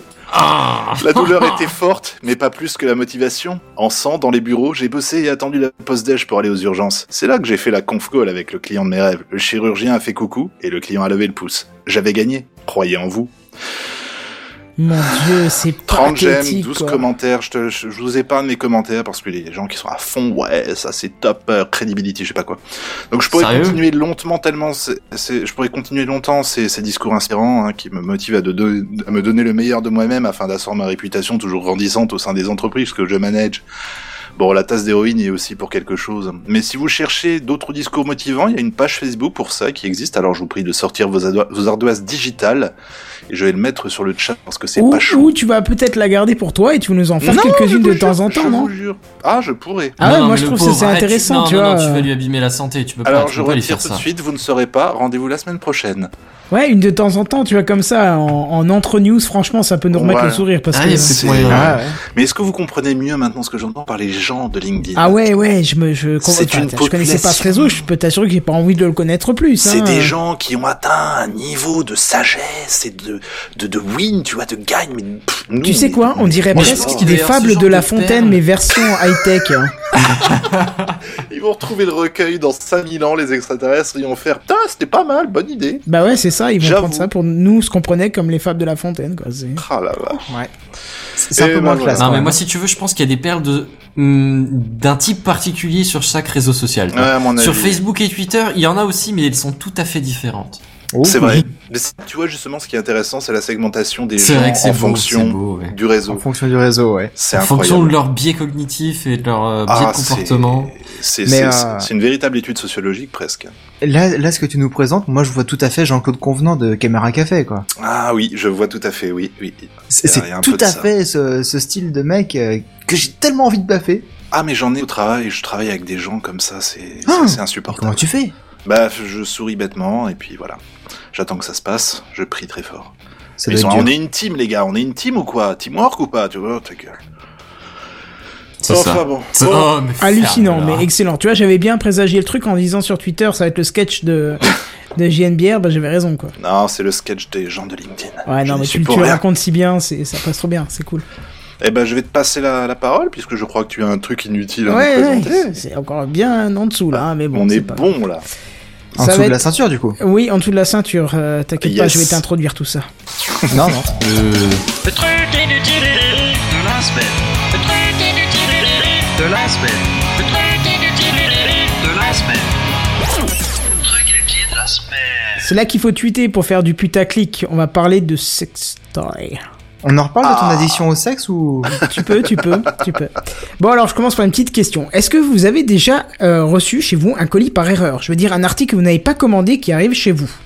La douleur était forte, mais pas plus que la motivation. En sang, dans les bureaux, j'ai bossé et attendu la pause-déj pour aller aux urgences. C'est là que j'ai fait la conf call avec le client de mes rêves. Le chirurgien a fait coucou et le client a levé le pouce. J'avais gagné. Croyez en vous. mon dieu c'est trente j'aime, pathétique douze quoi. commentaires. Je, te, je, je vous épargne les commentaires parce que les gens qui sont à fond, ouais, ça c'est top, euh, credibility, je sais pas quoi. Donc je pourrais Sérieux continuer longtemps tellement, c'est, c'est, je pourrais continuer longtemps ces, ces discours inspirants hein, qui me motivent à, de, de, à me donner le meilleur de moi-même afin d'asseoir ma réputation toujours grandissante au sein des entreprises que je manage. Bon, la tasse d'héroïne est aussi pour quelque chose. Mais si vous cherchez d'autres discours motivants, il y a une page Facebook pour ça qui existe. Alors je vous prie de sortir vos, ado- vos ardoises digitales. Et je vais le mettre sur le chat parce que c'est ou, pas chaud. ou tu vas peut-être la garder pour toi et tu vas nous en faire Non, quelques-unes je de vous temps jure, en temps je non vous jure. Ah, je pourrais. ah ouais Non, non, moi mais je le trouve que pauvre, c'est arrête, intéressant non, tu non, vois non, tu euh. vas lui abîmer la santé, tu peux pas, Alors tu je peux pas lui retire faire tout de ça. suite, vous ne saurez pas. Rendez-vous la semaine prochaine. ouais une de temps en temps tu vois comme ça en, en entre news franchement ça peut nous remettre Voilà. le sourire parce Ah, que il y a peut-être c'est- moyen. Ah ouais. Mais est-ce que vous comprenez mieux maintenant ce que j'entends par les gens de LinkedIn? ah ouais ouais je me je C'est enfin, une je connaissais pas ce population. réseau je peux t'assurer que j'ai pas envie de le connaître plus C'est hein. des gens qui ont atteint un niveau de sagesse et de, de, de win, tu vois, de gagne. Mais pff, nous, Tu sais quoi, mais- on dirait mais- je presque pense qu'il des doit y avoir ce fables genre de La de Fontaine, perles. mais version high-tech. hein. Ils vont retrouver le recueil dans cinq mille ans, les extraterrestres, ils vont faire, putain, c'était pas mal, bonne idée. Bah ouais, c'est ça, ils vont J'avoue. prendre ça pour nous, ce qu'on prenait comme les fables de La Fontaine, quoi. c'est- Ah la vache. C'est un Et peu ben moins voilà. classe. Non quand mais même. moi si tu veux je pense qu'il y a des perles de hum, d'un type particulier sur chaque réseau social. quoi. Ouais, à mon Sur avis. Facebook et Twitter il y en a aussi mais elles sont tout à fait différentes. Oh, C'est oui. vrai. Mais c'est- tu vois, justement, ce qui est intéressant, c'est la segmentation des C'est gens vrai que c'est en beau, fonction c'est beau, ouais. du réseau. En fonction du réseau, ouais. C'est En incroyable. fonction de leur biais cognitif et de leur euh, biais Ah, de comportement. C'est Mais, c'est- euh, c'est- c'est une véritable étude sociologique, presque. Là, là, ce que tu nous présentes, moi, je vois tout à fait Jean-Claude Convenant de Caméra Café, quoi. Ah oui, je vois tout à fait, oui, oui. C'est Il y a- c'est il y a un tout peu de à ça. fait ce, ce style de mec euh, que j'ai tellement envie de baffer. Ah, mais j'en ai au travail, je travaille avec des gens comme ça, c'est Ah, c'est assez Comment insupportable. tu fais? Bah, je souris bêtement, et puis voilà. J'attends que ça se passe, je prie très fort. Ça Mais doit ils sont- être on dur. est une team, les gars, on est une team ou quoi? Teamwork ou pas? Tu vois, ta gueule. C'est Enfin ça. bon. C'est- Bon. oh, mais Hallucinant, ferme-la. mais excellent. Tu vois, j'avais bien présagé le truc en disant sur Twitter, ça va être le sketch de, de J N B R, bah j'avais raison, quoi. Non, c'est le sketch des gens de LinkedIn. Ouais, Je non, n'y mais suis tu, pour tu le rien. racontes si bien, c'est, ça passe trop bien, c'est cool. Eh ben, je vais te passer la, la parole, puisque je crois que tu as un truc inutile à nous Ouais, ouais, présenter. c'est encore bien en dessous, là, hein, mais bon. on c'est est pas... bon, là. En Ça dessous va de la être- ceinture, du coup. Oui, en dessous de la ceinture, euh, t'inquiète pas, Yes. je vais t'introduire tout ça. Non, non. Euh, Le truc inutile de la semaine. Le truc inutile de la semaine. Le truc inutile de la semaine. Le truc inutile de la semaine. C'est là qu'il faut tweeter pour faire du putaclic. On va parler de sextoy. On en reparle de ton Ah. addiction au sexe ou... Tu peux, tu peux, tu peux. Bon, alors je commence par une petite question. Est-ce que vous avez déjà euh, reçu chez vous un colis par erreur? Je veux dire un article que vous n'avez pas commandé qui arrive chez vous.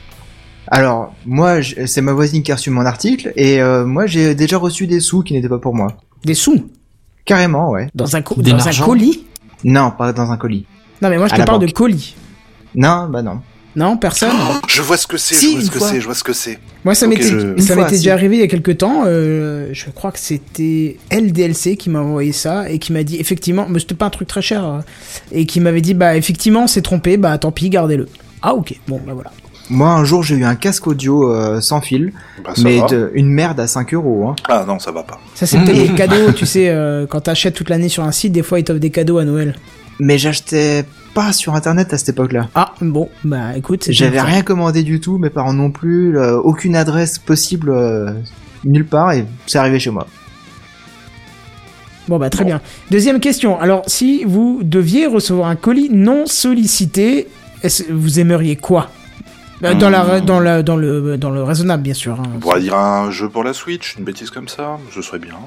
Alors, moi, je- c'est ma voisine qui a reçu mon article, et euh, moi, j'ai déjà reçu des sous qui n'étaient pas pour moi. Des sous Carrément, ouais. dans un, co- Des dans un l'argent colis? Non, pas dans un colis. Non, mais moi je À te la parle de banque. colis. Non, bah non. Non, personne. Je vois ce que c'est, Si, je vois ce une que fois. c'est, je vois ce que c'est. Moi, ça Ok, m'était, je- ça Une m'était fois, si. déjà arrivé il y a quelques temps. Euh, je crois que c'était L D L C qui m'a envoyé ça et qui m'a dit effectivement, mais c'était pas un truc très cher, euh, et qui m'avait dit bah effectivement, c'est trompé, bah tant pis, gardez-le. Ah ok, bon bah voilà. Moi, un jour, j'ai eu un casque audio euh, sans fil, Bah, ça mais va. de- une merde à cinq euros. Hein. Ah non, ça va pas. Ça c'est peut-être des cadeaux, tu sais, euh, quand t'achètes toute l'année sur un site, des fois ils t'offrent des cadeaux à Noël. Mais j'achetais pas sur Internet à cette époque-là. Ah bon, bah écoute, c'est J'avais bien ça. rien commandé du tout, mes parents non plus, euh, aucune adresse possible euh, nulle part, et c'est arrivé chez moi. Bon bah très bien. Deuxième question. Alors si vous deviez recevoir un colis non sollicité, est-ce- vous aimeriez quoi? Euh, Dans, la, Hmm. dans, la, dans, le, dans le raisonnable, bien sûr. hein. On pourrait dire un jeu pour la Switch, une bêtise comme ça, ce serait bien.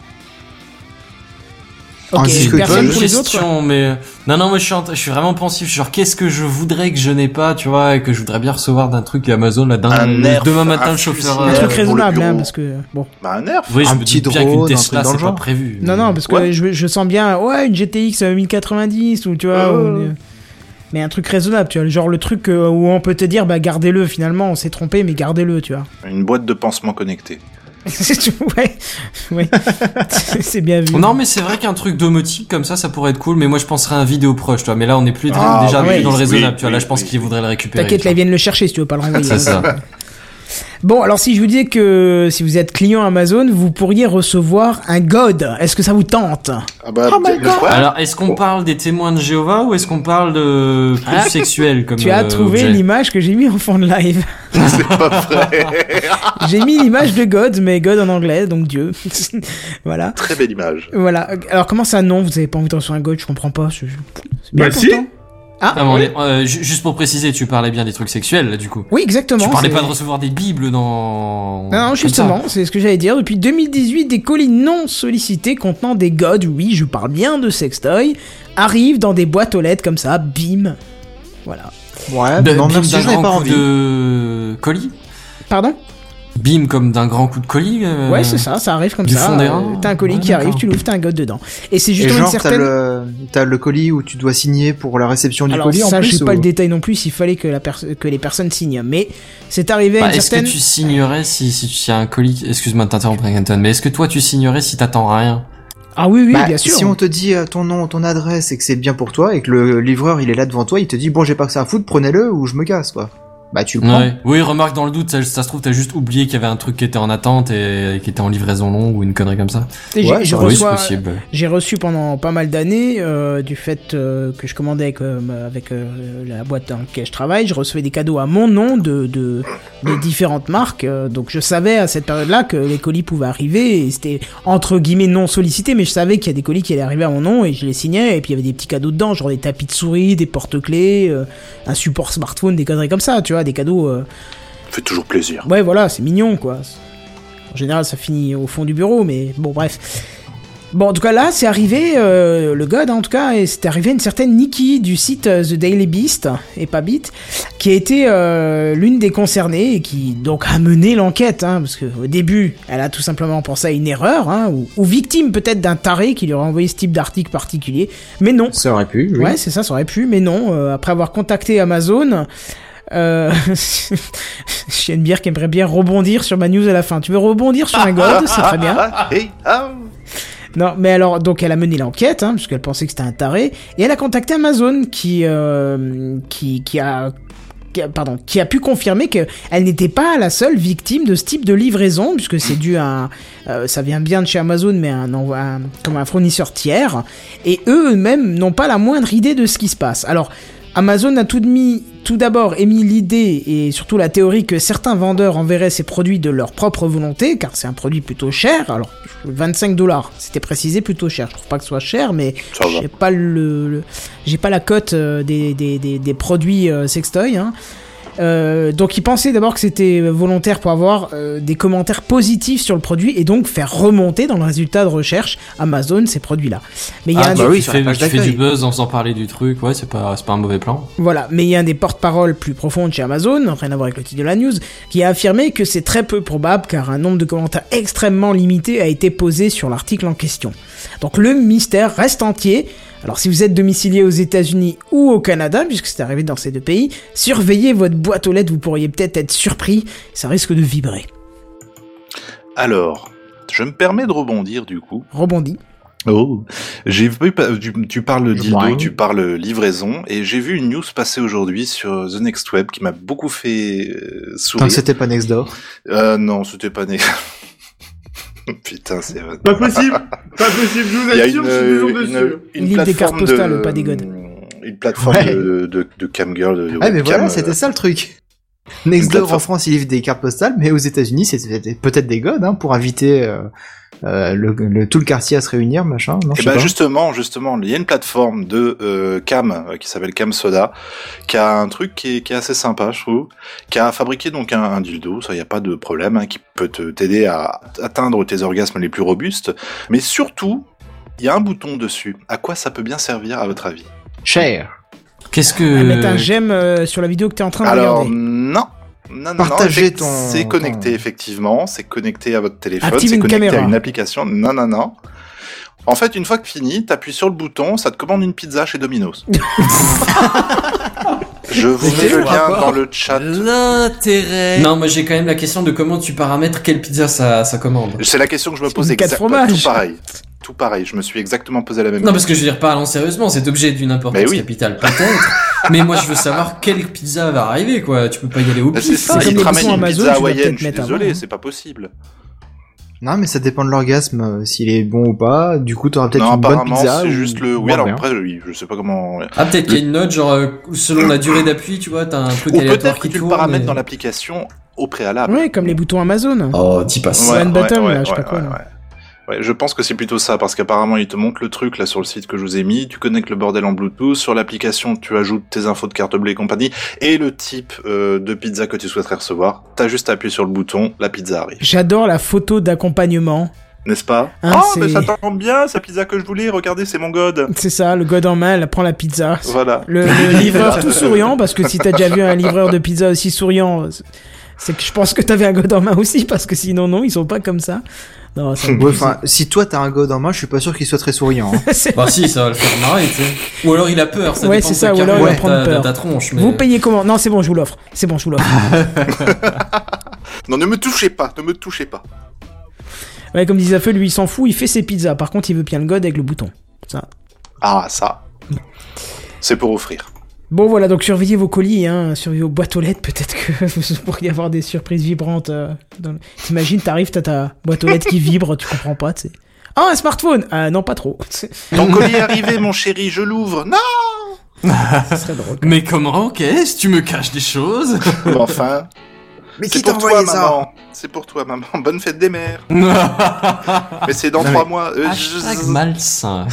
Ok, Un disque personne dur. pour les autres quoi. question, mais non, non, moi je suis, en- je suis vraiment pensif. Genre, qu'est-ce que je voudrais que je n'ai pas, tu vois, et que je voudrais bien recevoir d'un truc Amazon là, d'un Un Nerf, demain matin un le chauffeur. fusil, Un Euh, truc pour raisonnable, le hein, bureau. parce que bon. Bah un nerf. Oui, je Un me petit doute bien qu'une drone, un Tesla truc dans c'est le pas genre. prévu. Non, non, parce que Ouais. je, je sens bien, ouais, une G T X mille quatre-vingt-dix ou tu vois, Euh. ou une- mais un truc raisonnable, tu vois, genre le truc euh, où on peut te dire, bah gardez-le. Finalement, on s'est trompé, mais gardez-le, tu vois. Une boîte de pansement connecté. ouais, ouais, c'est bien vu. Non, mais c'est vrai qu'un truc domotique comme ça, ça pourrait être cool. Mais moi, je penserais à un vidéo proche, toi. Mais là, on est plus Ah, déjà oui, plus dans le oui, raisonnable, tu vois. Là, oui, je pense oui, qu'ils oui. voudraient le récupérer. T'inquiète, tu là, ils vois. viennent le chercher si tu veux pas le renvoyer. C'est ça. Bon, alors si je vous disais que si vous êtes client Amazon, vous pourriez recevoir un God. Est-ce que ça vous tente? Ah bah, Oh my le God. quoi Alors, est-ce qu'on parle des témoins de Jéhovah ou est-ce qu'on parle de plus Ah, sexuel comme Tu as euh, trouvé objet l'image que j'ai mis en fond de live. C'est pas vrai. J'ai mis l'image de God, mais God en anglais, donc Dieu. Voilà. Très belle image. Voilà. Alors comment ça non, vous avez pas envie de recevoir un God? Je comprends pas. C'est c'est bien Bah, si. pourtant. Ah, Ah, mais on oui. est- euh, ju- juste pour préciser, tu parlais bien des trucs sexuels, là, du coup. Oui, exactement. Tu parlais c'est- pas de recevoir des bibles dans... Non, non, comme justement, ça. c'est ce que j'allais dire. Depuis deux mille dix-huit, des colis non sollicités contenant des gods, oui, je parle bien de sextoy, arrivent dans des boîtes aux lettres comme ça, bim. Voilà. Ouais, De- non, bim merci, d'un j'en ai grand pas coup envie. de colis. Pardon? Bim comme d'un grand coup de colis. euh, Ouais, c'est ça, ça arrive comme du ça. fond des euh, reins. T'as un colis Ouais, qui arrive, d'accord. tu l'ouvres, t'as un god dedans. Et c'est Et justement genre, une t'as certaine... le, t'as le colis où tu dois signer pour la réception du Alors colis en ça, plus je sais ou- pas le détail non plus, s'il fallait que, la pers- que les personnes signent. Mais c'est arrivé à Bah, une est-ce certaine... que tu signerais si, si tu as un colis... Excuse-moi de t'interrompre, Kenton, mais est-ce que toi tu signerais si t'attends rien? Ah oui, oui, Bah, bien sûr. si on te dit euh, ton nom, ton adresse et que c'est bien pour toi et que le livreur il est là devant toi, il te dit bon j'ai pas que ça à foutre, prenez-le ou je me casse quoi. Bah tu le prends. Ouais. Oui, remarque dans le doute, ça, ça se trouve t'as juste oublié qu'il y avait un truc qui était en attente et, et qui était en livraison longue ou une connerie comme ça. Et j'ai- Ouais, je ça, Oui, c'est reçois- possible. J'ai reçu pendant pas mal d'années, euh, du fait euh, que je commandais avec, euh, avec euh, la boîte dans laquelle je travaille, je recevais des cadeaux à mon nom de, de, de différentes marques. euh, donc je savais à cette période-là que les colis pouvaient arriver et c'était entre guillemets non sollicité, mais je savais qu'il y a des colis qui allaient arriver à mon nom et je les signais. Et puis il y avait des petits cadeaux dedans, genre des tapis de souris, des porte-clés, euh, un support smartphone, des conneries comme ça, tu vois, des cadeaux. euh, Fait toujours plaisir. Ouais, voilà, c'est mignon, quoi. En général, ça finit au fond du bureau, mais bon, bref. Bon, en tout cas, là, c'est arrivé, euh, le God, hein, en tout cas, et c'est arrivé une certaine Nikki du site euh, The Daily Beast, et pas Beat, qui a été euh, l'une des concernées, et qui, donc, a mené l'enquête, hein, parce qu'au début, elle a tout simplement pensé à une erreur, hein, ou, ou victime peut-être d'un taré qui lui aurait envoyé ce type d'article particulier, mais non. Ça aurait pu, oui. Ouais, c'est ça, ça aurait pu, mais non. Euh, après avoir contacté Amazon... Euh... Chiennebière qui aimerait bien rebondir sur ma news à la fin. Tu veux rebondir sur un God, c'est très bien. Non, mais alors, donc elle a mené l'enquête, hein, puisqu'elle pensait que c'était un taré, et elle a contacté Amazon, qui, euh, qui, qui a, qui a, pardon, qui a pu confirmer que elle n'était pas la seule victime de ce type de livraison, puisque c'est dû à, un, euh, ça vient bien de chez Amazon, mais un, un, comme un fournisseur tiers, et eux-mêmes n'ont pas la moindre idée de ce qui se passe. Alors, Amazon a tout, mis, tout d'abord émis l'idée et surtout la théorie que certains vendeurs enverraient ces produits de leur propre volonté, car c'est un produit plutôt cher. Alors, vingt-cinq dollars, c'était précisé, plutôt cher. Je trouve pas que ce soit cher, mais j'ai pas le, le j'ai pas la cote euh, des, des, des, des produits euh, sextoy, hein. Euh, donc ils pensaient d'abord que c'était volontaire pour avoir euh, des commentaires positifs sur le produit et donc faire remonter dans le résultat de recherche Amazon ces produits-là. Mais il y a ah un bah des... oui, tu fais, tu fais du buzz en faisant parler du truc, ouais, c'est pas, c'est pas un mauvais plan. Voilà, mais il y a un des porte-paroles plus profonds de chez Amazon, rien à voir avec le titre de la news, qui a affirmé que c'est très peu probable car un nombre de commentaires extrêmement limité a été posé sur l'article en question. Donc le mystère reste entier. Alors si vous êtes domicilié aux États-Unis ou au Canada, puisque c'est arrivé dans ces deux pays, surveillez votre boîte aux lettres, vous pourriez peut-être être surpris, ça risque de vibrer. Alors, je me permets de rebondir du coup. Rebondis. Oh, j'ai vu, tu, tu parles dildo, Ouais. tu parles livraison, et j'ai vu une news passer aujourd'hui sur The Next Web qui m'a beaucoup fait euh, sourire. Tant que c'était pas Nextdoor. Euh, non, c'était pas né. Putain, c'est... Pas possible, pas possible, je vous Il y a assure, une, je suis toujours une, dessus. une, Livre des cartes plateforme postales, de, pas des godes. Une plateforme Ouais. de, de, de camgirl, de Ah, mais webcam, voilà, euh, c'était ça le truc. Nextdoor plateforme. en France, il livre des cartes postales, mais aux États-Unis, c'était peut-être des godes, hein, pour inviter euh, euh, le, le, tout le quartier à se réunir, machin. Non, je Et sais ben pas. justement, justement, il y a une plateforme de euh, cam euh, qui s'appelle Cam Soda, qui a un truc qui est, qui est assez sympa, je trouve, qui a fabriqué donc un, un dildo, ça y a pas de problème, hein, qui peut te t'aider à atteindre tes orgasmes les plus robustes, mais surtout, il y a un bouton dessus. À quoi ça peut bien servir à votre avis? Cher. Qu'est-ce que... À mettre un j'aime euh, sur la vidéo que t'es en train de Alors regarder. non. Non, non, Partager non, effect- ton- c'est connecté ton- effectivement, c'est connecté à votre téléphone, Active c'est une connecté caméra. à une application. Non, non, non. En fait, une fois que fini, t'appuies sur le bouton, ça te commande une pizza chez Domino's. Je vous mets le lien dans le chat. L'intérêt... Non, moi j'ai quand même la question de comment tu paramètres quelle pizza ça, ça commande. C'est la question que je me pose une quatre exactement. fromages. Tout pareil. Tout pareil. Je me suis exactement posé la même Non, parce que je veux dire, parlons sérieusement, c'est objet d'une importance Mais oui. capitale, peut-être. Mais moi, je veux savoir quelle pizza va arriver, quoi. Tu peux pas y aller au Bah, pif. c'est ça, comme ils les te ramènent boissons une Amazon, pizza tu dois hawaïenne, peut-être je suis mettre désolé, avant. c'est pas possible. Non, mais ça dépend de l'orgasme, euh, s'il est bon ou pas. Du coup, t'auras peut-être Non, une bonne apparemment, pizza. c'est ou juste le... Oui, moins alors bien. après, oui, je sais pas comment... Ah, peut-être qu'il y a une note, genre, euh, selon la durée d'appui, tu vois, t'as un truc Ou aléatoire peut-être que qui tu le tourne. paramètres et- dans l'application au préalable. Ouais, comme les boutons Amazon. Oh, dis pas ça. One button, là, je sais pas quoi, là. Ouais. Ouais, je pense que c'est plutôt ça, parce qu'apparemment, il te montre le truc, là, sur le site que je vous ai mis, tu connectes le bordel en Bluetooth, sur l'application, tu ajoutes tes infos de carte bleue et compagnie, et le type euh, de pizza que tu souhaiterais recevoir, t'as juste à appuyer sur le bouton, la pizza arrive. J'adore la photo d'accompagnement. N'est-ce pas? Hein, Oh, c'est- mais ça tombe bien, c'est la pizza que je voulais, regardez, c'est mon god. C'est ça, le god en main, elle prend la pizza. Voilà. Le, le livreur tout souriant, parce que si t'as déjà vu un livreur de pizza aussi souriant, c'est que je pense que t'avais un god en main aussi, parce que sinon, non, ils sont pas comme ça. Non, ça me Ouais, enfin, si toi t'as un god en main, je suis pas sûr qu'il soit très souriant. Hein. C'est- Bah si, ça va le faire marrer, tu sais. Ou alors il a peur, ça Ouais, dépend c'est de ça, ta ou alors carrière, il va de prendre ta- de peur. ta tronche, mais... Vous payez comment? Non, c'est bon, je vous l'offre. C'est bon, je vous l'offre. Non, ne me touchez pas, ne me touchez pas. Ouais, comme disait Feu, lui, il s'en fout, il fait ses pizzas. Par contre, il veut bien le god avec le bouton. Ça. Ah, ça. C'est pour offrir. Bon, voilà, donc surveillez vos colis, hein, surveillez vos boîtes aux lettres. Peut-être que vous pourriez avoir des surprises vibrantes. Euh, dans le... T'imagines, t'arrives, t'as ta boîte aux lettres qui vibre, tu comprends pas, tu sais. Ah, un smartphone! Ah, non, pas trop. Ton colis est arrivé, mon chéri, je l'ouvre. Non! Ça serait drôle. Mais comment? Qu'est-ce? Tu me caches des choses? Enfin. Mais C'est pour toi, maman. C'est pour toi, maman. Bonne fête des mères. Mais c'est dans Non, trois mais- mois. Euh, Hashtag je- malsain.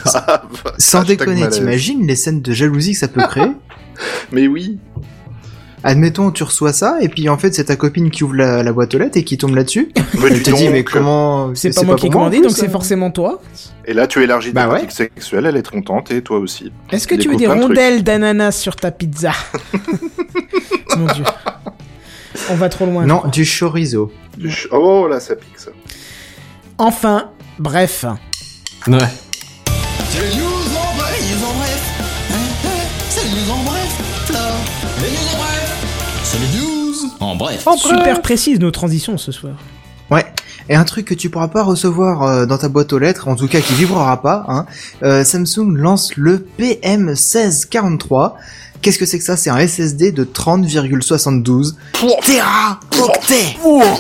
Sans Hashtag déconner, malaise. t'imagines les scènes de jalousie que ça peut créer? Mais oui. Admettons, tu reçois ça, et puis en fait, c'est ta copine qui ouvre la, la boîte aux lettres et qui tombe là-dessus. Mais Elle te dis dit, donc, mais comment... C'est pas moi qui ai pour commandé, en donc plus, c'est ça. forcément toi. Et là, tu élargis Bah tes ouais. pratiques sexuelles, elle est contente, et toi aussi. Est-ce que Il tu veux découvre des plein de rondelles d'ananas sur ta pizza? Mon dieu. On va trop loin. Non, du chorizo. Du ch- Oh, là, ça pique, ça. Enfin, bref. Ouais. C'est les news en bref, les news en bref. Hein, hein, c'est les news en bref, Flo. Les news en bref. C'est les news en bref. Super précise nos transitions ce soir. Ouais. Et un truc que tu pourras pas recevoir euh, dans ta boîte aux lettres, en tout cas qui vibrera pas, hein, euh, Samsung lance le P M seize quarante-trois. Qu'est-ce que c'est que ça? C'est un S S D de trente virgule soixante-douze téraoctets.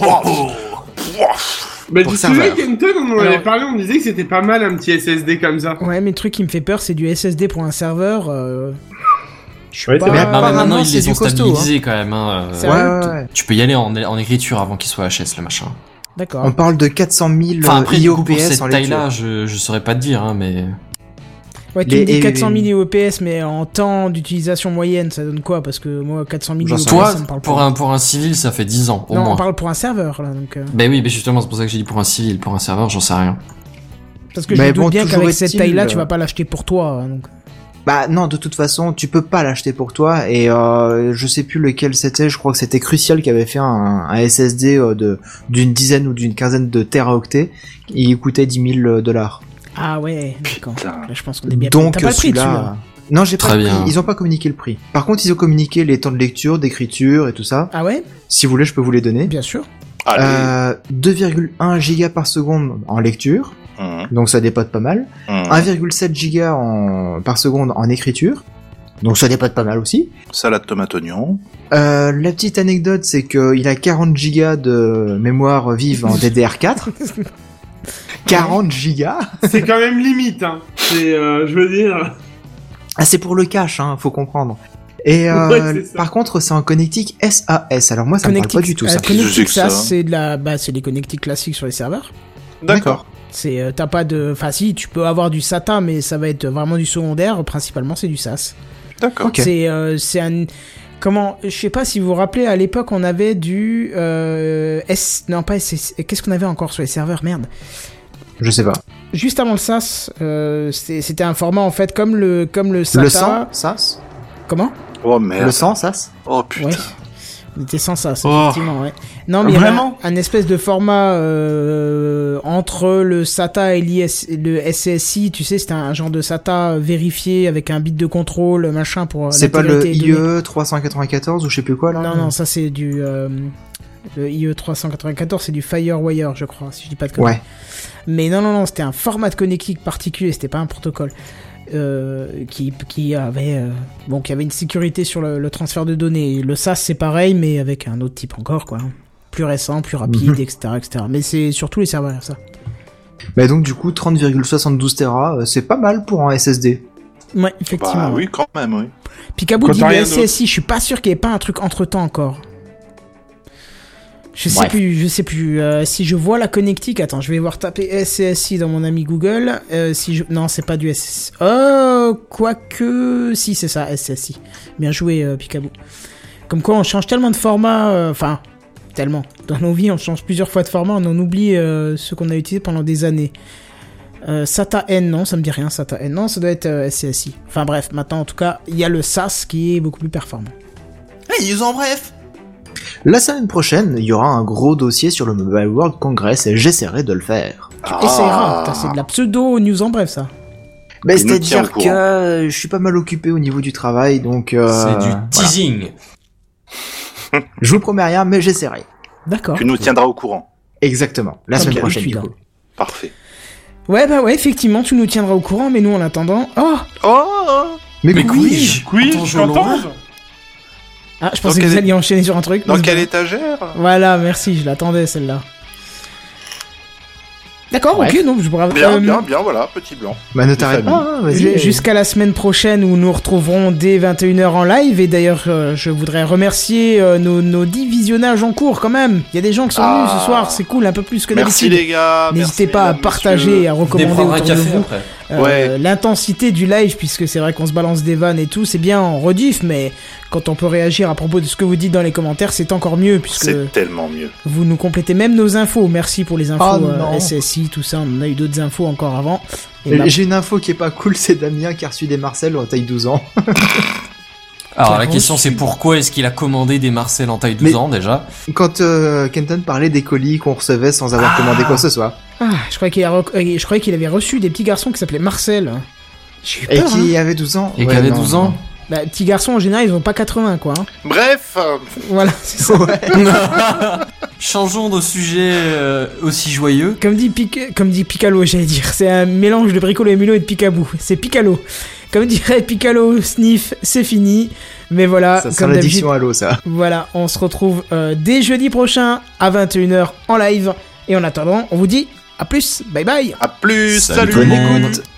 Bah, Pour tu te souviens, serveur. Kenton, on en Alors- avait parlé, on disait que c'était pas mal un petit S S D comme ça. Ouais, mais le truc qui me fait peur, c'est du S S D pour un serveur. Euh... Je suis Ouais, pas... c'est vrai. Ah, mais apparemment, maintenant, ils c'est les du ont costaud, stabilisés quand même. Hein. C'est Ouais, vrai ouais, ouais. Tu peux y aller en, en écriture avant qu'il soit H S, le machin. D'accord. On parle de quatre cent mille Enfin, après, du coup, pour I O P S cette en lecture. taille-là, je, je saurais pas te dire, hein, mais... Ouais, tu les- me dis et- quatre cent mille I O P S, mais en temps d'utilisation moyenne, ça donne quoi? Parce que moi, quatre cent mille I O J'en P S, sais Toi, ça me parle pour pas. un, pour un civil, ça fait dix ans, au Non, moins. on parle pour un serveur, là, donc... euh, Ben oui, mais justement, c'est pour ça que j'ai dit pour un civil. Pour un serveur, j'en sais rien. Parce que Mais je doute bon, bien toujours qu'avec cette est-il, taille-là, euh, tu vas pas l'acheter pour toi, hein, donc... Bah non, de toute façon, tu peux pas l'acheter pour toi. Et euh, je sais plus lequel c'était. Je crois que c'était Crucial qui avait fait un, un S S D euh, de d'une dizaine ou d'une quinzaine de téraoctets. Il coûtait dix mille dollars. Ah ouais, d'accord. Putain. Là, je pense qu'on est bien... Donc T'as pas le prix dessus, là. celui-là. Non, j'ai pas Très le prix. bien. Ils ont pas communiqué le prix. Par contre, ils ont communiqué les temps de lecture, d'écriture et tout ça. Ah ouais? Si vous voulez, je peux vous les donner. Bien sûr. Allez. Euh, deux virgule un gigas par seconde en lecture, Mmh, donc ça dépote pas mal. mmh. un virgule sept gigas en... par seconde en écriture, donc ça dépote pas mal aussi. Salade tomate oignon. Euh, la petite anecdote, c'est qu'il a quarante gigas de mémoire vive en D D R quatre. quarante gigas. C'est quand même limite, hein. C'est, euh, je veux dire... Ah, c'est pour le cache, hein, faut comprendre. Et euh, Ouais, c'est ça. par contre, c'est en connectique S A S. Alors moi, ça me parle pas du tout, euh, ça. Qu'est-ce que c'est Connectic que ça S A S, c'est de la... Bah, c'est les connectiques classiques sur les serveurs. D'accord. C'est... euh, t'as pas de... Enfin, si, tu peux avoir du SATA, mais ça va être vraiment du secondaire. Principalement, c'est du S A S. D'accord. Ok. C'est... euh, c'est un... Comment... Je sais pas si vous vous rappelez, à l'époque, on avait du... Euh, S... Non, pas S S... Qu'est-ce qu'on avait encore sur les serveurs? Merde. Je sais pas. Juste avant le S A S, euh, c'était c'était un format, en fait, comme le, comme le SATA... Le sang, S A S. Comment? Oh merde. Le sang, S A S. Oh putain. Ouais. On était sans ça, Oh. effectivement, ouais. Non, mais il y avait Vraiment un, un espèce de format euh, entre le SATA et l'I S, le S C S I, tu sais, c'était un genre de SATA vérifié avec un bit de contrôle, machin, pour C'est pas le l'intégrité des I données. E trois cent quatre-vingt-quatorze ou je sais plus quoi là. Non, non, ça c'est du... Euh, le I E trois cent quatre-vingt-quatorze, c'est du Firewire, je crois, si je dis pas de conneries. Ouais. Mais non, non, non, c'était un format de connectique particulier, c'était pas un protocole. Euh, qui, qui avait euh, bon qui avait une sécurité sur le, le transfert de données. Le S A S c'est pareil mais avec un autre type encore quoi, plus récent, plus rapide, Mhm. etc etc. Mais c'est surtout les serveurs ça. Bah donc du coup trente virgule soixante-douze Tera, euh, c'est pas mal pour un S S D. Ouais effectivement. Bah ouais. oui, quand même, oui. Picaboo Quand dit t'as le rien S C S I, je suis pas sûr qu'il y ait pas un truc entre temps encore. Je sais Bref. plus, je sais plus. Euh, si je vois la connectique, attends, je vais voir taper S C S I dans mon ami Google. Euh, si je... Non, c'est pas du S C S I. Oh, quoique... Si, c'est ça, S C S I. Bien joué, euh, Picaboo. Comme quoi, on change tellement de format... euh, Enfin, tellement. Dans nos vies, on change plusieurs fois de format, on en oublie euh, ce qu'on a utilisé pendant des années. Euh, SATA N, non, ça me dit rien, SATA N. Non, ça doit être euh, S C S I. Enfin bref, maintenant, en tout cas, il y a le S A S qui est beaucoup plus performant. Les news en bref. La semaine prochaine, il y aura un gros dossier sur le Mobile World Congress et j'essaierai de le faire. Ah. Essayeras. Putain, c'est de la pseudo-news en bref, ça. Mais Il nous tient au c'est-à-dire courant. que euh, je suis pas mal occupé au niveau du travail, donc euh, C'est du voilà. teasing. Je vous promets rien, mais j'essaierai. D'accord. Tu nous tiendras au courant. Exactement. La Comme semaine prochaine, d'habitude, du coup. Parfait. Ouais, bah ouais, effectivement, tu nous tiendras au courant, mais nous, en attendant... Oh Oh Mais, Mais quiz. Oui, Attends, je Jolon. t'entends. Ah, je Dans pensais que quel vous é- alliez enchaîner sur un truc. Dans mais- quelle étagère Voilà, merci, je l'attendais, celle-là. D'accord, Ouais. ok, donc je pourrais... Bien, euh, bien, bien, voilà, petit blanc. Bah ne t'arrête famille. pas, hein, vas-y. Ju- Jusqu'à la semaine prochaine où nous retrouverons dès vingt et une heures en live. Et d'ailleurs, euh, je voudrais remercier euh, nos, nos dix visionnages en cours quand même. Il y a des gens qui sont Ah. venus ce soir, c'est cool, un peu plus que Merci d'habitude. les gars. N'hésitez merci, pas à mesdames, partager messieurs. et à Venez recommander prendre un autour de café vous. après. euh, Ouais. l'intensité du live, puisque c'est vrai qu'on se balance des vannes et tout, c'est bien en rediff, mais quand on peut réagir à propos de ce que vous dites dans les commentaires, c'est encore mieux, puisque C'est tellement mieux. vous nous complétez même nos infos. Merci pour les infos Ah, euh, non. S S I, tout ça. On a eu d'autres infos encore avant. Et Et bah, J'ai une info qui est pas cool, c'est Damien qui a reçu des Marcel en taille douze ans. Alors la Reçu. question c'est pourquoi est-ce qu'il a commandé des Marcel en taille douze Mais- ans déjà? Quand euh, Kenton parlait des colis qu'on recevait sans avoir commandé quoi que ce soit. ah, je croyais qu'il a rec- euh, je croyais qu'il avait reçu des petits garçons qui s'appelaient Marcel. J'ai eu Et peur. hein. qui avait douze ans. Et Ouais, qui avait non, douze non. ans? Bah, petits garçons en général, ils ont pas quatre-vingts quoi. hein. Bref, euh, Voilà, c'est ça. Ouais. Changeons de sujet euh, aussi joyeux. Comme dit Pic- comme dit Picalo, j'allais dire, c'est un mélange de Bricolo et Mulot et de Picaboo. C'est Picalo. Comme dirait Picalo, Sniff, c'est fini. Mais voilà, Ça sent comme d'habitude, l'addiction à l'eau, ça. voilà, on se retrouve euh, dès jeudi prochain à vingt et une heures en live. Et en attendant, on vous dit à plus, bye bye. à plus, Salut salut, tout le monde. écoute.